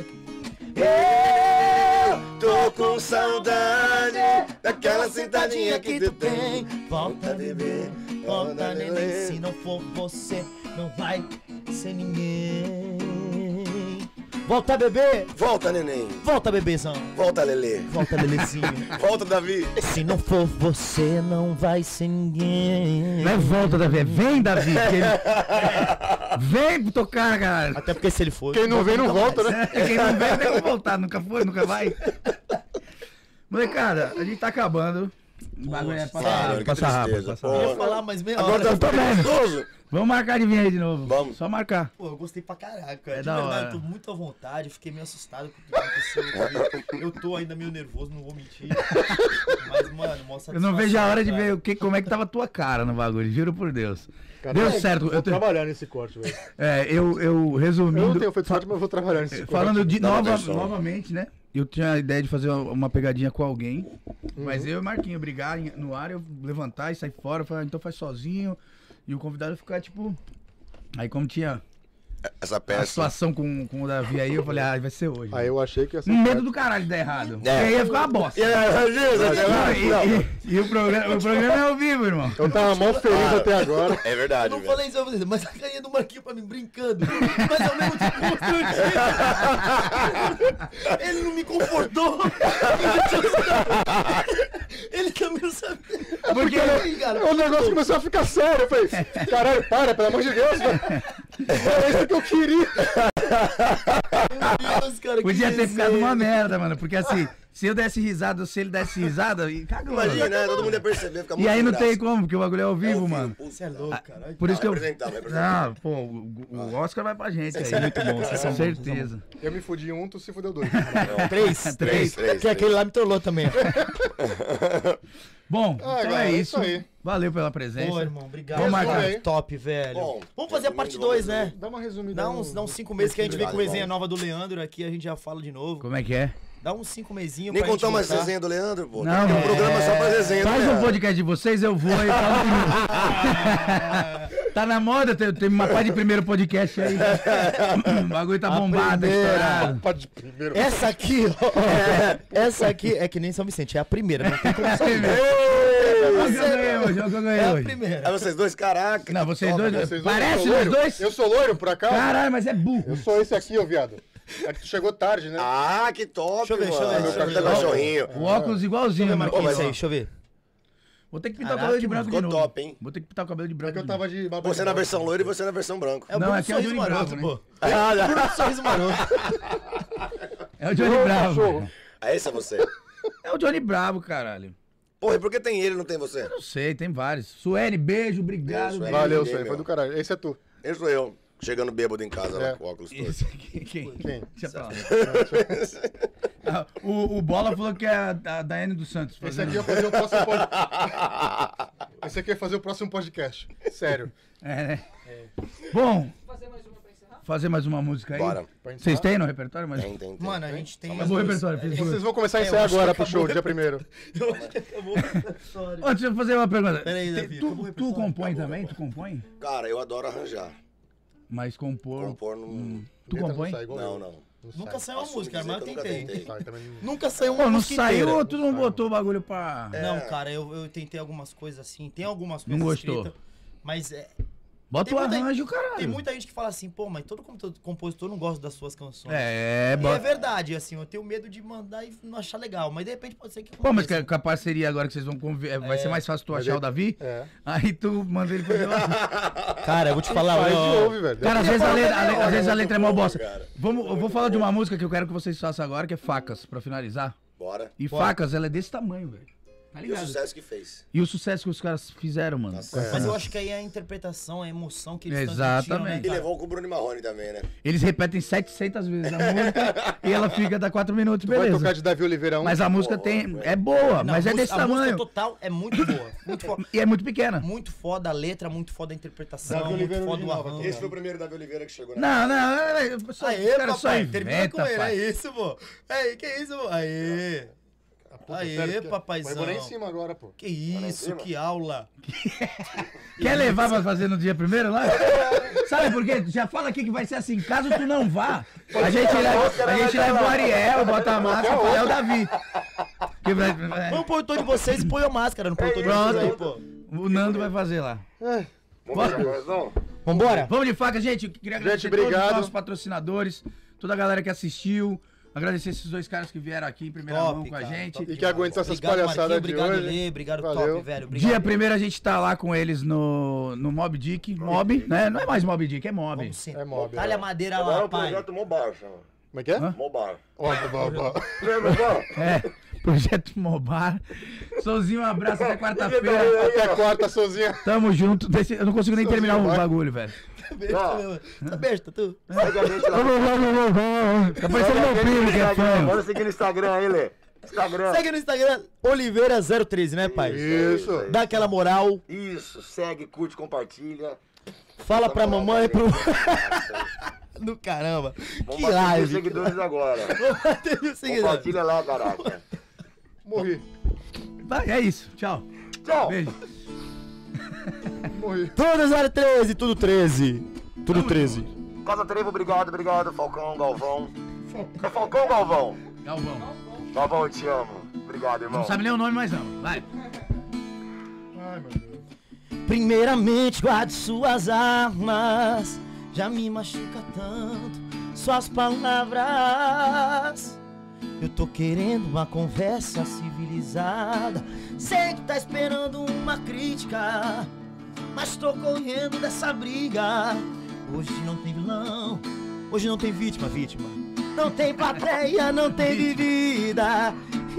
Eu tô com saudade daquela sentadinha que tu tem. Volta, bebê, volta, neném. Se não for você, não vai ser ninguém. Volta, bebê, Volta, neném. volta, bebezão. Volta, Lelê. Volta, belezinho. Volta, Davi. Se não for você, não vai ser ninguém. Não é volta, Davi, é vem, Davi. que ele- Vem pra tocar, cara. Até porque se ele for. Quem não vem não nunca volta, mais. né? Quem não vem, tem que voltar. Nunca foi, nunca vai. Molecada, a gente tá acabando. O bagulho é passar sério, rápido, que passar rápido, tristeza, passar pô. Eu rápido. ia falar mais meia Agora hora. tá ficando gostoso. Vamos marcar de vir aí de novo. Vamos. Só marcar. Pô, eu gostei pra caraca, cara. É De da verdade, hora. tô muito à vontade. Fiquei meio assustado com tudo que aconteceu. Eu tô ainda meio nervoso, não vou mentir. Mas, mano, mostra Eu não vejo a hora de ver o que, como é que tava a tua cara no bagulho, juro por Deus. Cara, Deu eu certo. Vou Eu, te- trabalhar nesse corte, velho. é, eu, eu resumindo. Eu não tenho feito corte, mas eu vou trabalhar nesse corte. Falando de Dá uma nova, atenção. novamente, né? Eu tinha a ideia de fazer uma uma pegadinha com alguém, Uhum. mas eu e o Marquinho brigar em- no ar, eu levantar e sair fora, eu falei, ah, então faz sozinho, e o convidado ficar tipo. Aí como tinha Essa a peça. situação com, com o Davi aí, eu falei, ah, vai ser hoje. Aí eu achei que ia ser. Um medo do caralho de dar errado. É. Porque aí ia ficar uma bosta. E aí, Jesus, Não, e, e- e o, programa, o programa é ao vivo, irmão. Eu tava mó feliz até agora. É Eu verdade, não velho. falei isso pra vocês, mas a carinha do Marquinhos pra mim brincando. Mas ao mesmo tempo constrangendo. Ele não me confortou. Ele também não sabia. Porque Aí, cara, o negócio começou a ficar sério. Eu falei, caralho, para, pelo amor de Deus, velho. Era isso que eu queria. meu Deus, cara, que Podia ter ficado uma resenha. merda, mano. Porque assim, se eu desse risada ou se ele desse risada, e cagou. Imagina, mano. né? Todo mundo ia perceber, fica muito E aí não sem tem graça. como, porque o bagulho é ao É vivo, ao mano. Puta. Você é louco, cara. Por isso que Vai eu. apresentar, vai apresentar. Não, pô, o, o Oscar vai pra gente aí. muito bom, vocês são Com bons, certeza. Eu me fudi um, tu se fudeu dois. Três? Três, Três. três, Porque aquele lá me trollou também. Bom, Ah, então galera, é é isso. isso aí. Valeu pela presença. Pô, irmão, obrigado. Vamos marcar. Cara, top, velho. Bom, vamos fazer a parte dois, né? Dá uma resumida. Dá no- uns, dá uns cinco meses que a gente vem com Obrigado, resenha irmão. nova do Leandro aqui, a gente já fala de novo. Como é que é? Dá uns cinco mesinhos Nem pra gente contar mais voltar. resenha do Leandro, pô. Não, Tem um é- programa só pra resenha do Faz um Leandro. podcast de vocês, eu vou e falo Tá na moda, tem, tem uma parte de primeiro podcast aí. O bagulho tá A bombado, tá primeira. estourado. Pode primeiro. Essa aqui, ó. Essa aqui é que nem São Vicente, é a primeira. Não tem como escolher. Eu ganhei hoje, eu ganhei É a hoje. primeira. Aí vocês dois, caraca. Não, que vocês top, dois. né? Vocês dois, Parece eu sou os loiro? dois? Eu sou loiro, por acaso? Caralho, mas é burro. Eu sou esse aqui, ô viado. É que tu chegou tarde, né? Ah, que top, Deixa eu ver, mano. deixa eu ver, Meu deixa eu cabelo ver. tá cachorrinho. O óculos igualzinho, Deixa eu ver, mano. Marquinhos, mas isso aí, ó. deixa eu ver. Vou ter que pintar Caraca, o cabelo de branco de ficou novo. top, hein? Vou ter que pintar o cabelo de É branco que eu de tava novo. de barba Você de na branco. versão loira e você na versão branco. É o Não, Bruno aqui é o Sorriso Johnny Maroto, Bravo, pô. É o Bruno Sorriso Maroto. É o Johnny Ô, Bravo. cachorro. Ah, esse é você. É o Johnny Bravo, caralho. Porra, e por que tem ele e não tem você? Não sei, tem vários. Suene, beijo, obrigado. Beijo, beijo. Valeu, Ninguém, Sueli, foi meu. do caralho. Esse é tu. Esse sou eu. Chegando bêbado em casa lá É. com o óculos todo. Esse aqui, quem? Quem? Deixa pra lá. Ah, o, o Bola falou que é a, a Daiane dos Santos. Esse fazendo- aqui ia fazer o próximo podcast. Esse aqui ia fazer o próximo podcast. Sério. É, né? Bom, Fazer mais uma pra encerrar? fazer mais uma música aí. Bora. Vocês têm no repertório? Mas... Tem, tem, tem. Mano, a gente tem... Acabou o repertório. Fiz duas. Vocês vão começar a É, eu ensaiar acho que agora pro acabou show, o dia primeiro. Eu acho que acabou a história. Ó, deixa eu fazer uma pergunta. Peraí, Davi, tu, acabou o tu repertório? compõe também? Tu compõe? Cara, eu adoro arranjar. Mas compor... Compor não... Tu Letra não compõe? sai igual Não, eu. não. Nunca saiu uma Assumo música, dizer mas eu que eu nunca tentei. tentei. Sai também. Nunca saiu Pô, uma não música saiu inteira. ou tu não botou o bagulho pra... Não, cara, eu, eu tentei algumas coisas assim. Tem algumas Não coisas gostou? escritas, mas é, Bota Tem o muita- arranjo, caralho. tem muita gente que fala assim, pô, mas todo compo- compositor não gosta das suas canções. É, E é bota... verdade, assim, eu tenho medo de mandar e não achar legal, mas de repente pode ser que Pô, mas aconteça. com a parceria agora que vocês vão conviver, vai ser mais fácil tu Mas achar é- o Davi? É. Aí tu manda ele fazer lá. Cara, eu vou te falar, Faz ó, de ouve, velho. Cara, às vezes a letra, a letra- às vezes a muito letra é mó bom, bosta. cara. Vamos, eu vou falar de uma música que eu quero que vocês façam agora, que é Facas, pra finalizar. Bora. E Bora. Facas, ela é desse tamanho, velho. Tá E o ligado? sucesso que fez. E o sucesso que os caras fizeram, mano. Nossa. com essa mas eu música. acho que aí é a interpretação, a emoção que eles Exatamente. transmitiram, né, E cara? levou com o Bruno Marrone também, né? Eles repetem setecentas vezes a música e ela fica da quatro minutos, Tu vai beleza. tocar de Davi Oliveira um. Mas a música Pô, tem, velho. é boa, Não, mas a é música- desse a tamanho. música total é muito boa, muito foda. E é muito pequena. Muito foda a letra, muito foda a interpretação, Davi muito Oliveira foda o original, arranjo. Esse foi o primeiro Davi Oliveira que chegou Não, na não, não, não, só, Aê, o cara só papai, termina com inventa, ele, pai. é isso, pô. Aí, que isso, pô? Aê. Puta, Aê, sério que- papaizão. Mas vou nem em cima agora, pô. Que isso, cima? que aula. Quer levar pra fazer no dia primeiro lá? Sabe por quê? Já fala aqui que vai ser assim, caso tu não vá, a gente leva, a gente leva o Ariel, bota a máscara, fala, é o Davi. Que vai- Põe o portão de vocês e põe a máscara no portão de vocês aí, pô. o Nando vai fazer lá. Vamos ver agora, não? Vambora? Vamos de faca, gente. Eu queria agradecer todos obrigado. os nossos patrocinadores, toda a galera que assistiu. Agradecer esses dois caras que vieram aqui em primeira Top, mão com a cara, gente. top E que aguentou essas Obrigado, palhaçadas Marquinhos, de obrigado, hoje. Lê, obrigado, Valeu. top, velho. Obrigado. Dia primeiro a gente tá lá com eles no, no Mob Dick. Mob, né? Não é mais Mob Dick, é Mob. Vamos sim. É mob, Talha é. a madeira Agora é lá, o pai. projeto Mobar, chama. Como é que é? Hã? Mobar. Ó, ó, ó. Lembra, Mobar? É, Projeto Mobar. Souzinho, um abraço até quarta-feira. Até quarta, sozinha. Tamo junto. Desse- Eu não consigo nem Souzinho, terminar o vai. bagulho, velho. Besta, meu. Tá besta, tu? Segue a gente lá. Tá parecendo meu primo que é fã. Bora seguir no Instagram aí, Lê. Instagram. Segue no Instagram, Oliveira zero treze, né, pai? Isso. Dá aquela moral. Isso, segue, curte, compartilha. Fala pra Dá moral mamãe e pro... também. Do caramba. Vamos Que bater mil live. seguidores agora. Vamos bater mil seguidores. Compartilha lá, caraca. Morri. Vai, é isso. Tchau. Tchau. Beijo. Morri. Tudo zero treze, tudo treze. Tudo treze. Casa Trevo, obrigado, obrigado. Falcão, Galvão. É Falcão, Galvão? Galvão. Galvão, eu te amo. Obrigado, irmão. Não sabe nem o nome mais não. Vai. Ai, meu Deus. Primeiramente guarde suas armas. Já me machuca tanto suas palavras. Eu tô querendo uma conversa civilizada. Sei que tá esperando uma crítica, mas tô correndo dessa briga. Hoje não tem vilão, hoje não tem vítima, vítima. Não tem plateia, não tem bebida.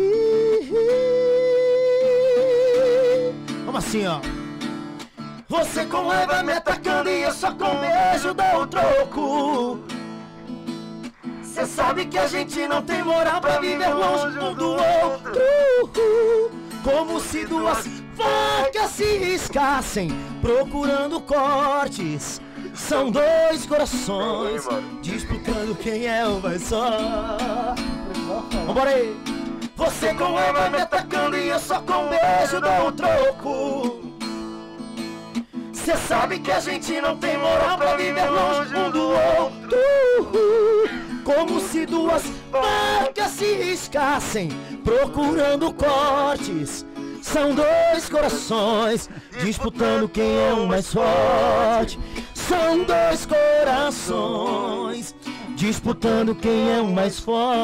Vamos assim, ó. Você com raiva me atacando e eu só com beijo dou o troco. Cê sabe que a gente não tem moral pra viver longe um do outro. Como se duas facas se riscassem, procurando cortes. São dois corações disputando quem é o mais só. Vambora aí. Você com arma me atacando e eu só com beijo dou um troco. Cê sabe que a gente não tem moral pra viver longe um do outro. Como se duas facas se riscassem, procurando cortes. São dois corações disputando quem é o mais forte. São dois corações disputando quem é o mais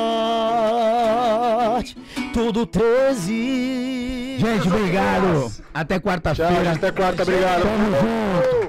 forte. Tudo treze. Gente, obrigado. Até quarta-feira. Tchau, até quarta, obrigado. Tamo junto.